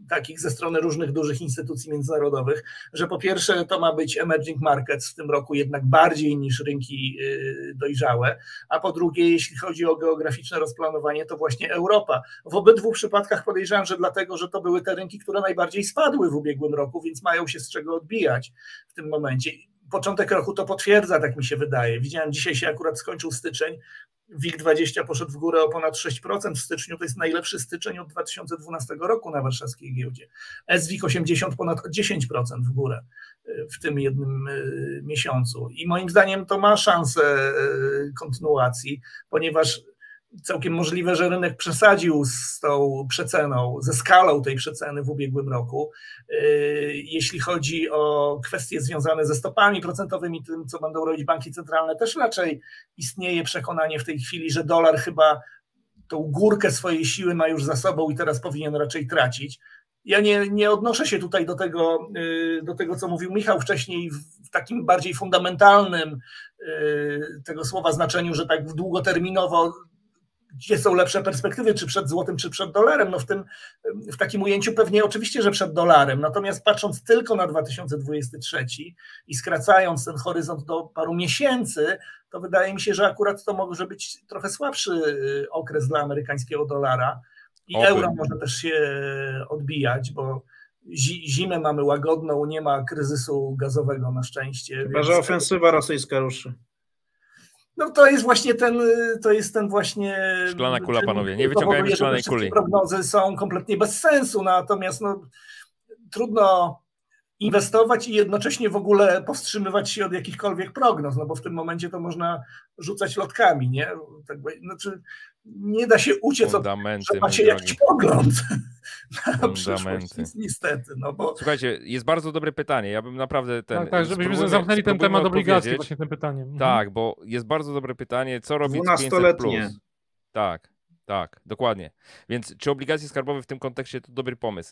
takich ze strony różnych dużych instytucji międzynarodowych, że po pierwsze to ma być emerging markets w tym roku jednak bardziej niż rynki dojrzałe, a po drugie, jeśli chodzi o geograficzne rozplanowanie, to właśnie Europa. W obydwu przypadkach podejrzewam, że dlatego, że to były te rynki, które najbardziej spadły w ubiegłym roku, więc mają się z czego odbijać w tym momencie. Początek roku to potwierdza, tak mi się wydaje. Widziałem, dzisiaj się akurat skończył styczeń, WIG20 poszedł w górę o ponad 6% w styczniu, to jest najlepszy styczeń od 2012 roku na warszawskiej giełdzie. SWIG 80 ponad 10% w górę w tym jednym miesiącu. I moim zdaniem to ma szansę kontynuacji, ponieważ całkiem możliwe, że rynek przesadził z tą przeceną, ze skalą tej przeceny w ubiegłym roku. Jeśli chodzi o kwestie związane ze stopami procentowymi, tym, co będą robić banki centralne, też raczej istnieje przekonanie w tej chwili, że dolar chyba tą górkę swojej siły ma już za sobą i teraz powinien raczej tracić. Ja nie odnoszę się tutaj do tego, co mówił Michał wcześniej, w takim bardziej fundamentalnym tego słowa znaczeniu, że tak długoterminowo gdzie są lepsze perspektywy, czy przed złotym, czy przed dolarem. No w takim ujęciu pewnie oczywiście, że przed dolarem. Natomiast patrząc tylko na 2023 i skracając ten horyzont do paru miesięcy, to wydaje mi się, że akurat to może być trochę słabszy okres dla amerykańskiego dolara i euro może też się odbijać, bo zimę mamy łagodną, nie ma kryzysu gazowego na szczęście. Chyba, że ofensywa rosyjska ruszy. No to jest właśnie ten właśnie... Szklana kula, panowie, nie wyciągajmy szklanej kuli. Prognozy są kompletnie bez sensu, natomiast trudno inwestować i jednocześnie w ogóle powstrzymywać się od jakichkolwiek prognoz, no bo w tym momencie to można rzucać lotkami, nie? Znaczy, nie da się uciec od tego, że ma się jakiś pogląd na przyszłość, niestety. No bo... Słuchajcie, jest bardzo dobre pytanie, ja bym naprawdę... Tak, żebyśmy zamknęli ten temat obligacji właśnie tym pytaniem. Tak, bo jest bardzo dobre pytanie, co robić z 500+. Tak, dokładnie. Więc czy obligacje skarbowe w tym kontekście to dobry pomysł?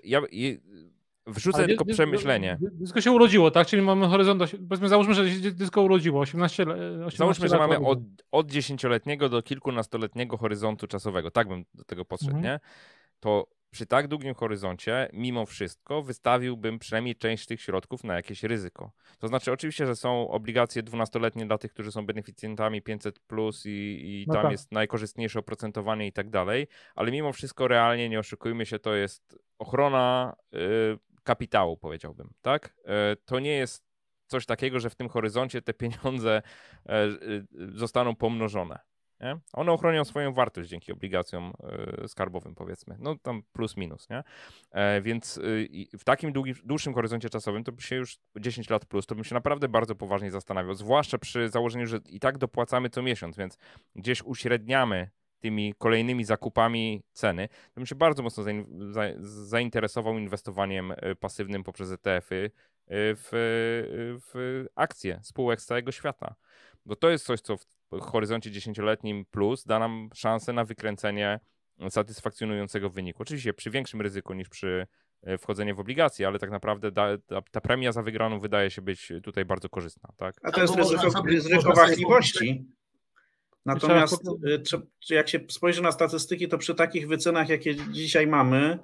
Wrzucę tylko przemyślenie. Dysko się urodziło, tak? Czyli mamy horyzont, załóżmy, że się dysko urodziło, 18 Załóżmy, że mamy od 10-letniego do kilkunastoletniego horyzontu czasowego. Tak bym do tego podszedł, nie? To przy tak długim horyzoncie, mimo wszystko, wystawiłbym przynajmniej część tych środków na jakieś ryzyko. To znaczy, oczywiście, że są obligacje 12-letnie dla tych, którzy są beneficjentami 500+, i tam jest najkorzystniejsze oprocentowanie i tak dalej, ale mimo wszystko realnie, nie oszukujmy się, to jest ochrona kapitału, powiedziałbym, tak? To nie jest coś takiego, że w tym horyzoncie te pieniądze zostaną pomnożone. Nie? One ochronią swoją wartość dzięki obligacjom skarbowym, powiedzmy. No tam plus minus, nie? Więc w takim dłuższym horyzoncie czasowym to by się już 10 lat plus, to bym się naprawdę bardzo poważnie zastanawiał, zwłaszcza przy założeniu, że i tak dopłacamy co miesiąc, więc gdzieś uśredniamy tymi kolejnymi zakupami ceny, to bym się bardzo mocno zainteresował inwestowaniem pasywnym poprzez ETF-y w akcje spółek z całego świata. Bo to jest coś, co w horyzoncie 10-letnim plus da nam szansę na wykręcenie satysfakcjonującego wyniku. Oczywiście przy większym ryzyku niż przy wchodzeniu w obligacje, ale tak naprawdę ta premia za wygraną wydaje się być tutaj bardzo korzystna. Tak? A to jest ryzyko wahliwości. Natomiast jak się spojrzy na statystyki, to przy takich wycenach, jakie dzisiaj mamy,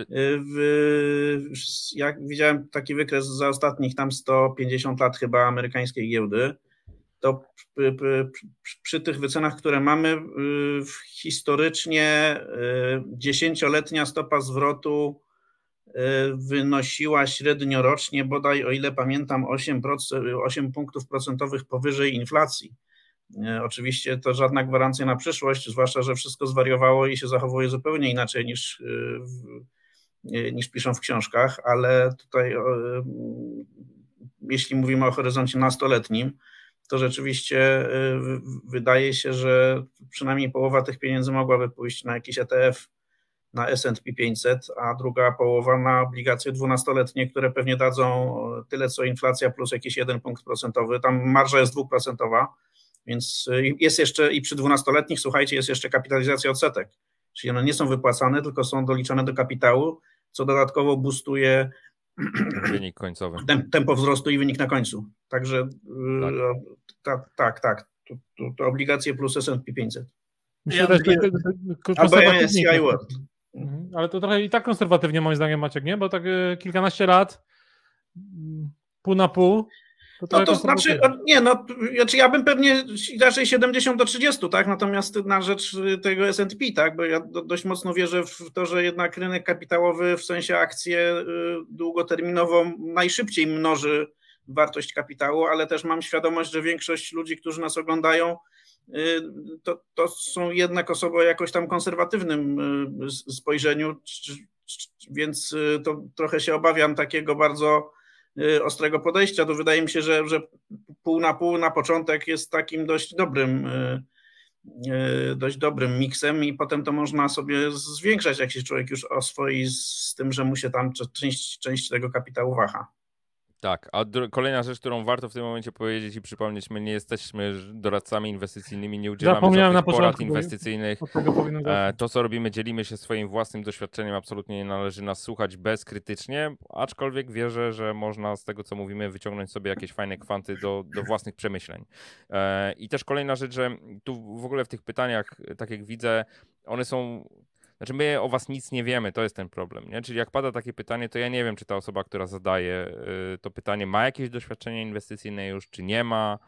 jak widziałem taki wykres za ostatnich tam 150 lat chyba amerykańskiej giełdy, to przy tych wycenach, które mamy, historycznie 10-letnia stopa zwrotu wynosiła średnio rocznie bodaj, o ile pamiętam, 8 punktów procentowych powyżej inflacji. Oczywiście to żadna gwarancja na przyszłość, zwłaszcza, że wszystko zwariowało i się zachowuje zupełnie inaczej niż piszą w książkach, ale tutaj jeśli mówimy o horyzoncie nastoletnim, to rzeczywiście wydaje się, że przynajmniej połowa tych pieniędzy mogłaby pójść na jakiś ETF, na S&P 500, a druga połowa na obligacje 12-letnie, które pewnie dadzą tyle co inflacja plus jakiś 1 punkt procentowy. Tam marża jest 2%, więc jest jeszcze i przy 12-letnich, słuchajcie, jest jeszcze kapitalizacja odsetek, czyli one nie są wypłacane, tylko są doliczone do kapitału, co dodatkowo boostuje wynik końcowy. Tempo wzrostu i wynik na końcu. Także tak. To obligacje plus S&P 500. Myślę, że albo MSCI World. Ale to trochę i tak konserwatywnie moim zdaniem, Maciek, nie? Bo tak kilkanaście lat, pół na pół, to No trochę to znaczy, konserwatywnie. nie, no, znaczy ja bym pewnie raczej 70-30, tak, natomiast na rzecz tego S&P, tak, bo ja dość mocno wierzę w to, że jednak rynek kapitałowy, w sensie akcje długoterminowo najszybciej mnoży wartość kapitału, ale też mam świadomość, że większość ludzi, którzy nas oglądają, to są jednak osoby o jakoś tam konserwatywnym spojrzeniu, więc to trochę się obawiam takiego bardzo ostrego podejścia. To wydaje mi się, że pół na początek jest takim dość dobrym miksem i potem to można sobie zwiększać, jak się człowiek już oswoi z tym, że mu się tam część tego kapitału waha. Tak, a kolejna rzecz, którą warto w tym momencie powiedzieć i przypomnieć, my nie jesteśmy doradcami inwestycyjnymi, nie udzielamy Zapomniałem żadnych na porad początku, bo inwestycyjnych. od tego powinienem zacząć. To, co robimy, dzielimy się swoim własnym doświadczeniem, absolutnie nie należy nas słuchać bezkrytycznie, aczkolwiek wierzę, że można z tego, co mówimy, wyciągnąć sobie jakieś fajne kwanty do własnych przemyśleń. I też kolejna rzecz, że tu w ogóle w tych pytaniach, tak jak widzę, one są... Znaczy my o was nic nie wiemy, to jest ten problem, nie? Czyli jak pada takie pytanie, to ja nie wiem, czy ta osoba, która zadaje to pytanie, ma jakieś doświadczenie inwestycyjne już, czy nie ma.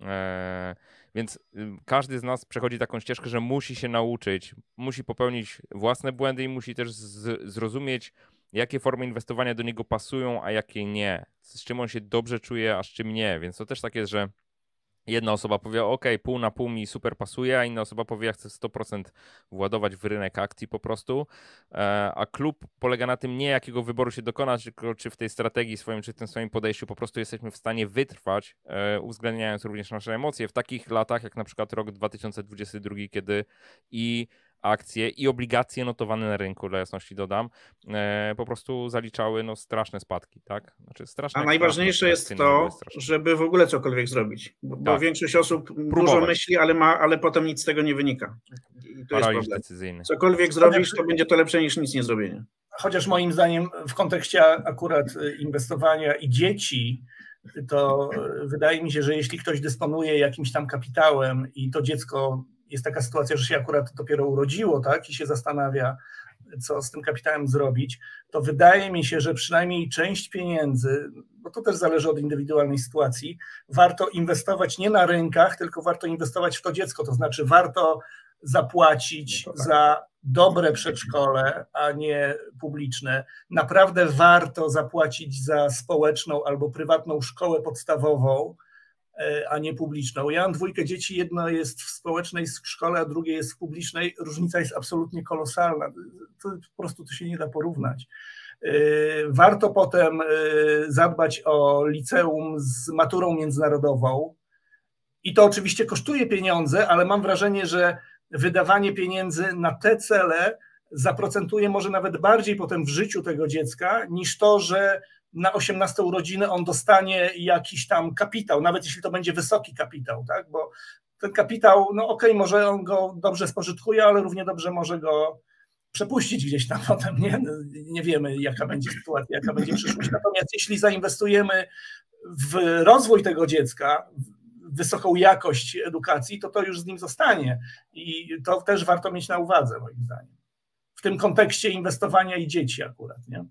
Więc każdy z nas przechodzi taką ścieżkę, że musi się nauczyć, musi popełnić własne błędy i musi też zrozumieć, jakie formy inwestowania do niego pasują, a jakie nie. Z czym on się dobrze czuje, a z czym nie. Więc to też tak jest, że jedna osoba powie, ok, pół na pół mi super pasuje, a inna osoba powie, ja chcę 100% władować w rynek akcji po prostu, a klub polega na tym nie jakiego wyboru się dokonać, tylko czy w tej strategii swoim, czy w tym swoim podejściu po prostu jesteśmy w stanie wytrwać, uwzględniając również nasze emocje w takich latach, jak na przykład rok 2022, kiedy i akcje i obligacje notowane na rynku, dla jasności dodam, po prostu zaliczały straszne spadki, tak? Znaczy straszne. A najważniejsze jest to, żeby w ogóle cokolwiek zrobić, bo tak. Większość osób dużo myśli, ale potem nic z tego nie wynika. I to jest problem. Decyzyjny. Cokolwiek zrobisz, to będzie to lepsze niż nic nie zrobienie. Chociaż moim zdaniem w kontekście akurat inwestowania i dzieci, to wydaje mi się, że jeśli ktoś dysponuje jakimś tam kapitałem i to dziecko, jest taka sytuacja, że się akurat dopiero urodziło, tak, i się zastanawia, co z tym kapitałem zrobić, to wydaje mi się, że przynajmniej część pieniędzy, bo to też zależy od indywidualnej sytuacji, warto inwestować nie na rynkach, tylko warto inwestować w to dziecko, to znaczy warto zapłacić za dobre przedszkole, a nie publiczne. Naprawdę warto zapłacić za społeczną albo prywatną szkołę podstawową, a nie publiczną. Ja mam 2 dzieci, jedno jest w społecznej szkole, a drugie jest w publicznej. Różnica jest absolutnie kolosalna. To po prostu to się nie da porównać. Warto potem zadbać o liceum z maturą międzynarodową i to oczywiście kosztuje pieniądze, ale mam wrażenie, że wydawanie pieniędzy na te cele zaprocentuje może nawet bardziej potem w życiu tego dziecka niż to, że na 18 urodziny on dostanie jakiś tam kapitał, nawet jeśli to będzie wysoki kapitał, tak? Bo ten kapitał, no okej, może on go dobrze spożytkuje, ale równie dobrze może go przepuścić gdzieś tam potem, nie wiemy, jaka będzie sytuacja, jaka będzie przyszłość. Natomiast jeśli zainwestujemy w rozwój tego dziecka, w wysoką jakość edukacji, to już z nim zostanie i to też warto mieć na uwadze, moim zdaniem. W tym kontekście inwestowania i dzieci akurat, nie?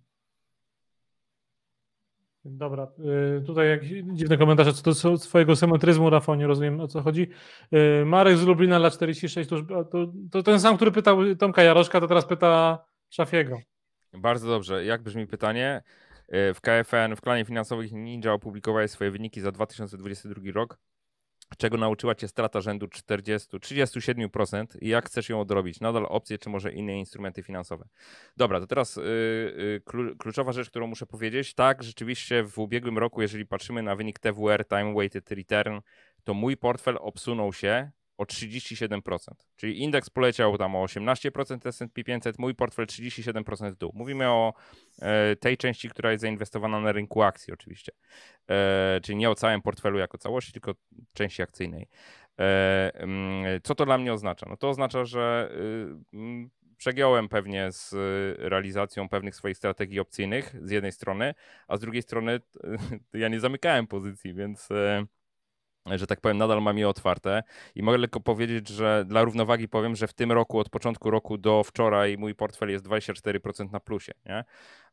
Dobra, tutaj jakieś dziwne komentarze co do swojego symetryzmu, Rafał, nie rozumiem, o co chodzi. Marek z Lublina lat 46, to ten sam, który pytał Tomka Jaroszka, to teraz pyta Szafiego. Bardzo dobrze. Jak brzmi pytanie? W KFN, w klanie finansowym Ninja opublikowałeś swoje wyniki za 2022 rok. Czego nauczyła cię strata rzędu 37% i jak chcesz ją odrobić? Nadal opcje, czy może inne instrumenty finansowe? Dobra, to teraz kluczowa rzecz, którą muszę powiedzieć. Tak, rzeczywiście w ubiegłym roku, jeżeli patrzymy na wynik TWR, Time Weighted Return, to mój portfel obsunął się o 37%. Czyli indeks poleciał tam o 18% S&P 500, mój portfel 37% w dół. Mówimy o tej części, która jest zainwestowana na rynku akcji oczywiście. Czyli nie o całym portfelu jako całości, tylko części akcyjnej. Co to dla mnie oznacza? No to oznacza, że przegiąłem pewnie z realizacją pewnych swoich strategii opcyjnych z jednej strony, a z drugiej strony ja nie zamykałem pozycji, więc że tak powiem, nadal mam je otwarte i mogę tylko powiedzieć, że dla równowagi powiem, że w tym roku, od początku roku do wczoraj mój portfel jest 24% na plusie, nie?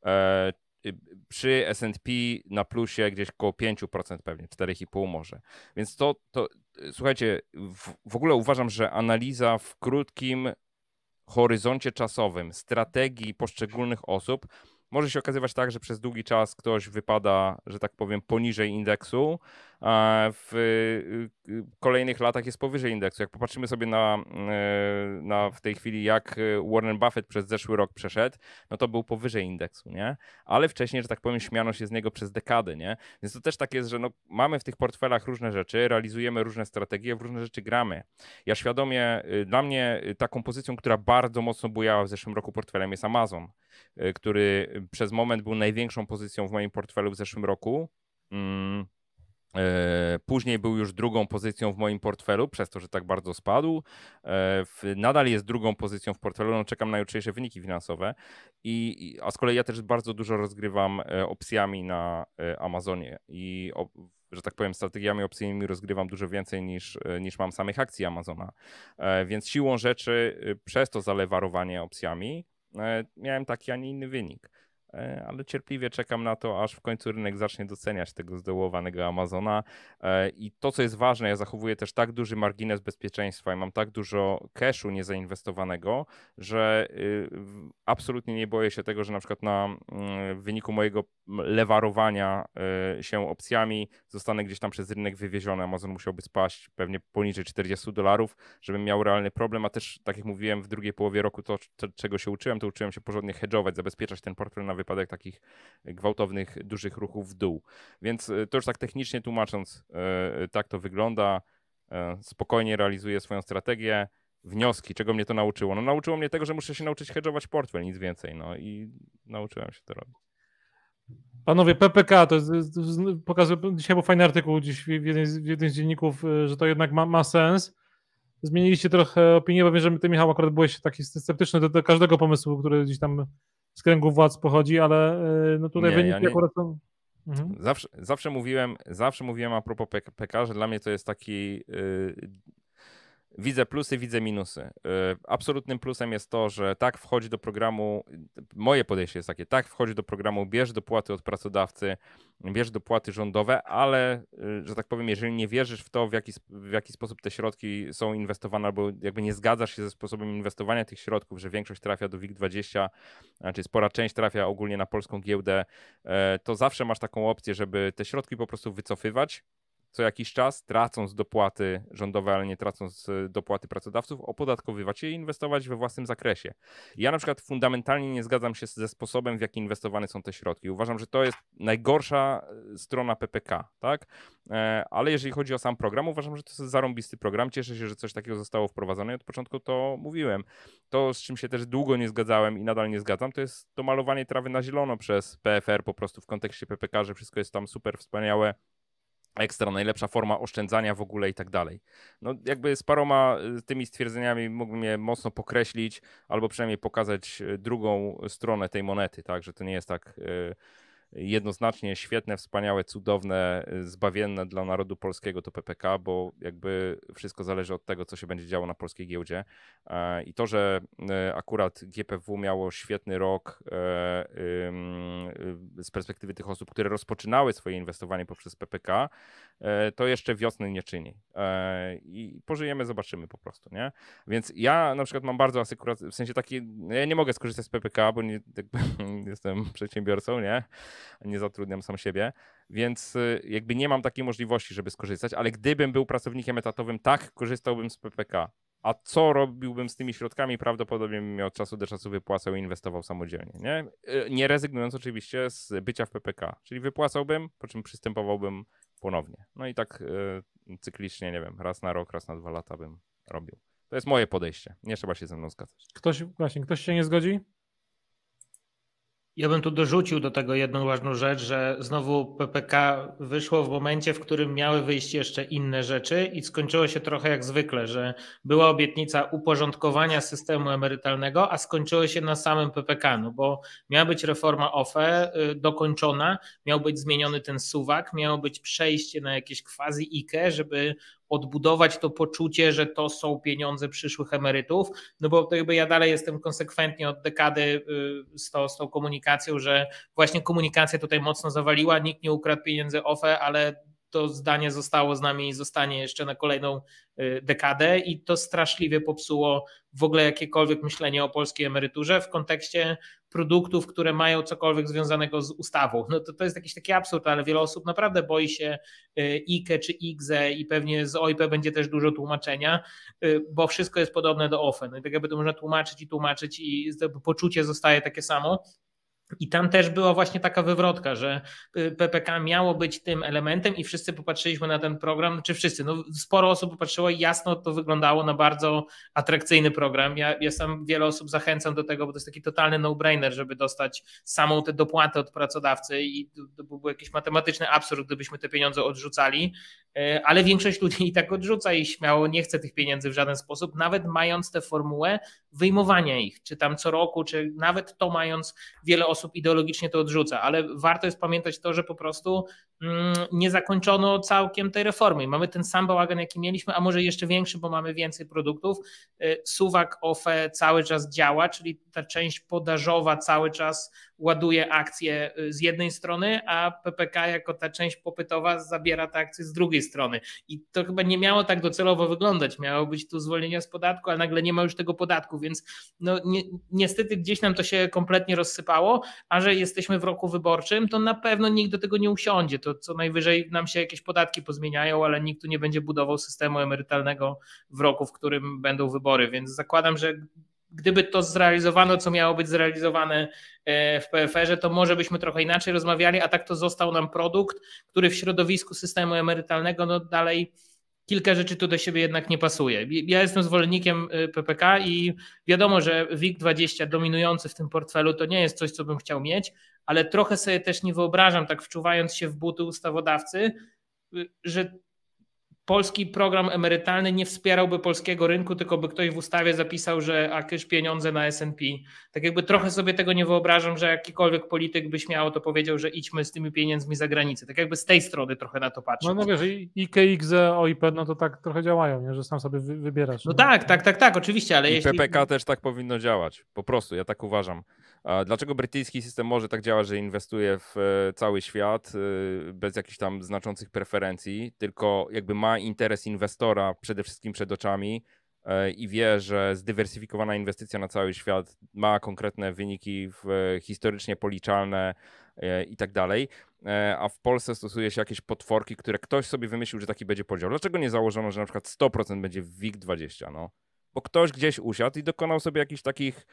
Przy S&P na plusie gdzieś około 5% pewnie, 4,5 może. Więc to słuchajcie, w ogóle uważam, że analiza w krótkim horyzoncie czasowym strategii poszczególnych osób może się okazywać tak, że przez długi czas ktoś wypada, że tak powiem, poniżej indeksu, a w kolejnych latach jest powyżej indeksu. Jak popatrzymy sobie w tej chwili, jak Warren Buffett przez zeszły rok przeszedł, no to był powyżej indeksu, nie? Ale wcześniej, że tak powiem, śmiano się z niego przez dekady, nie? Więc to też tak jest, że no, mamy w tych portfelach różne rzeczy, realizujemy różne strategie, w różne rzeczy gramy. Ja świadomie, dla mnie taką pozycją, która bardzo mocno bujała w zeszłym roku portfelem jest Amazon, który przez moment był największą pozycją w moim portfelu w zeszłym roku. Później był już drugą pozycją w moim portfelu, przez to, że tak bardzo spadł. Nadal jest drugą pozycją w portfelu, no czekam na jutrzejsze wyniki finansowe. A z kolei ja też bardzo dużo rozgrywam opcjami na Amazonie i że tak powiem, strategiami opcyjnymi rozgrywam dużo więcej niż mam samych akcji Amazona. Więc siłą rzeczy przez to zalewarowanie opcjami miałem taki, a nie inny wynik. Ale cierpliwie czekam na to, aż w końcu rynek zacznie doceniać tego zdołowanego Amazona. I to, co jest ważne, ja zachowuję też tak duży margines bezpieczeństwa i mam tak dużo cashu niezainwestowanego, że absolutnie nie boję się tego, że na przykład w wyniku mojego lewarowania się opcjami zostanę gdzieś tam przez rynek wywieziony. Amazon musiałby spaść pewnie poniżej $40, żebym miał realny problem, a też, tak jak mówiłem, w drugiej połowie roku to czego się uczyłem, to uczyłem się porządnie hedżować, zabezpieczać ten portfel na wypadek takich gwałtownych, dużych ruchów w dół. Więc to już tak technicznie tłumacząc, tak to wygląda. Spokojnie realizuję swoją strategię. Wnioski, czego mnie to nauczyło? No nauczyło mnie tego, że muszę się nauczyć hedżować portfel, nic więcej. No i nauczyłem się to robić. Panowie, PPK, pokazuję, dzisiaj był fajny artykuł gdzieś w jednym z dzienników, że to jednak ma sens. Zmieniliście trochę opinię, bo wiem, że ty, Michał, akurat byłeś taki sceptyczny do każdego pomysłu, który gdzieś tam z kręgu władz pochodzi, ale no tutaj wyniki akurat są... Mhm. Zawsze mówiłem a propos PK, że dla mnie to jest taki... Widzę plusy, widzę minusy. Absolutnym plusem jest to, że tak wchodzi do programu, moje podejście jest takie, tak wchodzi do programu, bierz dopłaty od pracodawcy, bierz dopłaty rządowe, ale, że tak powiem, jeżeli nie wierzysz w to, w jaki sposób te środki są inwestowane, albo jakby nie zgadzasz się ze sposobem inwestowania tych środków, że większość trafia do WIG20, znaczy spora część trafia ogólnie na polską giełdę, to zawsze masz taką opcję, żeby te środki po prostu wycofywać co jakiś czas, tracąc dopłaty rządowe, ale nie tracąc dopłaty pracodawców, opodatkowywać je i inwestować we własnym zakresie. Ja na przykład fundamentalnie nie zgadzam się ze sposobem, w jaki inwestowane są te środki. Uważam, że to jest najgorsza strona PPK, tak? Ale jeżeli chodzi o sam program, uważam, że to jest zarąbisty program. Cieszę się, że coś takiego zostało wprowadzone. Od początku to mówiłem. To, z czym się też długo nie zgadzałem i nadal nie zgadzam, to jest to malowanie trawy na zielono przez PFR po prostu w kontekście PPK, że wszystko jest tam super wspaniałe, ekstra, najlepsza forma oszczędzania w ogóle i tak dalej. No jakby z paroma tymi stwierdzeniami mógłbym je mocno pokreślić, albo przynajmniej pokazać drugą stronę tej monety, tak, że to nie jest tak jednoznacznie świetne, wspaniałe, cudowne, zbawienne dla narodu polskiego to PPK, bo jakby wszystko zależy od tego, co się będzie działo na polskiej giełdzie. I to, że akurat GPW miało świetny rok z perspektywy tych osób, które rozpoczynały swoje inwestowanie poprzez PPK, to jeszcze wiosny nie czyni. I pożyjemy, zobaczymy po prostu, nie? Więc ja na przykład mam bardzo asekuracyjny, w sensie taki, ja nie mogę skorzystać z PPK, bo jestem przedsiębiorcą, nie zatrudniam sam siebie, więc jakby nie mam takiej możliwości, żeby skorzystać, ale gdybym był pracownikiem etatowym, tak, korzystałbym z PPK. A co robiłbym z tymi środkami? Prawdopodobnie bym miał od czasu do czasu wypłacał i inwestował samodzielnie, nie? Nie rezygnując oczywiście z bycia w PPK, czyli wypłacałbym, po czym przystępowałbym ponownie. No i tak cyklicznie, nie wiem, raz na rok, raz na 2 lata bym robił. To jest moje podejście. Nie trzeba się ze mną zgadzać. Ktoś się nie zgodzi? Ja bym tu dorzucił do tego jedną ważną rzecz, że znowu PPK wyszło w momencie, w którym miały wyjść jeszcze inne rzeczy i skończyło się trochę jak zwykle, że była obietnica uporządkowania systemu emerytalnego, a skończyło się na samym PPK, no bo miała być reforma OFE dokończona, miał być zmieniony ten suwak, miało być przejście na jakieś quasi IKE, żeby odbudować to poczucie, że to są pieniądze przyszłych emerytów, no bo to jakby ja dalej jestem konsekwentnie od dekady z tą komunikacją, że właśnie komunikacja tutaj mocno zawaliła, nikt nie ukradł pieniędzy OFE, ale to zdanie zostało z nami i zostanie jeszcze na kolejną dekadę i to straszliwie popsuło w ogóle jakiekolwiek myślenie o polskiej emeryturze w kontekście produktów, które mają cokolwiek związanego z ustawą. No to jest jakiś taki absurd, ale wiele osób naprawdę boi się IKE czy IGZE i pewnie z OIP będzie też dużo tłumaczenia, bo wszystko jest podobne do OFE. No i tak jakby to można tłumaczyć i poczucie zostaje takie samo. I tam też była właśnie taka wywrotka, że PPK miało być tym elementem i wszyscy popatrzyliśmy na ten program, czy wszyscy, no sporo osób popatrzyło i jasno to wyglądało na bardzo atrakcyjny program. Ja sam wiele osób zachęcam do tego, bo to jest taki totalny no-brainer, żeby dostać samą tę dopłatę od pracodawcy i to byłby jakiś matematyczny absurd, gdybyśmy te pieniądze odrzucali, ale większość ludzi i tak odrzuca i śmiało nie chce tych pieniędzy w żaden sposób, nawet mając tę formułę wyjmowania ich, czy tam co roku, czy nawet to mając, wiele osób ideologicznie to odrzuca, ale warto jest pamiętać to, że po prostu nie zakończono całkiem tej reformy. Mamy ten sam bałagan, jaki mieliśmy, a może jeszcze większy, bo mamy więcej produktów. Suwak OFE cały czas działa, czyli ta część podażowa cały czas ładuje akcje z jednej strony, a PPK jako ta część popytowa zabiera te akcje z drugiej strony. I to chyba nie miało tak docelowo wyglądać. Miało być tu zwolnienia z podatku, ale nagle nie ma już tego podatku, więc no, niestety gdzieś nam to się kompletnie rozsypało, a że jesteśmy w roku wyborczym, to na pewno nikt do tego nie usiądzie. To co najwyżej nam się jakieś podatki pozmieniają, ale nikt tu nie będzie budował systemu emerytalnego w roku, w którym będą wybory, więc zakładam, że gdyby to zrealizowano, co miało być zrealizowane w PFR-ze, to może byśmy trochę inaczej rozmawiali, a tak to został nam produkt, który w środowisku systemu emerytalnego no dalej kilka rzeczy tu do siebie jednak nie pasuje. Ja jestem zwolennikiem PPK i wiadomo, że WIG20 dominujący w tym portfelu to nie jest coś, co bym chciał mieć, ale trochę sobie też nie wyobrażam, tak wczuwając się w buty ustawodawcy, że polski program emerytalny nie wspierałby polskiego rynku, tylko by ktoś w ustawie zapisał, że jakieś pieniądze na S&P. Tak jakby trochę sobie tego nie wyobrażam, że jakikolwiek polityk by śmiało to powiedział, że idźmy z tymi pieniędzmi za granicę. Tak jakby z tej strony trochę na to patrzę. No wiesz, IKE, IGZE, OIP, no to tak trochę działają, nie? Że sam sobie wybierasz. No tak, oczywiście, ale I PPK też tak powinno działać. Po prostu, ja tak uważam. Dlaczego brytyjski system może tak działać, że inwestuje w cały świat bez jakichś tam znaczących preferencji, tylko jakby ma interes inwestora przede wszystkim przed oczami i wie, że zdywersyfikowana inwestycja na cały świat ma konkretne wyniki historycznie policzalne i tak dalej, a w Polsce stosuje się jakieś potworki, które ktoś sobie wymyślił, że taki będzie podział. Dlaczego nie założono, że na przykład 100% będzie w WIG20, no? Bo ktoś gdzieś usiadł i dokonał sobie jakichś takich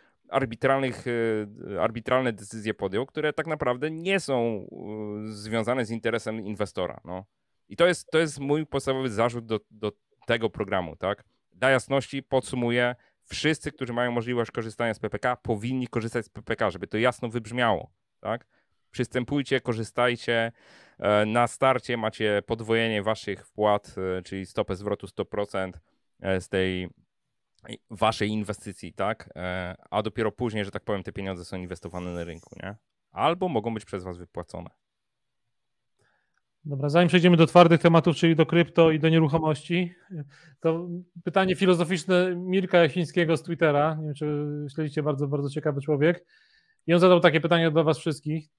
arbitralne decyzje podjął, które tak naprawdę nie są związane z interesem inwestora. No. I to jest mój podstawowy zarzut do tego programu. Tak? Dla jasności podsumuję, wszyscy, którzy mają możliwość korzystania z PPK, powinni korzystać z PPK, żeby to jasno wybrzmiało. Tak? Przystępujcie, korzystajcie. Na starcie macie podwojenie waszych wpłat, czyli stopę zwrotu 100% z tej waszej inwestycji, tak? A dopiero później, że tak powiem, te pieniądze są inwestowane na rynku, nie? Albo mogą być przez was wypłacone. Dobra, zanim przejdziemy do twardych tematów, czyli do krypto i do nieruchomości, to pytanie filozoficzne Mirka Jasińskiego z Twittera. Nie wiem, czy śledzicie, bardzo, bardzo ciekawy człowiek. I on zadał takie pytanie do was wszystkich,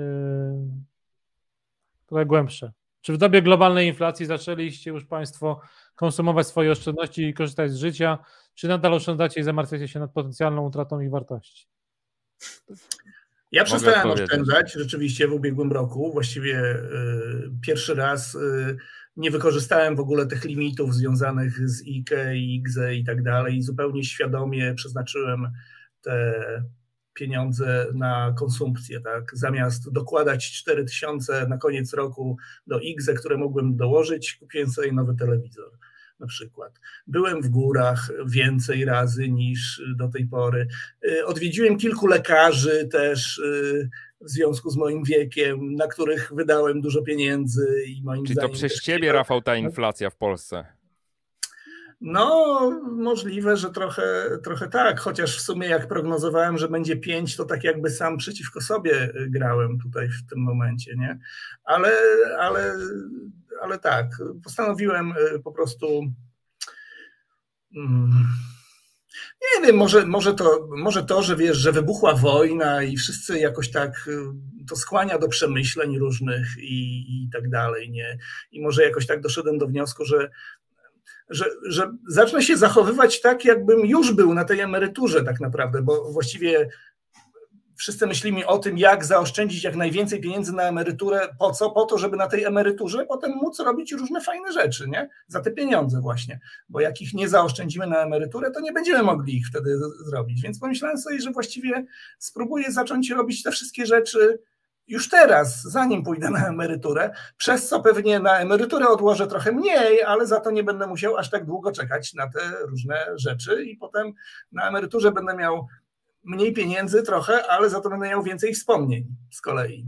trochę głębsze. Czy w dobie globalnej inflacji zaczęliście już państwo konsumować swoje oszczędności i korzystać z życia, czy nadal oszczędzacie i zamartwiacie się nad potencjalną utratą ich wartości? Ja przestałem oszczędzać rzeczywiście w ubiegłym roku. Właściwie pierwszy raz nie wykorzystałem w ogóle tych limitów związanych z IKE, IGZE i tak dalej. Zupełnie świadomie przeznaczyłem te pieniądze na konsumpcję, tak? Zamiast dokładać 4000 na koniec roku do IGZE, które mogłem dołożyć, kupiłem sobie nowy telewizor. na przykład. Byłem w górach więcej razy niż do tej pory. Odwiedziłem kilku lekarzy też w związku z moim wiekiem, na których wydałem dużo pieniędzy i moim Czyli to zdaniem... przez ciebie, Rafał, ta inflacja w Polsce? No, możliwe, że trochę tak, chociaż w sumie jak prognozowałem, że będzie 5, to tak jakby sam przeciwko sobie grałem tutaj w tym momencie, nie? Ale tak, postanowiłem po prostu... Nie wiem, może to, że wiesz, że wybuchła wojna i wszyscy jakoś tak to skłania do przemyśleń różnych i tak dalej, nie? I może jakoś tak doszedłem do wniosku, że zacznę się zachowywać tak, jakbym już był na tej emeryturze tak naprawdę, bo właściwie wszyscy myślimy o tym, jak zaoszczędzić jak najwięcej pieniędzy na emeryturę. Po co? Po to, żeby na tej emeryturze potem móc robić różne fajne rzeczy, nie? Za te pieniądze właśnie, bo jak ich nie zaoszczędzimy na emeryturę, to nie będziemy mogli ich wtedy zrobić. Więc pomyślałem sobie, że właściwie spróbuję zacząć robić te wszystkie rzeczy już teraz, zanim pójdę na emeryturę, przez co pewnie na emeryturę odłożę trochę mniej, ale za to nie będę musiał aż tak długo czekać na te różne rzeczy i potem na emeryturze będę miał mniej pieniędzy trochę, ale za to będę miał więcej wspomnień z kolei.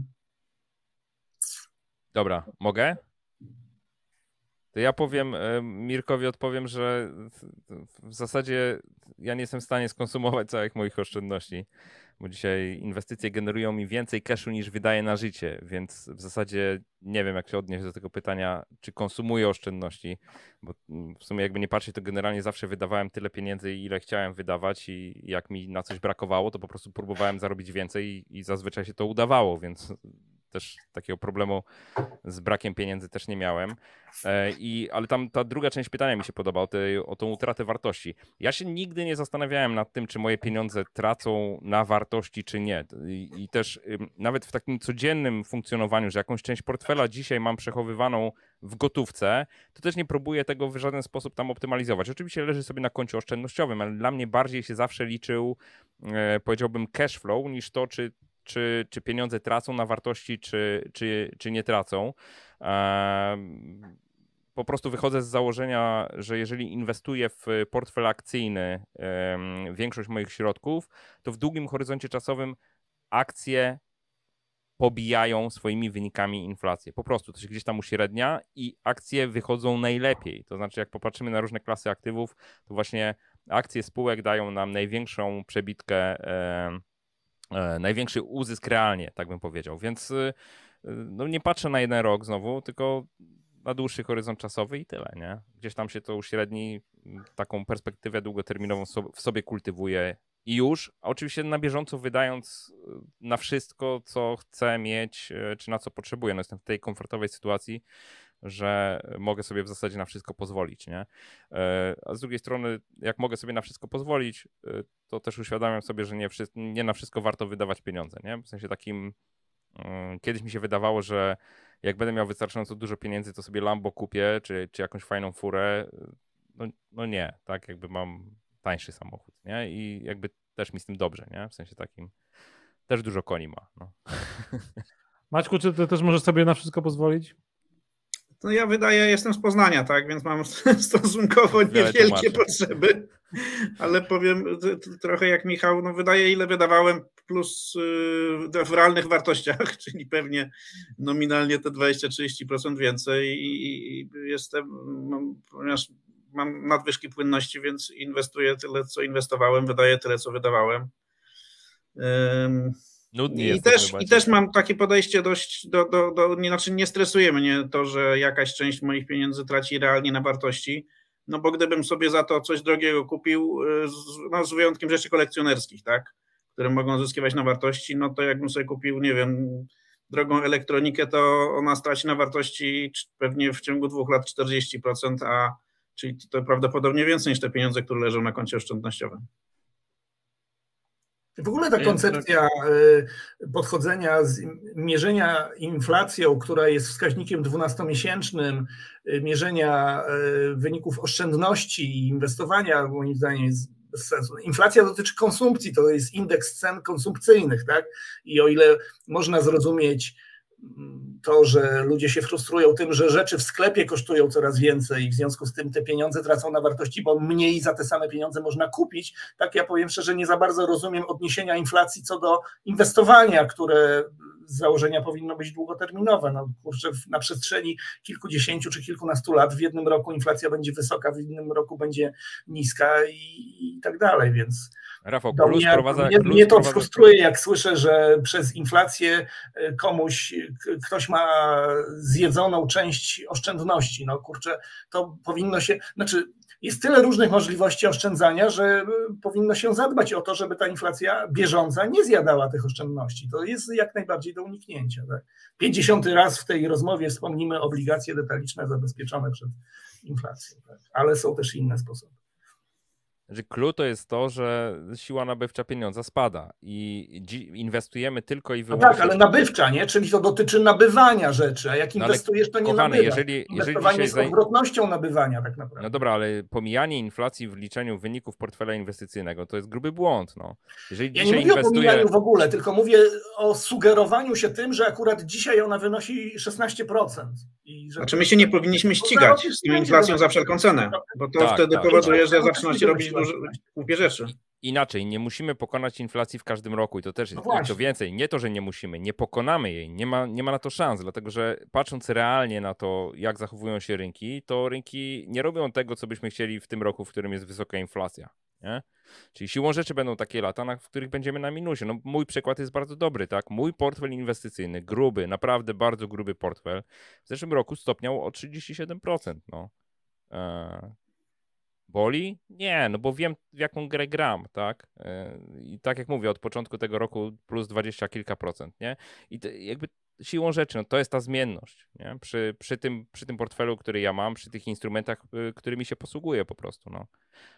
Dobra, mogę? To ja powiem, Mirkowi odpowiem, że w zasadzie ja nie jestem w stanie skonsumować całych moich oszczędności, bo dzisiaj inwestycje generują mi więcej cashu niż wydaję na życie, więc w zasadzie nie wiem, jak się odnieść do tego pytania, czy konsumuję oszczędności, bo w sumie jakby nie patrzeć, to generalnie zawsze wydawałem tyle pieniędzy, ile chciałem wydawać i jak mi na coś brakowało, to po prostu próbowałem zarobić więcej i zazwyczaj się to udawało, więc też takiego problemu z brakiem pieniędzy też nie miałem. Ale tam ta druga część pytania mi się podoba, o tą utratę wartości. Ja się nigdy nie zastanawiałem nad tym, czy moje pieniądze tracą na wartości, czy nie. I też nawet w takim codziennym funkcjonowaniu, że jakąś część portfela dzisiaj mam przechowywaną w gotówce, to też nie próbuję tego w żaden sposób tam optymalizować. Oczywiście leży sobie na koncie oszczędnościowym, ale dla mnie bardziej się zawsze liczył, powiedziałbym, cash flow niż to, czy pieniądze tracą na wartości, czy nie tracą. Po prostu wychodzę z założenia, że jeżeli inwestuję w portfel akcyjny większość moich środków, to w długim horyzoncie czasowym akcje pobijają swoimi wynikami inflację. Po prostu to się gdzieś tam uśrednia i akcje wychodzą najlepiej. To znaczy, jak popatrzymy na różne klasy aktywów, to właśnie akcje spółek dają nam największą przebitkę, największy uzysk realnie, tak bym powiedział. Więc no, nie patrzę na jeden rok znowu, tylko na dłuższy horyzont czasowy i tyle, nie? Gdzieś tam się to uśredni, taką perspektywę długoterminową w sobie kultywuję i już, a oczywiście na bieżąco wydając na wszystko, co chcę mieć, czy na co potrzebuję. No jestem w tej komfortowej sytuacji, że mogę sobie w zasadzie na wszystko pozwolić, nie? A z drugiej strony, jak mogę sobie na wszystko pozwolić, to też uświadamiam sobie, że nie na wszystko warto wydawać pieniądze, nie? W sensie takim, kiedyś mi się wydawało, że jak będę miał wystarczająco dużo pieniędzy, to sobie Lambo kupię, czy jakąś fajną furę. No nie, tak? Jakby mam tańszy samochód, nie? I jakby też mi z tym dobrze, nie? W sensie takim też dużo koni ma. No. Maćku, czy ty też możesz sobie na wszystko pozwolić? No ja jestem z Poznania, tak, więc mam stosunkowo niewielkie potrzeby, ale powiem trochę jak Michał, no wydaję ile wydawałem plus w realnych wartościach, czyli pewnie nominalnie te 20-30% więcej i ponieważ mam nadwyżki płynności, więc inwestuję tyle, co inwestowałem, wydaję tyle, co wydawałem. I też mam takie podejście dość nie stresuje mnie to, że jakaś część moich pieniędzy traci realnie na wartości, no bo gdybym sobie za to coś drogiego kupił, no z wyjątkiem rzeczy kolekcjonerskich, tak, które mogą zyskiwać na wartości, no to jakbym sobie kupił, nie wiem, drogą elektronikę, to ona straci na wartości pewnie w ciągu 2 lat 40%, czyli to prawdopodobnie więcej niż te pieniądze, które leżą na koncie oszczędnościowym. W ogóle ta koncepcja podchodzenia, mierzenia inflacją, która jest wskaźnikiem 12-miesięcznym, mierzenia wyników oszczędności i inwestowania, moim zdaniem jest bez sensu. Inflacja dotyczy konsumpcji, to jest indeks cen konsumpcyjnych, tak? I o ile można zrozumieć to, że ludzie się frustrują tym, że rzeczy w sklepie kosztują coraz więcej i w związku z tym te pieniądze tracą na wartości, bo mniej za te same pieniądze można kupić, tak ja powiem szczerze, nie za bardzo rozumiem odniesienia inflacji co do inwestowania, które z założenia powinno być długoterminowe. No kurczę, na przestrzeni kilkudziesięciu czy kilkunastu lat w jednym roku inflacja będzie wysoka, w innym roku będzie niska i tak dalej, więc Rafał, mnie to frustruje, jak słyszę, że przez inflację ktoś ma zjedzoną część oszczędności. No kurczę, to powinno się, jest tyle różnych możliwości oszczędzania, że powinno się zadbać o to, żeby ta inflacja bieżąca nie zjadała tych oszczędności. To jest jak najbardziej do uniknięcia. Tak? 50. raz w tej rozmowie wspomnimy obligacje detaliczne zabezpieczone przed inflacją, tak? Ale są też inne sposoby. Clue to jest to, że siła nabywcza pieniądza spada i inwestujemy tylko i wyłącznie... No tak, ale nabywcza, nie? Czyli to dotyczy nabywania rzeczy, a jak inwestujesz, to nie nabywasz. Inwestowanie jest odwrotnością nabywania tak naprawdę. No dobra, ale pomijanie inflacji w liczeniu wyników portfela inwestycyjnego to jest gruby błąd. No. Ja nie mówię o pomijaniu w ogóle, tylko mówię o sugerowaniu się tym, że akurat dzisiaj ona wynosi 16%. Znaczy my się nie powinniśmy ścigać z tą inflacją za wszelką cenę, bo to wtedy powoduje, że zaczyna się robić głupie rzeczy. Inaczej, nie musimy pokonać inflacji w każdym roku i to też jest co więcej, nie to, że nie musimy, nie pokonamy jej, nie ma na to szans, dlatego że patrząc realnie na to, jak zachowują się rynki, to rynki nie robią tego, co byśmy chcieli w tym roku, w którym jest wysoka inflacja. Nie? Czyli siłą rzeczy będą takie lata, w których będziemy na minusie. No, mój przykład jest bardzo dobry, tak? Mój portfel inwestycyjny, gruby, naprawdę bardzo gruby portfel, w zeszłym roku stopniał o 37%. No. Boli? Nie, no bo wiem, w jaką grę gram, tak? I tak jak mówię, od początku tego roku plus 20 kilka procent, nie? I to jakby siłą rzeczy, no to jest ta zmienność, nie? Przy tym portfelu, który ja mam, przy tych instrumentach, którymi się posługuję po prostu, no.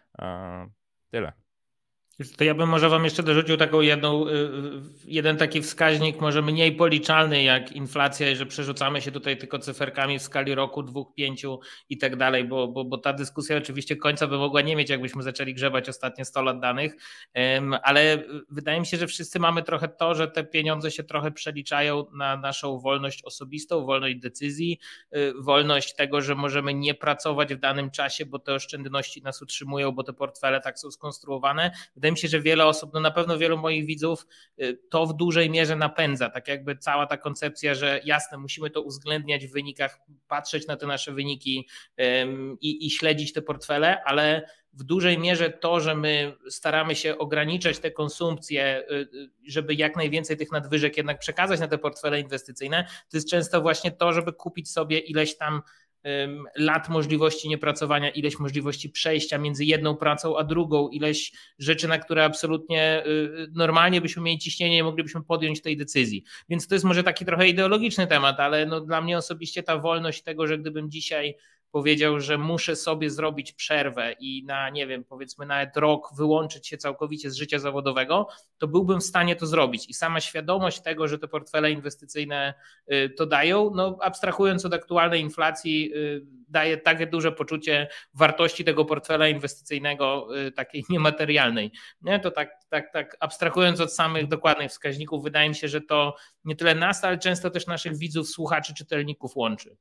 Tyle. To ja bym może wam jeszcze dorzucił taką jeden taki wskaźnik może mniej policzalny jak inflacja i że przerzucamy się tutaj tylko cyferkami w skali roku, 2, 5 i tak dalej, bo ta dyskusja oczywiście końca by mogła nie mieć, jakbyśmy zaczęli grzebać ostatnie 100 lat danych, ale wydaje mi się, że wszyscy mamy trochę to, że te pieniądze się trochę przeliczają na naszą wolność osobistą, wolność decyzji, wolność tego, że możemy nie pracować w danym czasie, bo te oszczędności nas utrzymują, bo te portfele tak są skonstruowane. Wydaje mi się, że wiele osób, no na pewno wielu moich widzów to w dużej mierze napędza, tak jakby cała ta koncepcja, że jasne, musimy to uwzględniać w wynikach, patrzeć na te nasze wyniki i śledzić te portfele, ale w dużej mierze to, że my staramy się ograniczać tę konsumpcję, żeby jak najwięcej tych nadwyżek jednak przekazać na te portfele inwestycyjne, to jest często właśnie to, żeby kupić sobie ileś tam lat możliwości niepracowania, ileś możliwości przejścia między jedną pracą a drugą, ileś rzeczy, na które absolutnie normalnie byśmy mieli ciśnienie, nie moglibyśmy podjąć tej decyzji. Więc to jest może taki trochę ideologiczny temat, ale no dla mnie osobiście ta wolność tego, że gdybym dzisiaj powiedział, że muszę sobie zrobić przerwę i na, nie wiem, powiedzmy nawet rok wyłączyć się całkowicie z życia zawodowego, to byłbym w stanie to zrobić. I sama świadomość tego, że te portfele inwestycyjne to dają, no abstrahując od aktualnej inflacji, daje takie duże poczucie wartości tego portfela inwestycyjnego, takiej niematerialnej. Nie? To tak abstrahując od samych dokładnych wskaźników, wydaje mi się, że to nie tyle nas, ale często też naszych widzów, słuchaczy, czytelników łączy.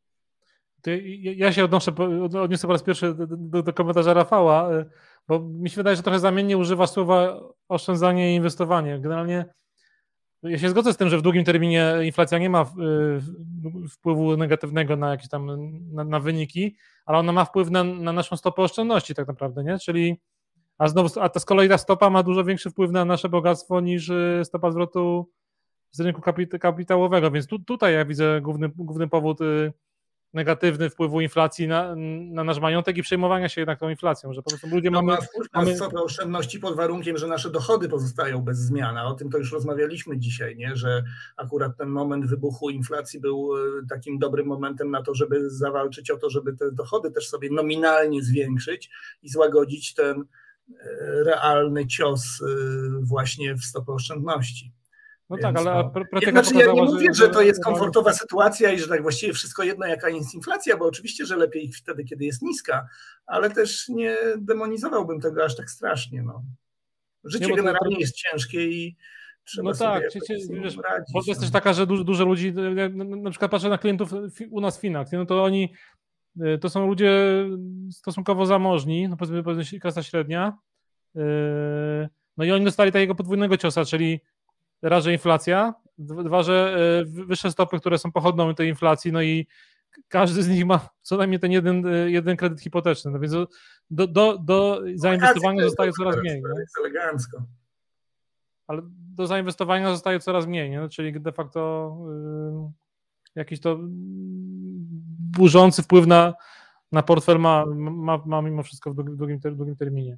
Ja się odniosę po raz pierwszy do komentarza Rafała, bo mi się wydaje, że trochę zamiennie używa słowa oszczędzanie i inwestowanie. Generalnie ja się zgodzę z tym, że w długim terminie inflacja nie ma wpływu negatywnego na jakieś tam na wyniki, ale ona ma wpływ na naszą stopę oszczędności tak naprawdę, nie? Czyli z kolei ta stopa ma dużo większy wpływ na nasze bogactwo niż stopa zwrotu z rynku kapitałowego, więc tutaj ja widzę główny powód negatywny wpływu inflacji na nasz majątek i przejmowania się jednak tą inflacją, że po prostu ludzie mamy stopę oszczędności pod warunkiem, że nasze dochody pozostają bez zmian, a o tym to już rozmawialiśmy dzisiaj, nie? Że akurat ten moment wybuchu inflacji był takim dobrym momentem na to, żeby zawalczyć o to, żeby te dochody też sobie nominalnie zwiększyć i złagodzić ten realny cios właśnie w stopę oszczędności. No więc, tak, ale ja nie mówię, że to jest komfortowa sytuacja i że tak właściwie wszystko jedno, jaka jest inflacja, bo oczywiście, że lepiej wtedy, kiedy jest niska, ale też nie demonizowałbym tego aż tak strasznie. No. Życie generalnie jest ciężkie i trzeba No tak, sobie jakoś z nim wiesz, radzić. bo to jest też taka, że dużo ludzi, na przykład patrzę na klientów u nas w Finax, no to oni, to są ludzie stosunkowo zamożni, no powiedzmy klasa średnia, no i oni dostali takiego podwójnego ciosa, czyli raz, że inflacja, dwa, że wyższe stopy, które są pochodną tej inflacji, no i każdy z nich ma co najmniej ten jeden kredyt hipoteczny, no więc do zainwestowania zostaje coraz mniej. To jest elegancko. Ale do zainwestowania zostaje coraz mniej, nie? Czyli de facto jakiś to burzący wpływ na portfel ma mimo wszystko w długim terminie.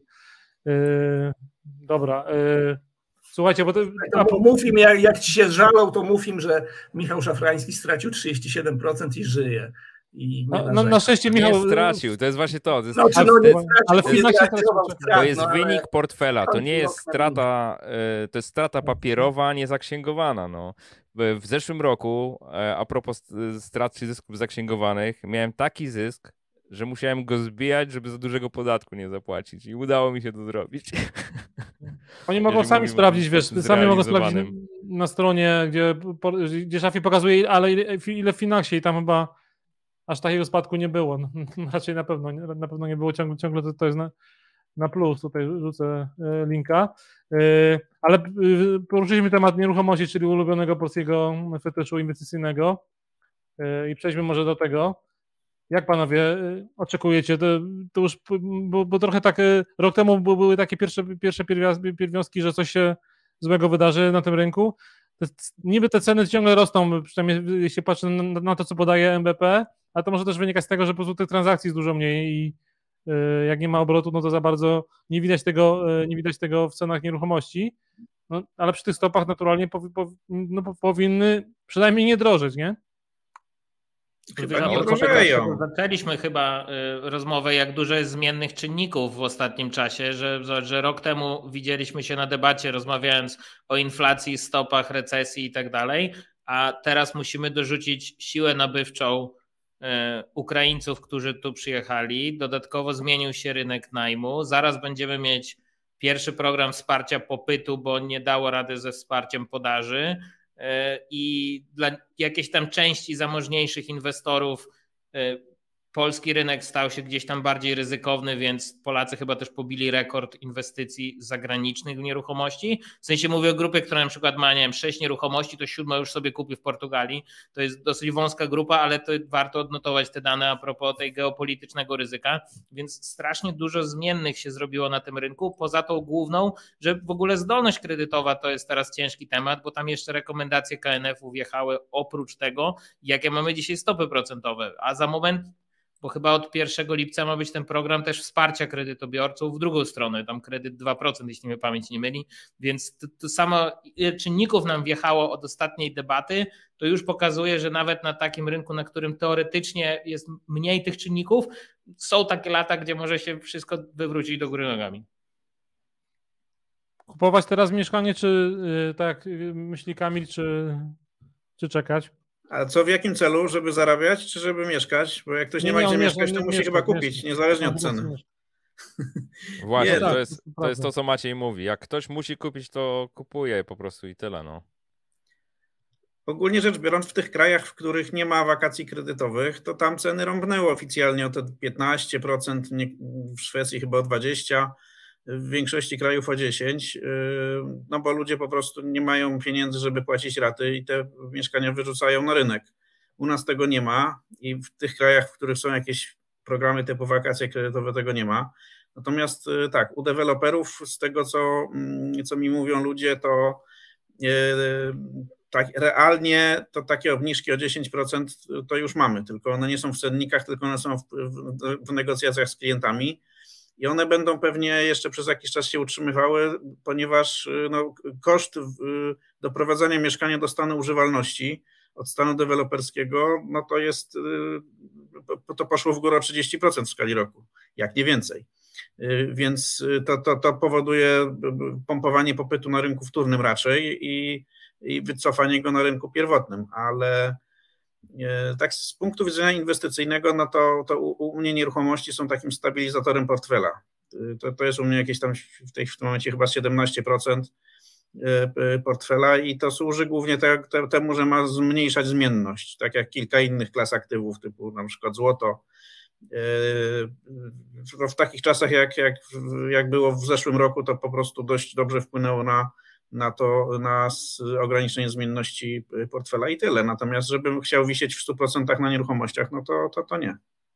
Dobra. Słuchajcie, bo to mów im, jak ci się żalał, to mów im, że Michał Szafrański stracił 37% i żyje. I na szczęście Michał nie stracił, to jest właśnie to. Nie stracił, ale w Finaxie to jest wynik portfela, to nie jest strata, to jest strata papierowa, nie zaksięgowana. No. W zeszłym roku, a propos strat czy zysków zaksięgowanych, miałem taki zysk, że musiałem go zbijać, żeby za dużego podatku nie zapłacić i udało mi się to zrobić. Oni mogą sami sprawdzić, wiesz, sami mogą sprawdzić na stronie, gdzie Szafi pokazuje, ale ile w Finaxie i tam chyba aż takiego spadku nie było. No, raczej na pewno nie było, ciągle to jest na plus, tutaj rzucę linka. Ale poruszyliśmy temat nieruchomości, czyli ulubionego polskiego fetyszu inwestycyjnego i przejdźmy może do tego. Jak panowie oczekujecie? To już, bo trochę tak rok temu były takie pierwsze pierwiastki, że coś się złego wydarzy na tym rynku. Niby te ceny ciągle rosną, przynajmniej jeśli patrzę na to, co podaje NBP, ale to może też wynikać z tego, że po prostu tych transakcji jest dużo mniej i jak nie ma obrotu, no to za bardzo nie widać tego w cenach nieruchomości. No, ale przy tych stopach naturalnie powinny przynajmniej nie drożeć, nie? Zaczęliśmy chyba rozmowę, jak dużo jest zmiennych czynników w ostatnim czasie, że rok temu widzieliśmy się na debacie, rozmawiając o inflacji, stopach, recesji i tak dalej, a teraz musimy dorzucić siłę nabywczą Ukraińców, którzy tu przyjechali. Dodatkowo zmienił się rynek najmu. Zaraz będziemy mieć pierwszy program wsparcia popytu, bo nie dało rady ze wsparciem podaży. I dla jakiejś tam części zamożniejszych inwestorów polski rynek stał się gdzieś tam bardziej ryzykowny, więc Polacy chyba też pobili rekord inwestycji zagranicznych w nieruchomości. W sensie mówię o grupie, która na przykład ma, nie wiem, 6 nieruchomości, to 7 już sobie kupi w Portugalii. To jest dosyć wąska grupa, ale to warto odnotować te dane a propos tej geopolitycznego ryzyka. Więc strasznie dużo zmiennych się zrobiło na tym rynku. Poza tą główną, że w ogóle zdolność kredytowa to jest teraz ciężki temat, bo tam jeszcze rekomendacje KNF-u wjechały oprócz tego, jakie mamy dzisiaj stopy procentowe. A za moment, bo chyba od 1 lipca ma być ten program też wsparcia kredytobiorców w drugą stronę, tam kredyt 2%, jeśli mnie pamięć nie myli, więc to samo ile czynników nam wjechało od ostatniej debaty, to już pokazuje, że nawet na takim rynku, na którym teoretycznie jest mniej tych czynników, są takie lata, gdzie może się wszystko wywrócić do góry nogami. Kupować teraz mieszkanie, czy tak myśli Kamil, czy czekać? A co w jakim celu? Żeby zarabiać, czy żeby mieszkać? Bo jak ktoś nie ma gdzie mieszkać, to musi chyba kupić, niezależnie od ceny. Właśnie, to jest to, co Maciej mówi. Jak ktoś musi kupić, to kupuje po prostu i tyle. No. Ogólnie rzecz biorąc, w tych krajach, w których nie ma wakacji kredytowych, to tam ceny rąbnęły oficjalnie o te 15%, w Szwecji chyba o 20%, w większości krajów o 10%, no bo ludzie po prostu nie mają pieniędzy, żeby płacić raty i te mieszkania wyrzucają na rynek. U nas tego nie ma i w tych krajach, w których są jakieś programy typu wakacje kredytowe, tego nie ma. Natomiast tak, u deweloperów z tego, co mi mówią ludzie, to tak realnie to takie obniżki o 10% to już mamy, tylko one nie są w cennikach, tylko one są w negocjacjach z klientami. I one będą pewnie jeszcze przez jakiś czas się utrzymywały, ponieważ no, koszt doprowadzenia mieszkania do stanu używalności od stanu deweloperskiego, no to jest, to poszło w górę o 30% w skali roku, jak nie więcej. Więc to powoduje pompowanie popytu na rynku wtórnym raczej i wycofanie go na rynku pierwotnym, ale tak z punktu widzenia inwestycyjnego, no to u mnie nieruchomości są takim stabilizatorem portfela. To jest u mnie jakieś tam w tym momencie chyba 17%. portfela i to służy głównie temu, że ma zmniejszać zmienność, tak jak kilka innych klas aktywów typu na przykład złoto. W takich czasach jak było w zeszłym roku, to po prostu dość dobrze wpłynęło na ograniczenie zmienności portfela i tyle. Natomiast żebym chciał wisieć w 100% na nieruchomościach, no to nie.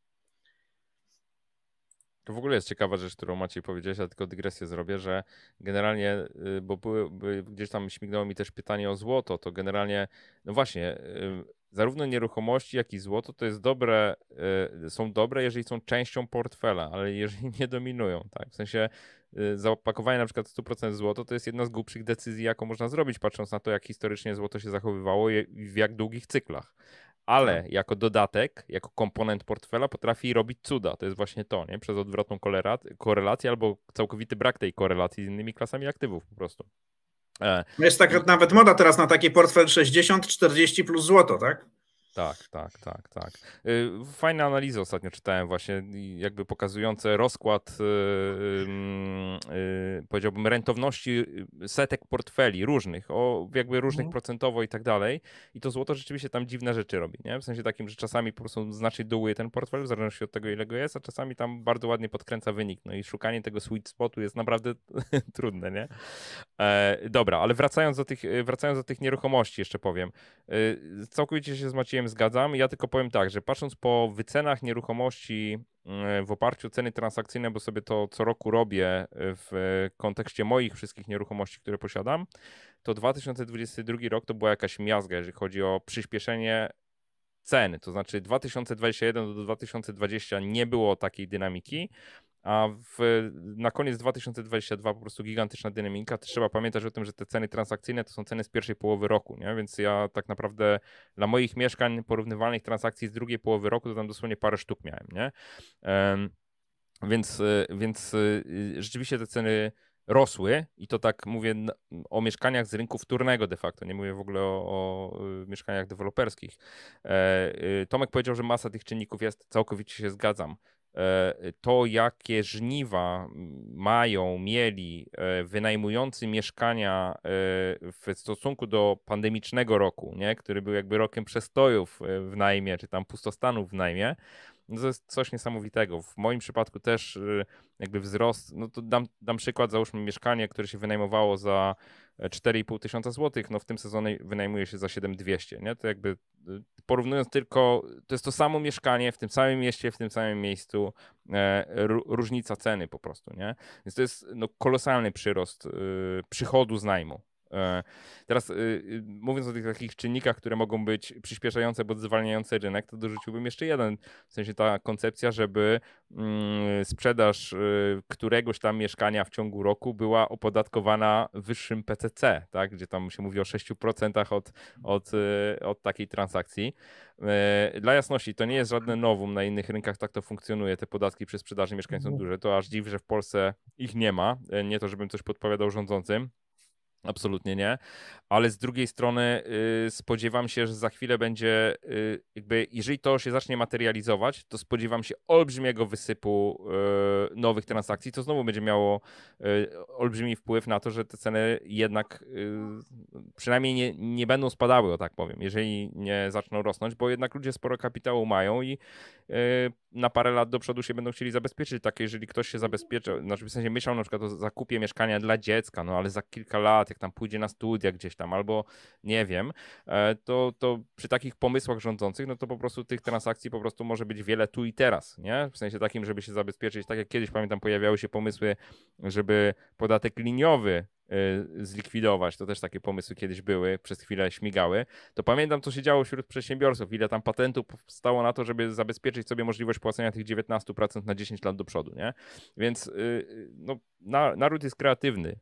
To w ogóle jest ciekawa rzecz, którą Maciej powiedziałeś, ja tylko dygresję zrobię, że generalnie, bo gdzieś tam śmignęło mi też pytanie o złoto, to generalnie, no właśnie, zarówno nieruchomości, jak i złoto to jest dobre, są dobre, jeżeli są częścią portfela, ale jeżeli nie dominują, tak? W sensie zapakowanie na przykład 100% złoto to jest jedna z głupszych decyzji, jaką można zrobić, patrząc na to, jak historycznie złoto się zachowywało i w jak długich cyklach. Ale jako dodatek, jako komponent portfela potrafi robić cuda. To jest właśnie to, nie? Przez odwrotną korelację albo całkowity brak tej korelacji z innymi klasami aktywów po prostu. Jest taka nawet moda teraz na taki portfel 60-40 plus złoto, tak? Tak. Fajne analizy ostatnio czytałem właśnie, jakby pokazujące rozkład, powiedziałbym, rentowności setek portfeli różnych, jakby różnych procentowo i tak dalej. I to złoto rzeczywiście tam dziwne rzeczy robi, nie? W sensie takim, że czasami po prostu znacznie dołuje ten portfel, w zależności od tego, ile go jest, a czasami tam bardzo ładnie podkręca wynik. No i szukanie tego sweet spotu jest naprawdę trudne, nie? Dobra, ale wracając do tych nieruchomości jeszcze powiem. Całkowicie się z Maciejem zgadzam. Ja tylko powiem tak, że patrząc po wycenach nieruchomości w oparciu o ceny transakcyjne, bo sobie to co roku robię w kontekście moich wszystkich nieruchomości, które posiadam, to 2022 rok to była jakaś miazga, jeżeli chodzi o przyspieszenie cen. To znaczy 2021 do 2020 nie było takiej dynamiki, a na koniec 2022 po prostu gigantyczna dynamika. Też trzeba pamiętać o tym, że te ceny transakcyjne to są ceny z pierwszej połowy roku, nie? Więc ja tak naprawdę dla moich mieszkań porównywalnych transakcji z drugiej połowy roku to tam dosłownie parę sztuk miałem, nie? Więc rzeczywiście te ceny rosły i to tak mówię o mieszkaniach z rynku wtórnego de facto, nie mówię w ogóle o mieszkaniach deweloperskich. Tomek powiedział, że masa tych czynników jest, całkowicie się zgadzam. To, jakie żniwa mieli wynajmujący mieszkania w stosunku do pandemicznego roku, nie? Który był jakby rokiem przestojów w najmie, czy tam pustostanów w najmie, no to jest coś niesamowitego. W moim przypadku też jakby wzrost, no to dam przykład, załóżmy mieszkanie, które się wynajmowało za 4,5 tysiąca złotych, no w tym sezonie wynajmuje się za 7,200, nie? To jakby porównując tylko, to jest to samo mieszkanie w tym samym mieście, w tym samym miejscu, różnica ceny po prostu, nie? Więc to jest no, kolosalny przyrost przychodu z najmu. Teraz mówiąc o tych takich czynnikach, które mogą być przyspieszające bądź zwalniające rynek, to dorzuciłbym jeszcze jeden, w sensie ta koncepcja, żeby sprzedaż któregoś tam mieszkania w ciągu roku była opodatkowana wyższym PCC, tak? Gdzie tam się mówi o 6% od takiej transakcji. Dla jasności, to nie jest żadne novum, na innych rynkach tak to funkcjonuje, te podatki przy sprzedaży mieszkań są duże, to aż dziw, że w Polsce ich nie ma, nie to, żebym coś podpowiadał rządzącym. Absolutnie nie, ale z drugiej strony spodziewam się, że za chwilę będzie jakby, jeżeli to się zacznie materializować, to spodziewam się olbrzymiego wysypu nowych transakcji, co znowu będzie miało olbrzymi wpływ na to, że te ceny jednak przynajmniej nie będą spadały, o tak powiem, jeżeli nie zaczną rosnąć, bo jednak ludzie sporo kapitału mają i na parę lat do przodu się będą chcieli zabezpieczyć. Tak, jeżeli ktoś się zabezpieczy, znaczy w sensie myślał na przykład o zakupie mieszkania dla dziecka, no ale za kilka lat, jak tam pójdzie na studia gdzieś tam, albo nie wiem, to przy takich pomysłach rządzących, no to po prostu tych transakcji po prostu może być wiele tu i teraz, nie? W sensie takim, żeby się zabezpieczyć, tak jak kiedyś pamiętam, pojawiały się pomysły, żeby podatek liniowy zlikwidować, to też takie pomysły kiedyś były, przez chwilę śmigały, to pamiętam, co się działo wśród przedsiębiorców, ile tam patentów powstało na to, żeby zabezpieczyć sobie możliwość płacenia tych 19% na 10 lat do przodu, nie? Więc no, naród jest kreatywny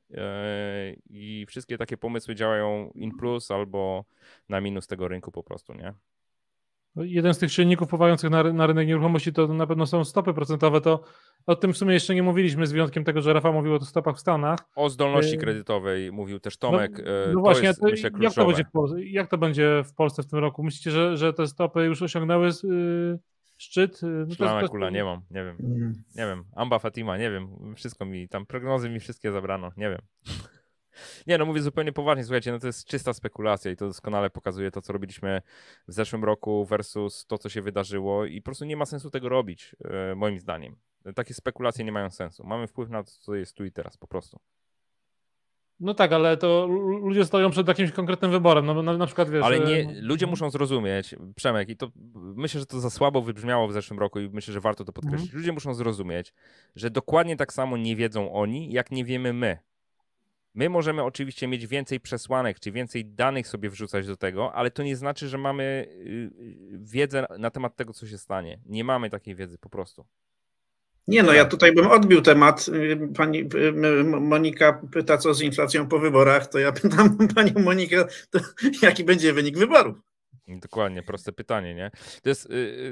i wszystkie takie pomysły działają in plus albo na minus tego rynku po prostu, nie? Jeden z tych czynników wpływających na rynek nieruchomości to na pewno są stopy procentowe. To o tym w sumie jeszcze nie mówiliśmy, z wyjątkiem tego, że Rafał mówił o stopach w Stanach. O zdolności kredytowej mówił też Tomek. No właśnie, jest, myślę, kluczowe. Jak to będzie w Polsce w tym roku? Myślicie, że te stopy już osiągnęły szczyt? No Szklana kula, nie wiem. Amba Fatima, nie wiem. Wszystko mi tam, prognozy mi wszystkie zabrano, nie wiem. Nie, no mówię zupełnie poważnie, słuchajcie, no to jest czysta spekulacja i to doskonale pokazuje to, co robiliśmy w zeszłym roku versus to, co się wydarzyło i po prostu nie ma sensu tego robić, moim zdaniem. Takie spekulacje nie mają sensu. Mamy wpływ na to, co jest tu i teraz, po prostu. No tak, ale to ludzie stoją przed jakimś konkretnym wyborem, no na przykład wiesz... Ale nie, ludzie muszą zrozumieć, Przemek, i to myślę, że to za słabo wybrzmiało w zeszłym roku i myślę, że warto to podkreślić. Ludzie muszą zrozumieć, że dokładnie tak samo nie wiedzą oni, jak nie wiemy my. My możemy oczywiście mieć więcej przesłanek, czy więcej danych sobie wrzucać do tego, ale to nie znaczy, że mamy wiedzę na temat tego, co się stanie. Nie mamy takiej wiedzy po prostu. Nie, no ja tutaj bym odbił temat. Pani Monika pyta, co z inflacją po wyborach, to ja pytam panią Monikę, to jaki będzie wynik wyborów? Dokładnie, proste pytanie, nie? To jest...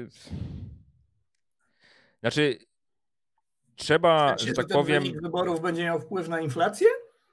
Znaczy, trzeba, że tak ten powiem... wynik wyborów będzie miał wpływ na inflację?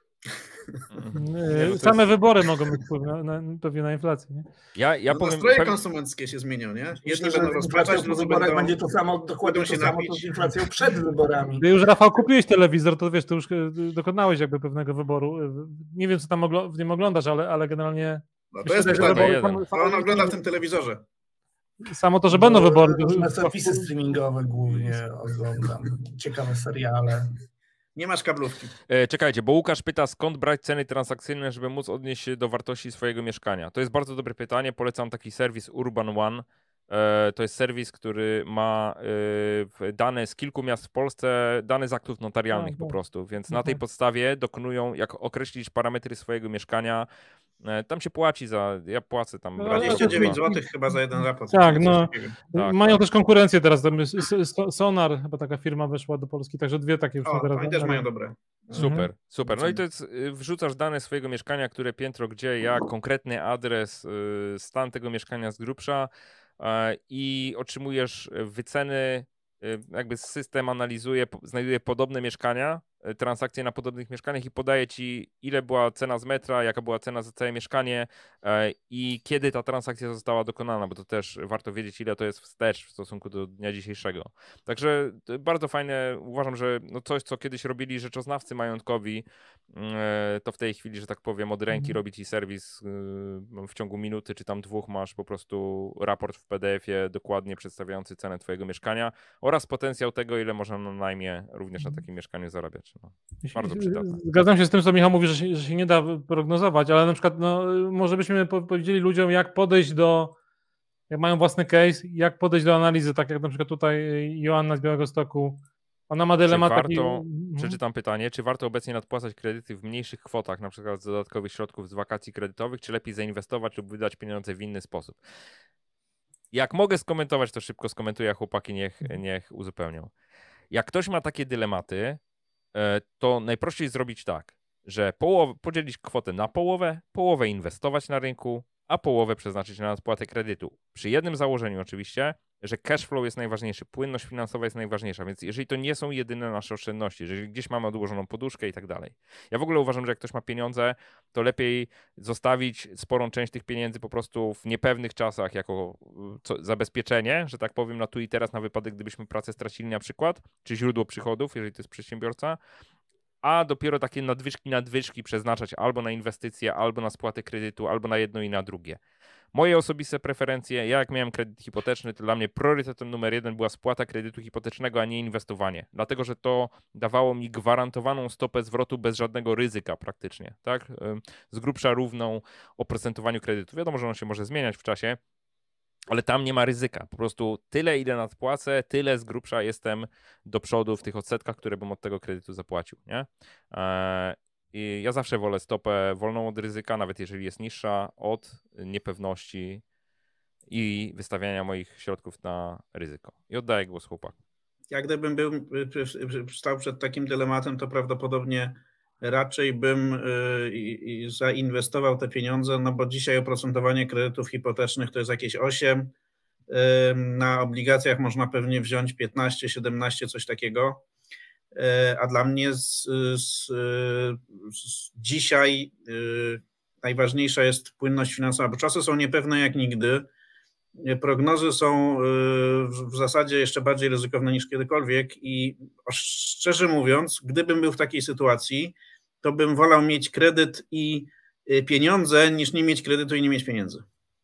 Same wybory mogą mieć wpływ pewnie na inflację. Nie? Ja powiem, nastroje konsumenckie się zmienią, nie? Jedni będą rozpaczać, po wyborach będzie to samo, dokładnie to samo co z inflacją przed wyborami. Ty już, Rafał, kupiłeś telewizor, to wiesz, ty już dokonałeś jakby pewnego wyboru. Nie wiem, co tam w nim oglądasz, ale generalnie... No to jest pytanie, co on ogląda w tym telewizorze? Samo to, że będą wybory. Różne serwisy streamingowe głównie oglądam. Ciekawe seriale. Nie masz kablówki. Czekajcie, bo Łukasz pyta, skąd brać ceny transakcyjne, żeby móc odnieść się do wartości swojego mieszkania. To jest bardzo dobre pytanie. Polecam taki serwis Urban One. To jest serwis, który ma dane z kilku miast w Polsce, dane z aktów notarialnych po prostu, więc na tej podstawie dokonują, jak określić parametry swojego mieszkania. Tam się płaci ja płacę tam... 29 zł chyba za jeden raport. Tak, no. Tak, mają tak. też konkurencję teraz. Tam jest Sonar, chyba taka firma weszła do Polski, także dwie takie już są teraz. Oni też mają dobre. Super, super. No i to jest, wrzucasz dane swojego mieszkania, które piętro, gdzie, jak, konkretny adres, stan tego mieszkania z grubsza i otrzymujesz wyceny, jakby system analizuje, znajduje podobne mieszkania, transakcje na podobnych mieszkaniach i podaje ci, ile była cena z metra, jaka była cena za całe mieszkanie i kiedy ta transakcja została dokonana, bo to też warto wiedzieć, ile to jest wstecz w stosunku do dnia dzisiejszego. Także bardzo fajne, uważam, że no coś, co kiedyś robili rzeczoznawcy majątkowi, to w tej chwili, że tak powiem, od ręki robi ci serwis w ciągu minuty, czy tam dwóch masz po prostu raport w PDF-ie dokładnie przedstawiający cenę twojego mieszkania oraz potencjał tego, ile można na najmie również na takim mieszkaniu zarabiać. No, bardzo przydatne. Zgadzam się z tym, co Michał mówi, że się nie da prognozować, ale na przykład no, może byśmy powiedzieli ludziom, jak podejść jak mają własny case, jak podejść do analizy, tak jak na przykład tutaj Joanna z Białegostoku. Ona ma dylemat taki... Przeczytam pytanie, czy warto obecnie nadpłacać kredyty w mniejszych kwotach, na przykład z dodatkowych środków z wakacji kredytowych, czy lepiej zainwestować lub wydać pieniądze w inny sposób? Jak mogę skomentować, to szybko skomentuję, a chłopaki niech uzupełnią. Jak ktoś ma takie dylematy, to najprościej zrobić tak, że podzielić kwotę na połowę inwestować na rynku, a połowę przeznaczyć na nadpłatę kredytu. Przy jednym założeniu oczywiście, że cash flow jest najważniejszy, płynność finansowa jest najważniejsza, więc jeżeli to nie są jedyne nasze oszczędności, jeżeli gdzieś mamy odłożoną poduszkę i tak dalej. Ja w ogóle uważam, że jak ktoś ma pieniądze, to lepiej zostawić sporą część tych pieniędzy po prostu w niepewnych czasach jako zabezpieczenie, że tak powiem, na tu i teraz, na wypadek, gdybyśmy pracę stracili na przykład, czy źródło przychodów, jeżeli to jest przedsiębiorca, a dopiero takie nadwyżki przeznaczać albo na inwestycje, albo na spłatę kredytu, albo na jedno i na drugie. Moje osobiste preferencje, ja jak miałem kredyt hipoteczny, to dla mnie priorytetem numer 1 była spłata kredytu hipotecznego, a nie inwestowanie. Dlatego, że to dawało mi gwarantowaną stopę zwrotu bez żadnego ryzyka praktycznie, tak? Z grubsza równą oprocentowaniu kredytu. Wiadomo, że on się może zmieniać w czasie, ale tam nie ma ryzyka. Po prostu tyle, ile nadpłacę, tyle z grubsza jestem do przodu w tych odsetkach, które bym od tego kredytu zapłacił, nie? I ja zawsze wolę stopę wolną od ryzyka, nawet jeżeli jest niższa, od niepewności i wystawiania moich środków na ryzyko. I oddaję głos chłopakom. Jak gdybym stał przed takim dylematem, to prawdopodobnie raczej bym zainwestował te pieniądze, no bo dzisiaj oprocentowanie kredytów hipotecznych to jest jakieś 8, na obligacjach można pewnie wziąć 15, 17, coś takiego. A dla mnie dzisiaj najważniejsza jest płynność finansowa, bo czasy są niepewne jak nigdy. Prognozy są w zasadzie jeszcze bardziej ryzykowne niż kiedykolwiek i szczerze mówiąc, gdybym był w takiej sytuacji, to bym wolał mieć kredyt i pieniądze, niż nie mieć kredytu i nie mieć pieniędzy.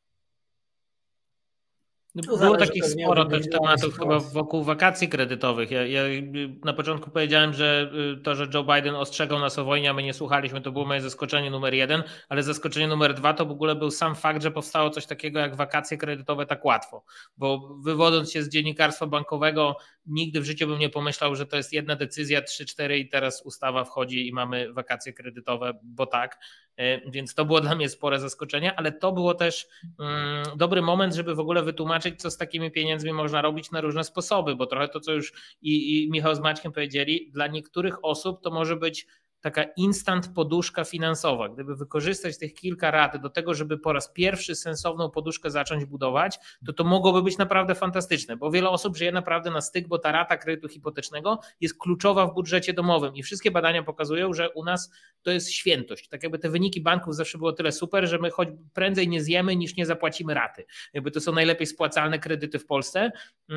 Było takich sporo też tematów chyba wokół wakacji kredytowych. Ja na początku powiedziałem, że to, że Joe Biden ostrzegał nas o wojnie, a my nie słuchaliśmy, to było moje zaskoczenie numer 1, ale zaskoczenie numer 2 to w ogóle był sam fakt, że powstało coś takiego jak wakacje kredytowe tak łatwo, bo wywodząc się z dziennikarstwa bankowego, nigdy w życiu bym nie pomyślał, że to jest jedna decyzja, 3-4 i teraz ustawa wchodzi i mamy wakacje kredytowe, bo tak. Więc to było dla mnie spore zaskoczenie, ale to było też dobry moment, żeby w ogóle wytłumaczyć, co z takimi pieniędzmi można robić na różne sposoby, bo trochę to, co już i Michał z Maćkiem powiedzieli, dla niektórych osób to może być taka instant poduszka finansowa. Gdyby wykorzystać tych kilka rat do tego, żeby po raz pierwszy sensowną poduszkę zacząć budować, to mogłoby być naprawdę fantastyczne, bo wiele osób żyje naprawdę na styk, bo ta rata kredytu hipotecznego jest kluczowa w budżecie domowym i wszystkie badania pokazują, że u nas to jest świętość. Tak jakby te wyniki banków zawsze było tyle super, że my choć prędzej nie zjemy, niż nie zapłacimy raty. Jakby to są najlepiej spłacalne kredyty w Polsce,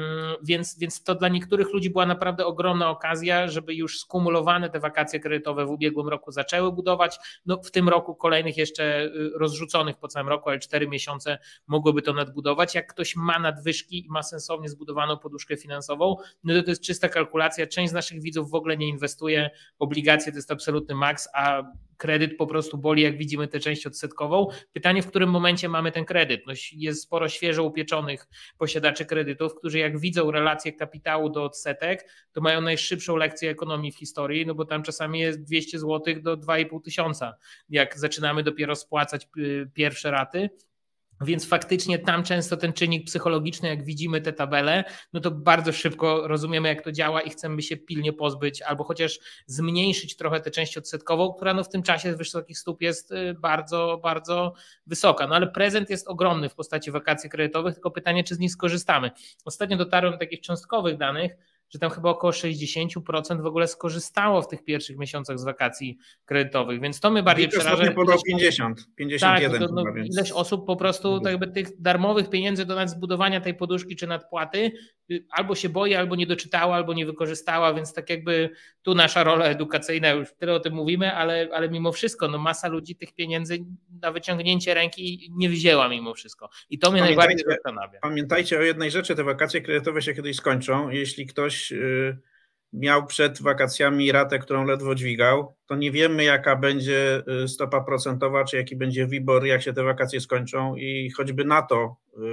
więc to dla niektórych ludzi była naprawdę ogromna okazja, żeby już skumulowane te wakacje kredytowe w ubiegłym roku zaczęły budować. No, w tym roku kolejnych jeszcze rozrzuconych po całym roku, ale 4 miesiące mogłyby to nadbudować. Jak ktoś ma nadwyżki i ma sensownie zbudowaną poduszkę finansową, no to jest czysta kalkulacja. Część z naszych widzów w ogóle nie inwestuje. Obligacje to jest absolutny maks, a kredyt po prostu boli, jak widzimy tę część odsetkową. Pytanie, w którym momencie mamy ten kredyt? No, jest sporo świeżo upieczonych posiadaczy kredytów, którzy jak widzą relację kapitału do odsetek, to mają najszybszą lekcję ekonomii w historii, no bo tam czasami jest 200 zł do 2,5 tysiąca, jak zaczynamy dopiero spłacać pierwsze raty. Więc faktycznie tam często ten czynnik psychologiczny, jak widzimy te tabele, no to bardzo szybko rozumiemy, jak to działa i chcemy się pilnie pozbyć albo chociaż zmniejszyć trochę tę część odsetkową, która no w tym czasie z wysokich stóp jest bardzo, bardzo wysoka. No ale prezent jest ogromny w postaci wakacji kredytowych, tylko pytanie, czy z nich skorzystamy. Ostatnio dotarłem do takich cząstkowych danych, że tam chyba około 60% w ogóle skorzystało w tych pierwszych miesiącach z wakacji kredytowych, więc to mnie bardziej przeraża. Podał 51 tak, chyba, więc... ileś osób po prostu tak jakby tych darmowych pieniędzy do zbudowania tej poduszki czy nadpłaty albo się boi, albo nie doczytała, albo nie wykorzystała, więc tak jakby tu nasza rola edukacyjna, już tyle o tym mówimy, ale mimo wszystko no masa ludzi tych pieniędzy na wyciągnięcie ręki nie wzięła mimo wszystko i to mnie najbardziej zastanawia. Pamiętajcie o jednej rzeczy, te wakacje kredytowe się kiedyś skończą, jeśli ktoś miał przed wakacjami ratę, którą ledwo dźwigał, to nie wiemy, jaka będzie stopa procentowa, czy jaki będzie WIBOR, jak się te wakacje skończą i choćby na to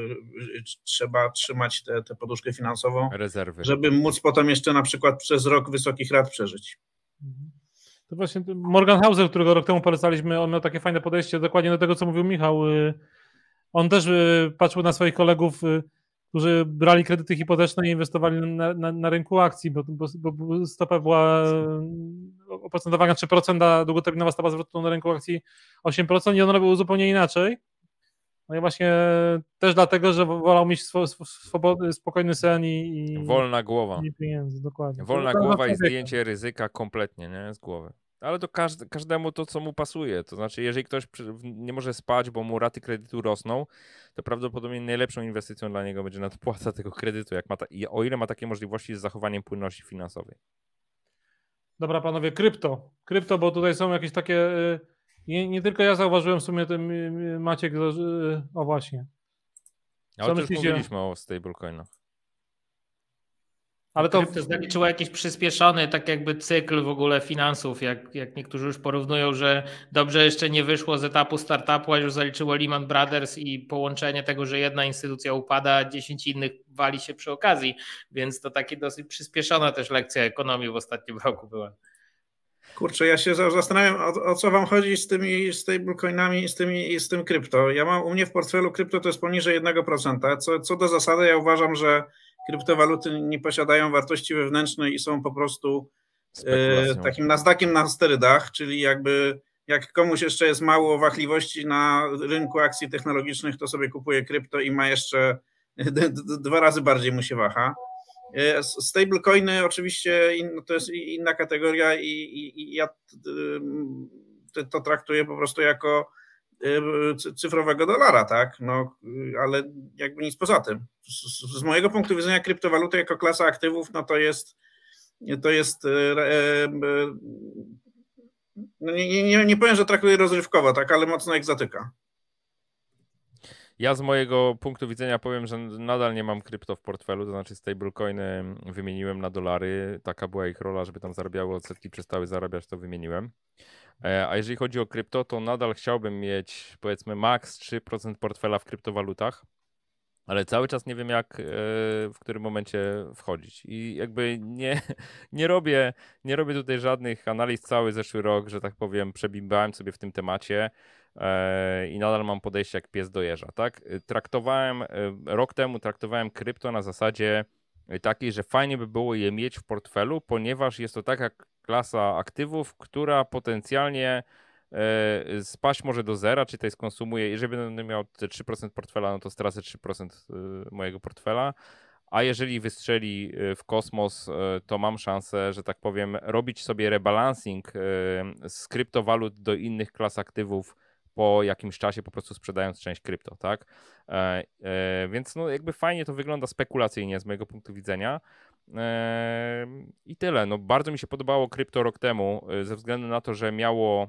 trzeba trzymać tę poduszkę finansową, rezerwy, żeby móc potem jeszcze na przykład przez rok wysokich rat przeżyć. To właśnie Morgan Housel, którego rok temu polecaliśmy, on miał takie fajne podejście dokładnie do tego, co mówił Michał. On też patrzył na swoich kolegów, którzy brali kredyty hipoteczne i inwestowali na rynku akcji, bo stopa była oprocentowania 3%, a długoterminowa stopa zwrotu na rynku akcji 8% i on robił zupełnie inaczej. No i właśnie też dlatego, że wolał mieć spokojny sen i wolna głowa. I pieniędzy, dokładnie. Wolna głowa i zdjęcie ryzyka kompletnie, nie? Z głowy. Ale to każdemu to, co mu pasuje. To znaczy, jeżeli ktoś nie może spać, bo mu raty kredytu rosną, to prawdopodobnie najlepszą inwestycją dla niego będzie nadpłata tego kredytu, o ile ma takie możliwości z zachowaniem płynności finansowej. Dobra, panowie, krypto, bo tutaj są jakieś takie... Nie tylko ja zauważyłem w sumie ten Maciek, o właśnie. Ale też mówiliśmy o stablecoinach. Ale to zaliczyło jakiś przyspieszony tak jakby cykl w ogóle finansów, jak niektórzy już porównują, że dobrze jeszcze nie wyszło z etapu startupu, a już zaliczyło Lehman Brothers i połączenie tego, że jedna instytucja upada, a 10 innych wali się przy okazji, więc to taki dosyć przyspieszona też lekcja ekonomii w ostatnim roku była. Kurczę, ja się zastanawiam, o co wam chodzi z tymi stablecoinami i z tym krypto. U mnie w portfelu krypto to jest poniżej 1%. Co do zasady ja uważam, że kryptowaluty nie posiadają wartości wewnętrznej i są po prostu takim Nasdaqiem na sterydach, czyli jakby jak komuś jeszcze jest mało wahliwości na rynku akcji technologicznych, to sobie kupuje krypto i ma jeszcze 2 razy bardziej mu się waha. Stablecoiny oczywiście to jest inna kategoria i ja to traktuję po prostu jako cyfrowego dolara, tak? No, ale jakby nic poza tym. Z mojego punktu widzenia kryptowaluty jako klasa aktywów, no to jest No nie powiem, że traktuję rozrywkowo, tak, ale mocno egzotyka. Ja z mojego punktu widzenia powiem, że nadal nie mam krypto w portfelu, to znaczy stablecoiny wymieniłem na dolary. Taka była ich rola, żeby tam zarabiały odsetki, przestały zarabiać, to wymieniłem. A jeżeli chodzi o krypto, to nadal chciałbym mieć powiedzmy max 3% portfela w kryptowalutach, ale cały czas nie wiem w którym momencie wchodzić. I jakby nie robię tutaj żadnych analiz cały zeszły rok, że tak powiem, przebimbałem sobie w tym temacie i nadal mam podejście jak pies do jeża, tak? Rok temu traktowałem krypto na zasadzie takiej, że fajnie by było je mieć w portfelu, ponieważ jest to taka klasa aktywów, która potencjalnie spaść może do zera, czy tutaj skonsumuję, jeżeli będę miał te 3% portfela, no to stracę 3% mojego portfela, a jeżeli wystrzeli w kosmos, to mam szansę, że tak powiem, robić sobie rebalancing z kryptowalut do innych klas aktywów po jakimś czasie, po prostu sprzedając część krypto, tak? Więc no jakby fajnie to wygląda spekulacyjnie z mojego punktu widzenia. I tyle. No, bardzo mi się podobało krypto rok temu, ze względu na to, że miało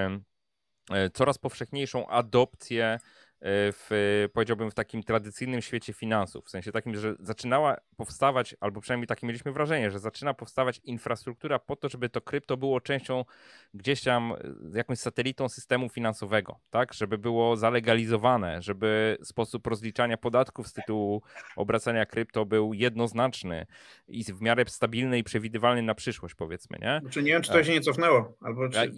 coraz powszechniejszą adopcję powiedziałbym, w takim tradycyjnym świecie finansów. W sensie takim, że zaczynała powstawać, albo przynajmniej takie mieliśmy wrażenie, że zaczyna powstawać infrastruktura po to, żeby to krypto było częścią gdzieś tam, jakąś satelitą systemu finansowego, tak? Żeby było zalegalizowane, żeby sposób rozliczania podatków z tytułu obracania krypto był jednoznaczny i w miarę stabilny i przewidywalny na przyszłość, powiedzmy, nie? Znaczy nie wiem, czy to się nie cofnęło, albo czy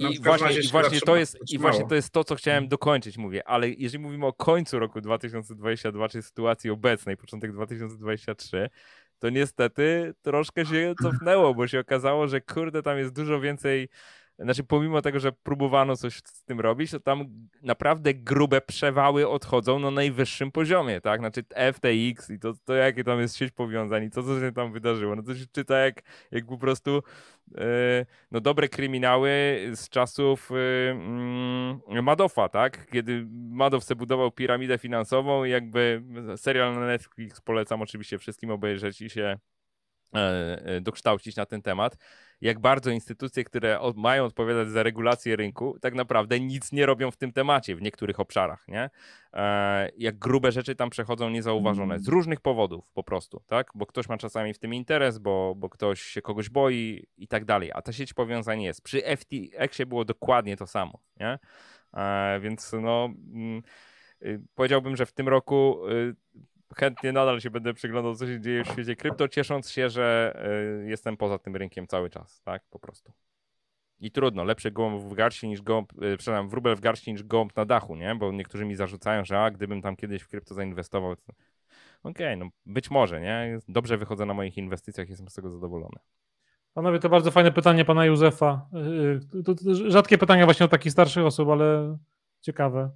właśnie to jest to, co chciałem dokończyć, mówię, ale jeżeli mówimy o końcu roku 2022, czy sytuacji obecnej, początek 2023, to niestety troszkę się cofnęło, bo się okazało, że kurde, tam jest dużo więcej, znaczy pomimo tego, że próbowano coś z tym robić, to tam naprawdę grube przewały odchodzą na najwyższym poziomie, tak? Znaczy FTX i to jakie tam jest sieć powiązań i co się tam wydarzyło, no to się czyta jak po prostu no dobre kryminały z czasów Madoffa, tak? Kiedy Madoff sobie budował piramidę finansową i jakby serial na Netflix polecam oczywiście wszystkim obejrzeć i się dokształcić na ten temat, jak bardzo instytucje, które mają odpowiadać za regulację rynku, tak naprawdę nic nie robią w tym temacie, w niektórych obszarach, nie? Jak grube rzeczy tam przechodzą niezauważone, z różnych powodów po prostu, tak? Bo ktoś ma czasami w tym interes, bo ktoś się kogoś boi i tak dalej, a ta sieć powiązań jest. Przy FTX-ie było dokładnie to samo, nie? Więc no powiedziałbym, że w tym roku chętnie nadal się będę przyglądał, co się dzieje w świecie krypto, ciesząc się, że jestem poza tym rynkiem cały czas, tak, po prostu. I trudno, lepszy gołąb w garści niż wróbel w garści niż gołąb na dachu, nie? Bo niektórzy mi zarzucają, że gdybym tam kiedyś w krypto zainwestował, to okej, no być może, nie? Dobrze wychodzę na moich inwestycjach, jestem z tego zadowolony. Panowie, to bardzo fajne pytanie pana Józefa. To rzadkie pytania właśnie od takich starszych osób, ale ciekawe.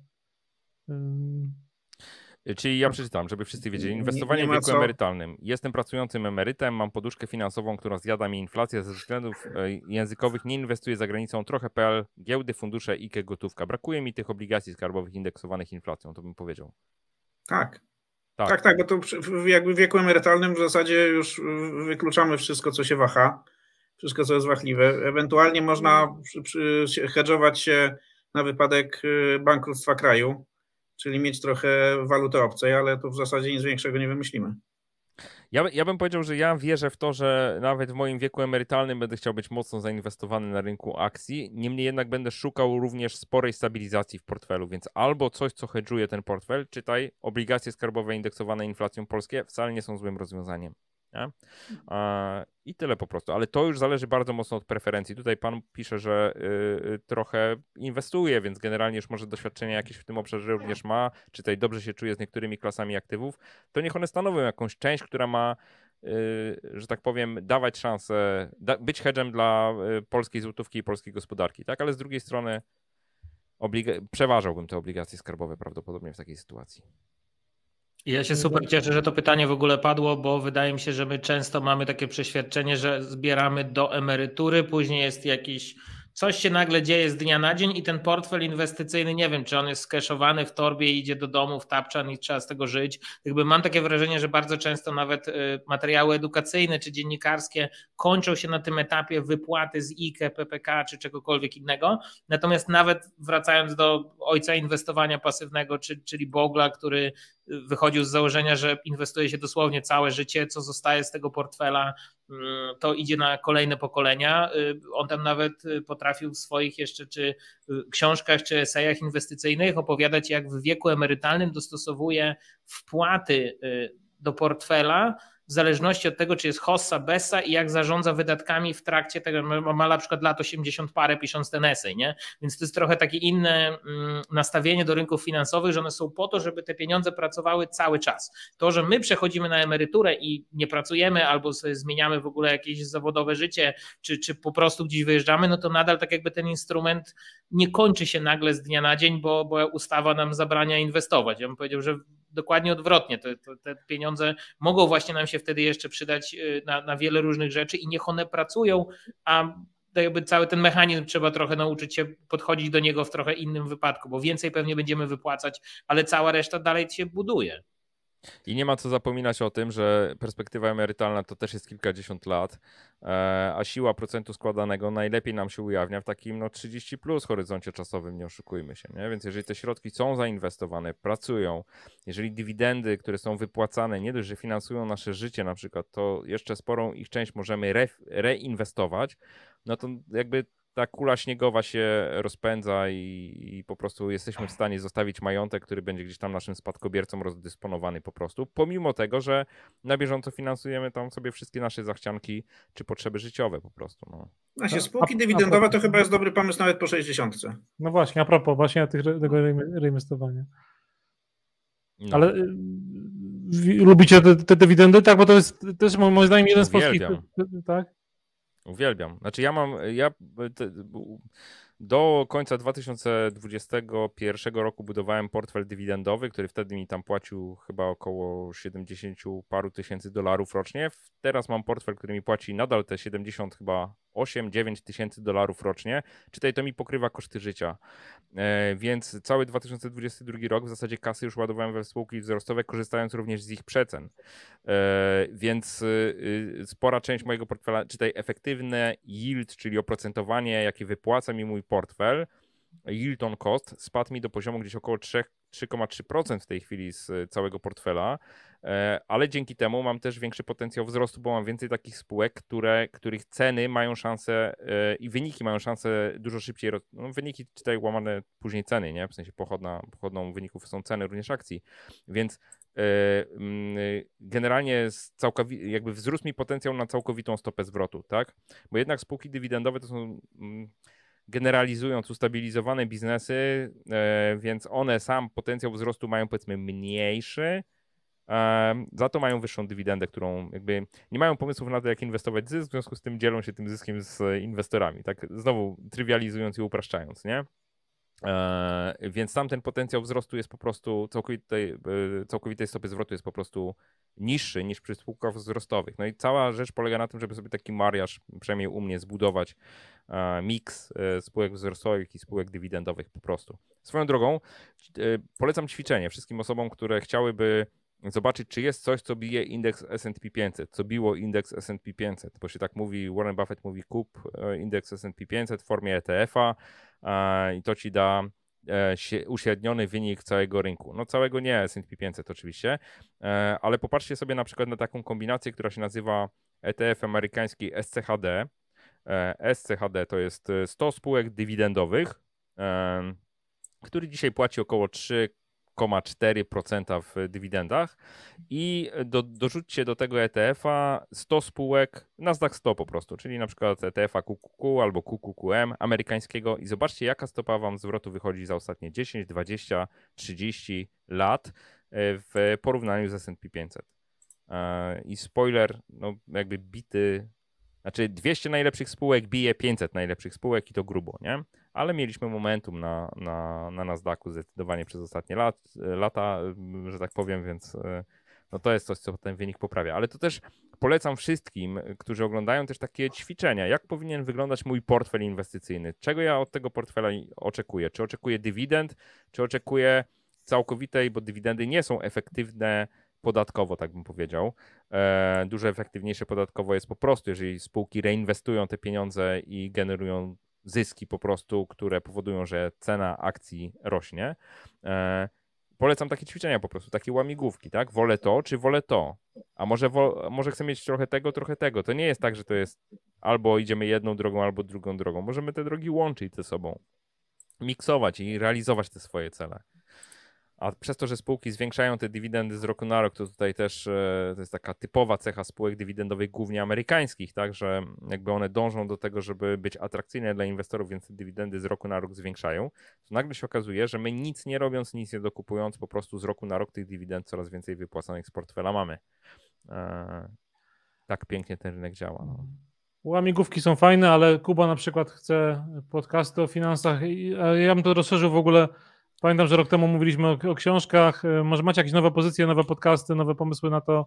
Czyli ja przeczytam, żeby wszyscy wiedzieli. Inwestowanie w wieku emerytalnym. Jestem pracującym emerytem, mam poduszkę finansową, która zjada mi inflację. Ze względów językowych nie inwestuję za granicą. Trochę PL, giełdy, fundusze, IKE, gotówka. Brakuje mi tych obligacji skarbowych indeksowanych inflacją, to bym powiedział. Tak, bo to jakby w wieku emerytalnym w zasadzie już wykluczamy wszystko, co się waha, wszystko, co jest wahliwe. Ewentualnie można hedżować się na wypadek bankructwa kraju, czyli mieć trochę waluty obcej, ale to w zasadzie nic większego nie wymyślimy. Ja bym powiedział, że ja wierzę w to, że nawet w moim wieku emerytalnym będę chciał być mocno zainwestowany na rynku akcji. Niemniej jednak będę szukał również sporej stabilizacji w portfelu, więc albo coś, co hedżuje ten portfel, czytaj, obligacje skarbowe indeksowane inflacją polskie wcale nie są złym rozwiązaniem. Nie? I tyle po prostu, ale to już zależy bardzo mocno od preferencji. Tutaj pan pisze, że trochę inwestuje, więc generalnie już może doświadczenie jakieś w tym obszarze również ma, czy tutaj dobrze się czuje z niektórymi klasami aktywów, to niech one stanowią jakąś część, która ma, że tak powiem, dawać szansę, być hedżem dla polskiej złotówki i polskiej gospodarki, tak? Ale z drugiej strony przeważałbym te obligacje skarbowe prawdopodobnie w takiej sytuacji. Ja się super cieszę, że to pytanie w ogóle padło, bo wydaje mi się, że my często mamy takie przeświadczenie, że zbieramy do emerytury, później jest jakiś coś się nagle dzieje z dnia na dzień i ten portfel inwestycyjny, nie wiem, czy on jest skeszowany w torbie i idzie do domu w tapczan i trzeba z tego żyć. Jakby mam takie wrażenie, że bardzo często nawet materiały edukacyjne czy dziennikarskie kończą się na tym etapie wypłaty z IKE, PPK czy czegokolwiek innego. Natomiast nawet wracając do ojca inwestowania pasywnego, czyli Bogla, który wychodził z założenia, że inwestuje się dosłownie całe życie, co zostaje z tego portfela, to idzie na kolejne pokolenia. On tam nawet potrafił w swoich jeszcze czy książkach, czy esejach inwestycyjnych opowiadać, jak w wieku emerytalnym dostosowuje wpłaty do portfela w zależności od tego, czy jest hossa, bessa i jak zarządza wydatkami w trakcie tego, ma na przykład lat 80 parę pisząc ten esej, nie? Więc to jest trochę takie inne nastawienie do rynków finansowych, że one są po to, żeby te pieniądze pracowały cały czas. To, że my przechodzimy na emeryturę i nie pracujemy albo sobie zmieniamy w ogóle jakieś zawodowe życie, czy po prostu gdzieś wyjeżdżamy, no to nadal tak jakby ten instrument nie kończy się nagle z dnia na dzień, bo ustawa nam zabrania inwestować. Ja bym powiedział, że dokładnie odwrotnie. Te pieniądze mogą właśnie nam się wtedy jeszcze przydać na wiele różnych rzeczy i niech one pracują, a jakby cały ten mechanizm trzeba trochę nauczyć się podchodzić do niego w trochę innym wypadku, bo więcej pewnie będziemy wypłacać, ale cała reszta dalej się buduje. I nie ma co zapominać o tym, że perspektywa emerytalna to też jest kilkadziesiąt lat, a siła procentu składanego najlepiej nam się ujawnia w takim 30 plus horyzoncie czasowym, nie oszukujmy się, nie? Więc jeżeli te środki są zainwestowane, pracują, jeżeli dywidendy, które są wypłacane, nie dość, że finansują nasze życie na przykład, to jeszcze sporą ich część możemy reinwestować, no to jakby ta kula śniegowa się rozpędza i po prostu jesteśmy w stanie zostawić majątek, który będzie gdzieś tam naszym spadkobiercom rozdysponowany po prostu, pomimo tego, że na bieżąco finansujemy tam sobie wszystkie nasze zachcianki czy potrzeby życiowe po prostu. No. Znaczy, spółki dywidendowe to chyba jest dobry pomysł nawet po 60. No właśnie, a propos właśnie tego reinwestowania. No. Ale lubicie te dywidendy? Tak, bo to jest też moim zdaniem jeden z polskich... Tak? Uwielbiam. Znaczy do końca 2021 roku budowałem portfel dywidendowy, który wtedy mi tam płacił chyba około 70 paru tysięcy dolarów rocznie. Teraz mam portfel, który mi płaci nadal te 70 chyba 8-9 tysięcy dolarów rocznie. Czytaj, to mi pokrywa koszty życia. Więc cały 2022 rok w zasadzie kasy już ładowałem we spółki wzrostowe, korzystając również z ich przecen. Więc spora część mojego portfela, czytaj, efektywne yield, czyli oprocentowanie, jakie wypłaca mi mój portfel, yield on cost, spadł mi do poziomu gdzieś około 3,3% w tej chwili z całego portfela, ale dzięki temu mam też większy potencjał wzrostu, bo mam więcej takich spółek, których ceny mają szansę i wyniki mają szansę dużo szybciej, wyniki czytaj łamane później ceny, nie? W sensie pochodną wyników są ceny również akcji, więc generalnie jakby wzrósł mi potencjał na całkowitą stopę zwrotu, tak? Bo jednak spółki dywidendowe to są generalizując ustabilizowane biznesy, więc one sam potencjał wzrostu mają powiedzmy mniejszy, za to mają wyższą dywidendę, którą jakby nie mają pomysłów na to, jak inwestować zysk, w związku z tym dzielą się tym zyskiem z inwestorami, tak znowu trywializując i upraszczając, nie? Więc tam ten potencjał wzrostu jest po prostu, całkowitej stopy zwrotu jest po prostu niższy niż przy spółkach wzrostowych. No i cała rzecz polega na tym, żeby sobie taki mariaż, przynajmniej u mnie, zbudować miks spółek wzrostowych i spółek dywidendowych po prostu. Swoją drogą polecam ćwiczenie wszystkim osobom, które chciałyby zobaczyć, czy jest coś, co bije indeks S&P 500, co biło indeks S&P 500, bo się tak mówi, Warren Buffett mówi kup indeks S&P 500 w formie ETF-a i to ci da uśredniony wynik całego rynku. No całego nie, S&P 500 oczywiście, ale popatrzcie sobie na przykład na taką kombinację, która się nazywa ETF amerykański SCHD. SCHD to jest 100 spółek dywidendowych, który dzisiaj płaci około 3,4% w dywidendach i dorzućcie do tego ETF-a 100 spółek, Nasdaq 100 po prostu, czyli na przykład ETF-a QQQ albo QQQM amerykańskiego i zobaczcie, jaka stopa wam zwrotu wychodzi za ostatnie 10, 20, 30 lat w porównaniu z S&P 500. I spoiler, no jakby znaczy 200 najlepszych spółek bije 500 najlepszych spółek i to grubo, nie? Ale mieliśmy momentum na Nasdaqu zdecydowanie przez ostatnie lata, że tak powiem, więc no to jest coś, co ten wynik poprawia. Ale to też polecam wszystkim, którzy oglądają też takie ćwiczenia, jak powinien wyglądać mój portfel inwestycyjny, czego ja od tego portfela oczekuję, czy oczekuję dywidend, czy oczekuję całkowitej, bo dywidendy nie są efektywne podatkowo, tak bym powiedział. Dużo efektywniejsze podatkowo jest po prostu, jeżeli spółki reinwestują te pieniądze i generują zyski po prostu, które powodują, że cena akcji rośnie. Polecam takie ćwiczenia po prostu, takie łamigłówki, tak? Wolę to, czy wolę to? A może chcę mieć trochę tego, trochę tego. To nie jest tak, że to jest albo idziemy jedną drogą, albo drugą drogą. Możemy te drogi łączyć ze sobą, miksować i realizować te swoje cele. A przez to, że spółki zwiększają te dywidendy z roku na rok, to tutaj też to jest taka typowa cecha spółek dywidendowych, głównie amerykańskich, tak, że jakby one dążą do tego, żeby być atrakcyjne dla inwestorów, więc te dywidendy z roku na rok zwiększają, to nagle się okazuje, że my nic nie robiąc, nic nie dokupując, po prostu z roku na rok tych dywidend coraz więcej wypłacanych z portfela mamy. Tak pięknie ten rynek działa. No. Łamigłówki są fajne, ale Kuba na przykład chce podcasty o finansach. Ja bym to rozszerzył w ogóle. Pamiętam, że rok temu mówiliśmy o książkach. Może macie jakieś nowe pozycje, nowe podcasty, nowe pomysły na to,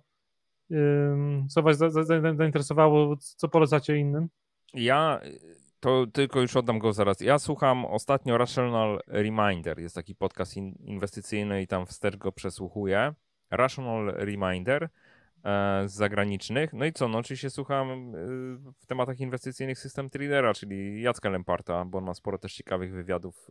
co was zainteresowało, co polecacie innym? Ja to tylko już oddam go zaraz. Ja słucham ostatnio Rational Reminder. Jest taki podcast inwestycyjny i tam wstecz go przesłuchuję. Rational Reminder z zagranicznych. No i co? No oczywiście słucham w tematach inwestycyjnych System Tradera, czyli Jacka Lemparta, bo on ma sporo też ciekawych wywiadów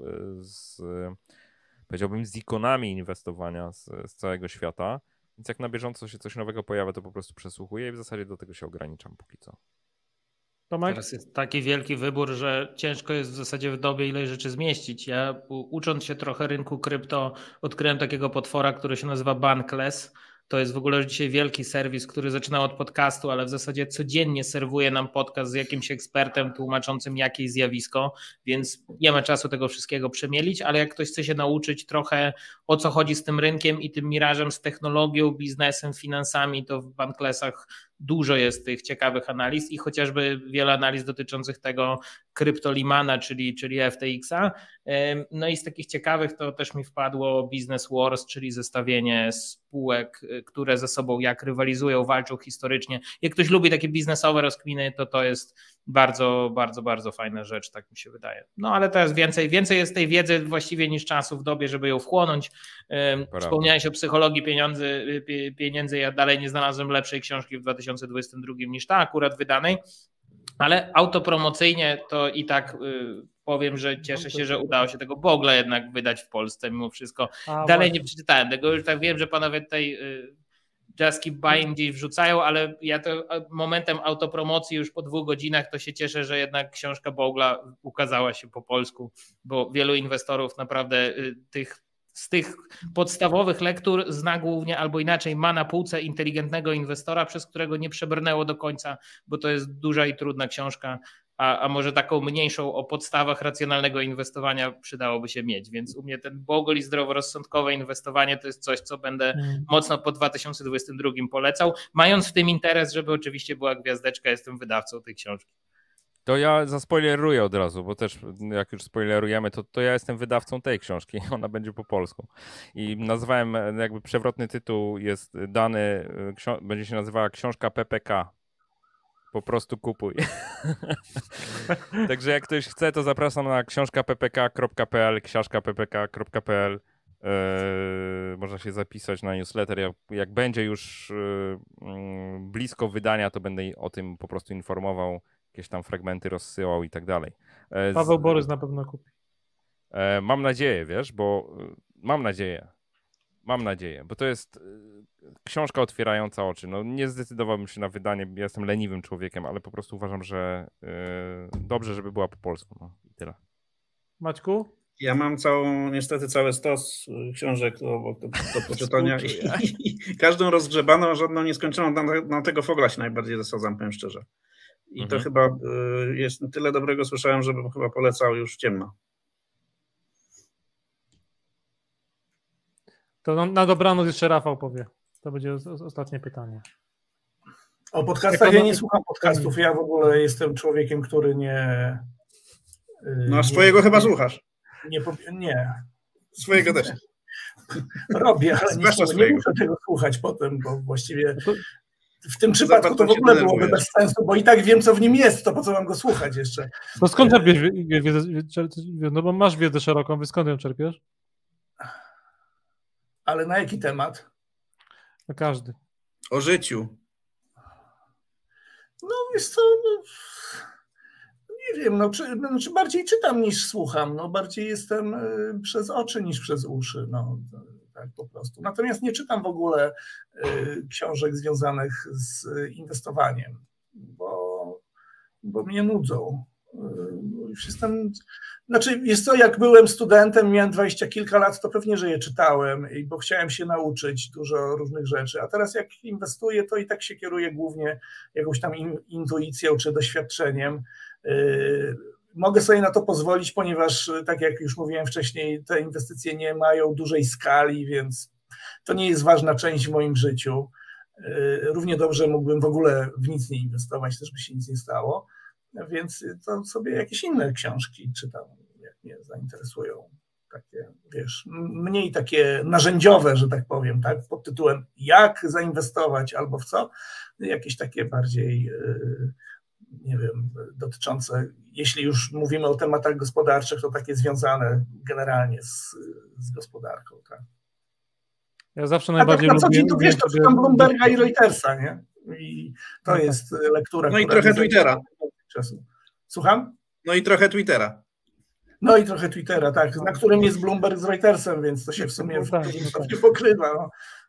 powiedziałbym z ikonami inwestowania z całego świata. Więc jak na bieżąco się coś nowego pojawia, to po prostu przesłuchuję i w zasadzie do tego się ograniczam póki co. Tomek? Teraz jest taki wielki wybór, że ciężko jest w zasadzie w dobie ile rzeczy zmieścić. Ja ucząc się trochę rynku krypto, odkryłem takiego potwora, który się nazywa Bankless. To jest w ogóle dzisiaj wielki serwis, który zaczynał od podcastu, ale w zasadzie codziennie serwuje nam podcast z jakimś ekspertem tłumaczącym jakieś zjawisko, więc nie ma czasu tego wszystkiego przemielić, ale jak ktoś chce się nauczyć trochę o co chodzi z tym rynkiem i tym mirażem, z technologią, biznesem, finansami, to w Banklessach dużo jest tych ciekawych analiz i chociażby wiele analiz dotyczących tego kryptolimana, czyli FTX-a. No i z takich ciekawych to też mi wpadło Business Wars, czyli zestawienie spółek, które ze sobą jak rywalizują, walczą historycznie. Jak ktoś lubi takie biznesowe rozkminy, to jest bardzo, bardzo, bardzo fajna rzecz, tak mi się wydaje. No ale teraz więcej jest tej wiedzy właściwie niż czasu w dobie, żeby ją wchłonąć. Wspomniałeś o psychologii pieniędzy, ja dalej nie znalazłem lepszej książki w 2022 niż ta akurat wydanej, ale autopromocyjnie to i tak powiem, że cieszę się, że udało się tego Bogla jednak wydać w Polsce mimo wszystko. Dalej właśnie nie przeczytałem tego, już tak wiem, że panowie tutaj Just Keep Buying gdzieś wrzucają, ale ja to momentem autopromocji już po 2 godzinach to się cieszę, że jednak książka Bogla ukazała się po polsku, bo wielu inwestorów naprawdę z tych podstawowych lektur zna głównie albo inaczej ma na półce inteligentnego inwestora, przez którego nie przebrnęło do końca, bo to jest duża i trudna książka, a może taką mniejszą o podstawach racjonalnego inwestowania przydałoby się mieć, więc u mnie ten Bogle i zdroworozsądkowe inwestowanie to jest coś, co będę mocno po 2022 polecał, mając w tym interes, żeby oczywiście była gwiazdeczka, jestem wydawcą tej książki. To ja zaspoileruję od razu, bo też jak już spoilerujemy, to ja jestem wydawcą tej książki, ona będzie po polsku. I nazwałem, jakby przewrotny tytuł jest dany, będzie się nazywała książka PPK. Po prostu kupuj. Także jak ktoś chce, to zapraszam na książkappk.pl, książkappk.pl. Można się zapisać na newsletter. Jak będzie już blisko wydania, to będę o tym po prostu informował, jakieś tam fragmenty rozsyłał i tak dalej. Paweł Borys na pewno kupi. Mam nadzieję, wiesz, bo mam nadzieję, bo to jest książka otwierająca oczy. No, nie zdecydowałbym się na wydanie, ja jestem leniwym człowiekiem, ale po prostu uważam, że dobrze, żeby była po polsku. No i tyle. Maćku? Ja mam niestety cały stos książek do poczytania i każdą rozgrzebaną, a żadną nieskończoną. Na tego Fogla się najbardziej zasadzam, powiem szczerze. I to chyba jest tyle dobrego słyszałem, żebym chyba polecał już ciemno. To na dobranoc jeszcze Rafał powie. To będzie ostatnie pytanie. O podcastach ja nie słucham podcastów. Ja w ogóle jestem człowiekiem, który nie... No a swojego chyba słuchasz. Nie. Swojego też. robię, ale Zwłaszcza nie swojego. muszę tego słuchać potem, bo właściwie To- w tym przypadku to w się ogóle byłoby denerwujesz. bez sensu, bo i tak wiem, co w nim jest, to po co mam go słuchać jeszcze. To skąd czerpiesz wiedzę? No bo masz wiedzę szeroką, więc skąd ją czerpiesz? Ale na jaki temat? No każdy. O życiu. No wiesz co, no, nie wiem, czy bardziej czytam niż słucham, no bardziej jestem przez oczy niż przez uszy, no tak po prostu. Natomiast nie czytam w ogóle książek związanych z inwestowaniem, bo mnie nudzą. Już jest to, jak byłem studentem, miałem 20 kilka lat, to pewnie, że je czytałem, bo chciałem się nauczyć dużo różnych rzeczy, a teraz jak inwestuję, to i tak się kieruję głównie jakąś tam intuicją czy doświadczeniem. Mogę sobie na to pozwolić, ponieważ tak jak już mówiłem wcześniej, te inwestycje nie mają dużej skali, więc to nie jest ważna część w moim życiu. Równie dobrze mógłbym w ogóle w nic nie inwestować, też by się nic nie stało. Więc to sobie jakieś inne książki czytam, jak mnie zainteresują. Takie, wiesz, mniej takie narzędziowe, że tak powiem, tak, pod tytułem jak zainwestować albo w co. Jakieś takie bardziej, nie wiem, dotyczące, jeśli już mówimy o tematach gospodarczych, to takie związane generalnie z gospodarką. Tak. Ja zawsze A tak najbardziej na co dzień to lubię wiesz, to sobie- czytam Bloomberga i Reutersa, nie? I to No tak. jest lektura, No i która trochę mi zajmuje Twittera. czasu. Słucham? No i trochę Twittera. No i trochę Twittera, tak, na którym jest Bloomberg z Reutersem, więc to się w sumie No tak, w jakimś no stopniu pokrywa. No.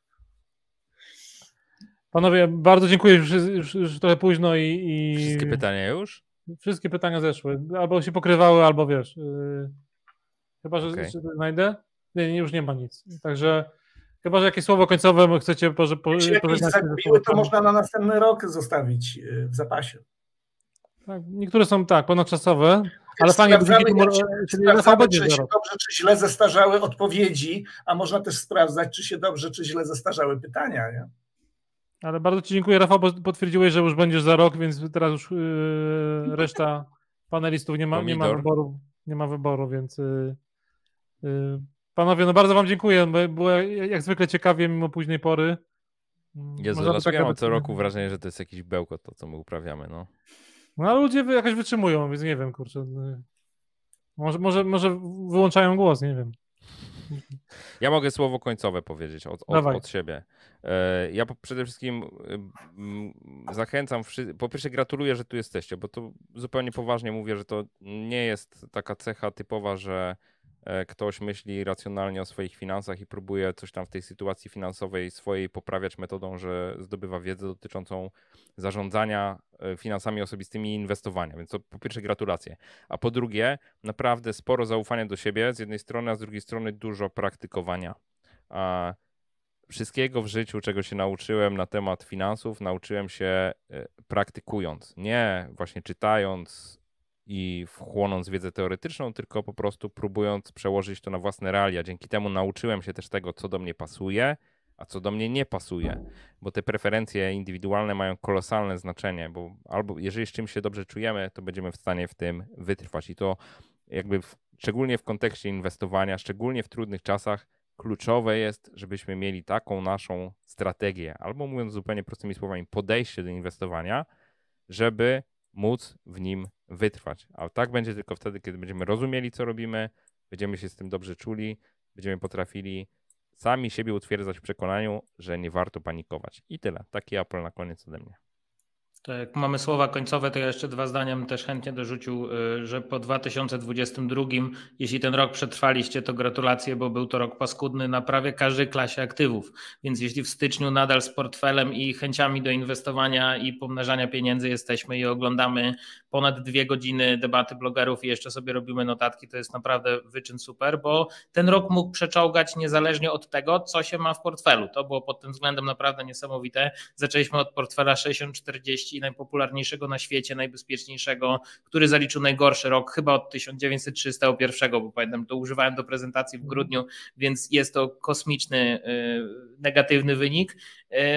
Panowie, bardzo dziękuję, już trochę późno i Wszystkie pytania już? wszystkie pytania zeszły. Albo się pokrywały, albo wiesz. Chyba, że Okej. jeszcze znajdę? Nie, już nie ma nic. Także chyba, że jakieś słowo końcowe chcecie Jeśli jakieś zagubiły, to można na następny rok zostawić w zapasie. Tak, niektóre są tak, ponadczasowe, ale fajnie, Sprawdzamy, czyli Rafał sprawdzamy, będzie czy za się rok. dobrze, czy źle zestarzały odpowiedzi, a można też sprawdzać, czy się dobrze, czy źle zestarzały pytania. Nie? Ale bardzo Ci dziękuję, Rafał, bo potwierdziłeś, że już będziesz za rok, więc teraz już reszta panelistów nie ma Pomidor. wyboru. Nie ma wyboru, więc panowie, no bardzo Wam dziękuję. Było jak zwykle ciekawie mimo późnej pory. Jezu, Można by dlaczego ja mam gadać- co roku wrażenie, że to jest jakiś bełkot, to co my uprawiamy, no. No ale ludzie jakoś wytrzymują, więc nie wiem, kurczę. Może wyłączają głos, nie wiem. Ja mogę słowo końcowe powiedzieć Dawaj. od siebie. Ja przede wszystkim zachęcam, po pierwsze gratuluję, że tu jesteście, bo to zupełnie poważnie mówię, że to nie jest taka cecha typowa, że ktoś myśli racjonalnie o swoich finansach i próbuje coś tam w tej sytuacji finansowej swojej poprawiać metodą, że zdobywa wiedzę dotyczącą zarządzania finansami osobistymi i inwestowania. Więc to po pierwsze gratulacje. A po drugie, naprawdę sporo zaufania do siebie z jednej strony, a z drugiej strony dużo praktykowania. Wszystkiego w życiu, czego się nauczyłem na temat finansów, nauczyłem się praktykując. Nie właśnie czytając i wchłonąc wiedzę teoretyczną, tylko po prostu próbując przełożyć to na własne realia. Dzięki temu nauczyłem się też tego, co do mnie pasuje, a co do mnie nie pasuje, bo te preferencje indywidualne mają kolosalne znaczenie, bo albo jeżeli z czymś się dobrze czujemy, to będziemy w stanie w tym wytrwać i to jakby szczególnie w kontekście inwestowania, szczególnie w trudnych czasach, kluczowe jest, żebyśmy mieli taką naszą strategię, albo mówiąc zupełnie prostymi słowami, podejście do inwestowania, żeby móc w nim wytrwać. A tak będzie tylko wtedy, kiedy będziemy rozumieli, co robimy, będziemy się z tym dobrze czuli, będziemy potrafili sami siebie utwierdzać w przekonaniu, że nie warto panikować. I tyle. Taki apel na koniec ode mnie. To jak mamy słowa końcowe, to ja jeszcze 2 zdania bym też chętnie dorzucił, że po 2022, jeśli ten rok przetrwaliście, to gratulacje, bo był to rok paskudny na prawie każdej klasie aktywów. Więc jeśli w styczniu nadal z portfelem i chęciami do inwestowania i pomnażania pieniędzy jesteśmy i oglądamy ponad 2 godziny debaty blogerów i jeszcze sobie robimy notatki, to jest naprawdę wyczyn super, bo ten rok mógł przeczołgać niezależnie od tego, co się ma w portfelu. To było pod tym względem naprawdę niesamowite. Zaczęliśmy od portfela 60-40, najpopularniejszego na świecie, najbezpieczniejszego, który zaliczył najgorszy rok chyba od 1931, bo pamiętam, to używałem do prezentacji w grudniu, więc jest to kosmiczny, negatywny wynik.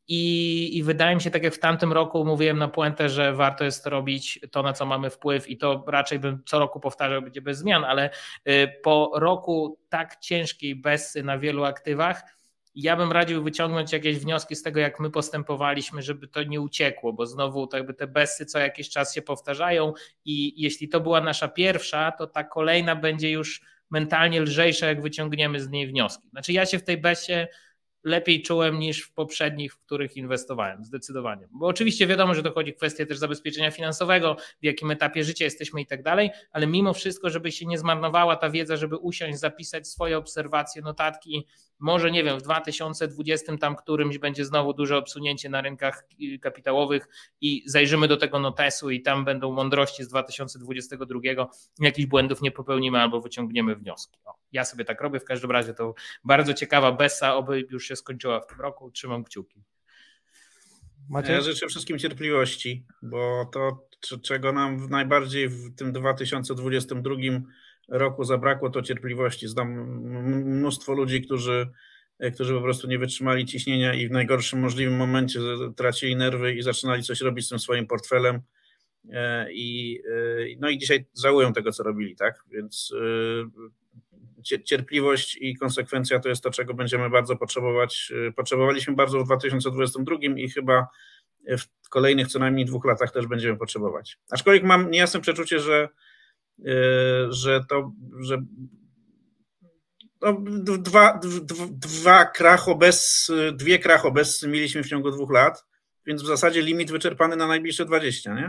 I wydaje mi się, tak jak w tamtym roku mówiłem na puentę, że warto jest robić to, na co mamy wpływ i to raczej bym co roku powtarzał, będzie bez zmian, ale po roku tak ciężkiej bessy na wielu aktywach, ja bym radził wyciągnąć jakieś wnioski z tego, jak my postępowaliśmy, żeby to nie uciekło, bo znowu jakby te bessy co jakiś czas się powtarzają i jeśli to była nasza pierwsza, to ta kolejna będzie już mentalnie lżejsza, jak wyciągniemy z niej wnioski. Znaczy ja się w tej bessie lepiej czułem niż w poprzednich, w których inwestowałem, zdecydowanie. Bo oczywiście wiadomo, że dochodzi kwestia też zabezpieczenia finansowego, w jakim etapie życia jesteśmy i tak dalej, ale mimo wszystko, żeby się nie zmarnowała ta wiedza, żeby usiąść, zapisać swoje obserwacje, notatki, może nie wiem, w 2020 tam którymś będzie znowu duże obsunięcie na rynkach kapitałowych i zajrzymy do tego notesu i tam będą mądrości z 2022, jakichś błędów nie popełnimy albo wyciągniemy wnioski. Ja sobie tak robię, w każdym razie to bardzo ciekawa bessa, oby już się skończyła w tym roku, trzymam kciuki. Macie? Ja życzę wszystkim cierpliwości, bo to, czego nam najbardziej w tym 2022 roku zabrakło, to cierpliwości. Znam mnóstwo ludzi, którzy po prostu nie wytrzymali ciśnienia i w najgorszym możliwym momencie tracili nerwy i zaczynali coś robić z tym swoim portfelem. No i dzisiaj żałują tego, co robili, tak? Więc cierpliwość i konsekwencja to jest to, czego będziemy bardzo potrzebować. Potrzebowaliśmy bardzo w 2022 i chyba w kolejnych co najmniej 2 latach też będziemy potrzebować. Aczkolwiek mam niejasne przeczucie, że dwie krachobessy mieliśmy w ciągu 2 lat, więc w zasadzie limit wyczerpany na najbliższe 20, nie?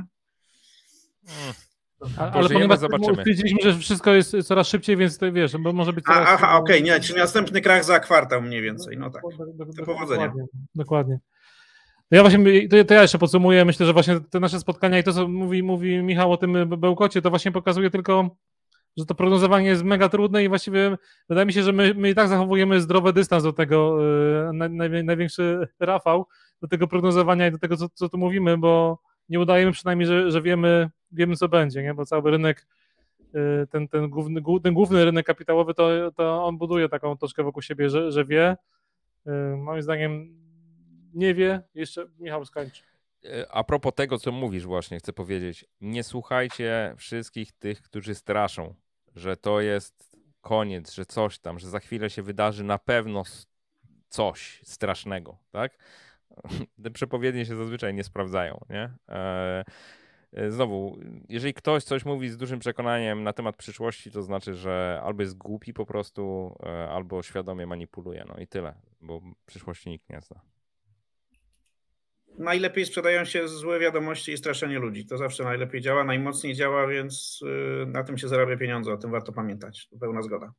Ale ponieważ stwierdziliśmy, że wszystko jest coraz szybciej, więc to wiesz, bo może być coraz... Okej, nie, czyli następny krach za kwartał mniej więcej, no tak. To powodzenia. Dokładnie. No ja właśnie, to ja jeszcze podsumuję, myślę, że właśnie te nasze spotkania i to, co mówi Michał o tym bełkocie, to właśnie pokazuje tylko, że to prognozowanie jest mega trudne i właściwie wydaje mi się, że my i tak zachowujemy zdrowy dystans do tego, największy Rafał, do tego prognozowania i do tego, co tu mówimy, bo nie udajemy przynajmniej, że wiemy, co będzie, nie? Bo cały rynek, ten główny rynek kapitałowy, to on buduje taką otoczkę wokół siebie, że wie. Moim zdaniem nie wie. Jeszcze Michał skończy. A propos tego, co mówisz właśnie, chcę powiedzieć, nie słuchajcie wszystkich tych, którzy straszą, że to jest koniec, że coś tam, że za chwilę się wydarzy na pewno coś strasznego, tak? Te przepowiednie się zazwyczaj nie sprawdzają, nie? Znowu, jeżeli ktoś coś mówi z dużym przekonaniem na temat przyszłości, to znaczy, że albo jest głupi po prostu, albo świadomie manipuluje, no i tyle, bo przyszłości nikt nie zna. Najlepiej sprzedają się złe wiadomości i straszenie ludzi. To zawsze najlepiej działa, najmocniej działa, więc na tym się zarabia pieniądze, o tym warto pamiętać. To pełna zgoda.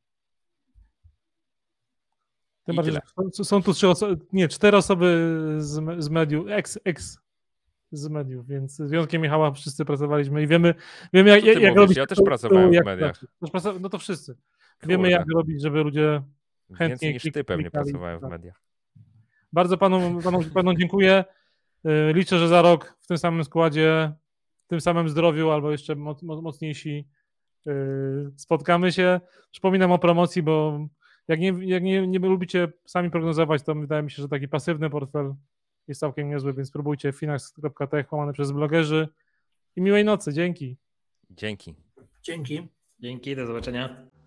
Tym bardziej, że są tu 4 osoby z mediów, z mediów, więc z wyjątkiem Michała wszyscy pracowaliśmy i wiemy jak robić. Ja też pracowałem w mediach. No to wszyscy. Wiemy, jak robić, żeby ludzie chętnie... Więcej niż ty pewnie pracowałem w mediach. Bardzo panom dziękuję. Liczę, że za rok w tym samym składzie, w tym samym zdrowiu albo jeszcze mocniejsi spotkamy się. Przypominam o promocji, bo jak nie lubicie sami prognozować, to wydaje mi się, że taki pasywny portfel jest całkiem niezły, więc spróbujcie finax.tech łamane przez blogerzy i miłej nocy. Dzięki. Dzięki. Dzięki. Dzięki, do zobaczenia.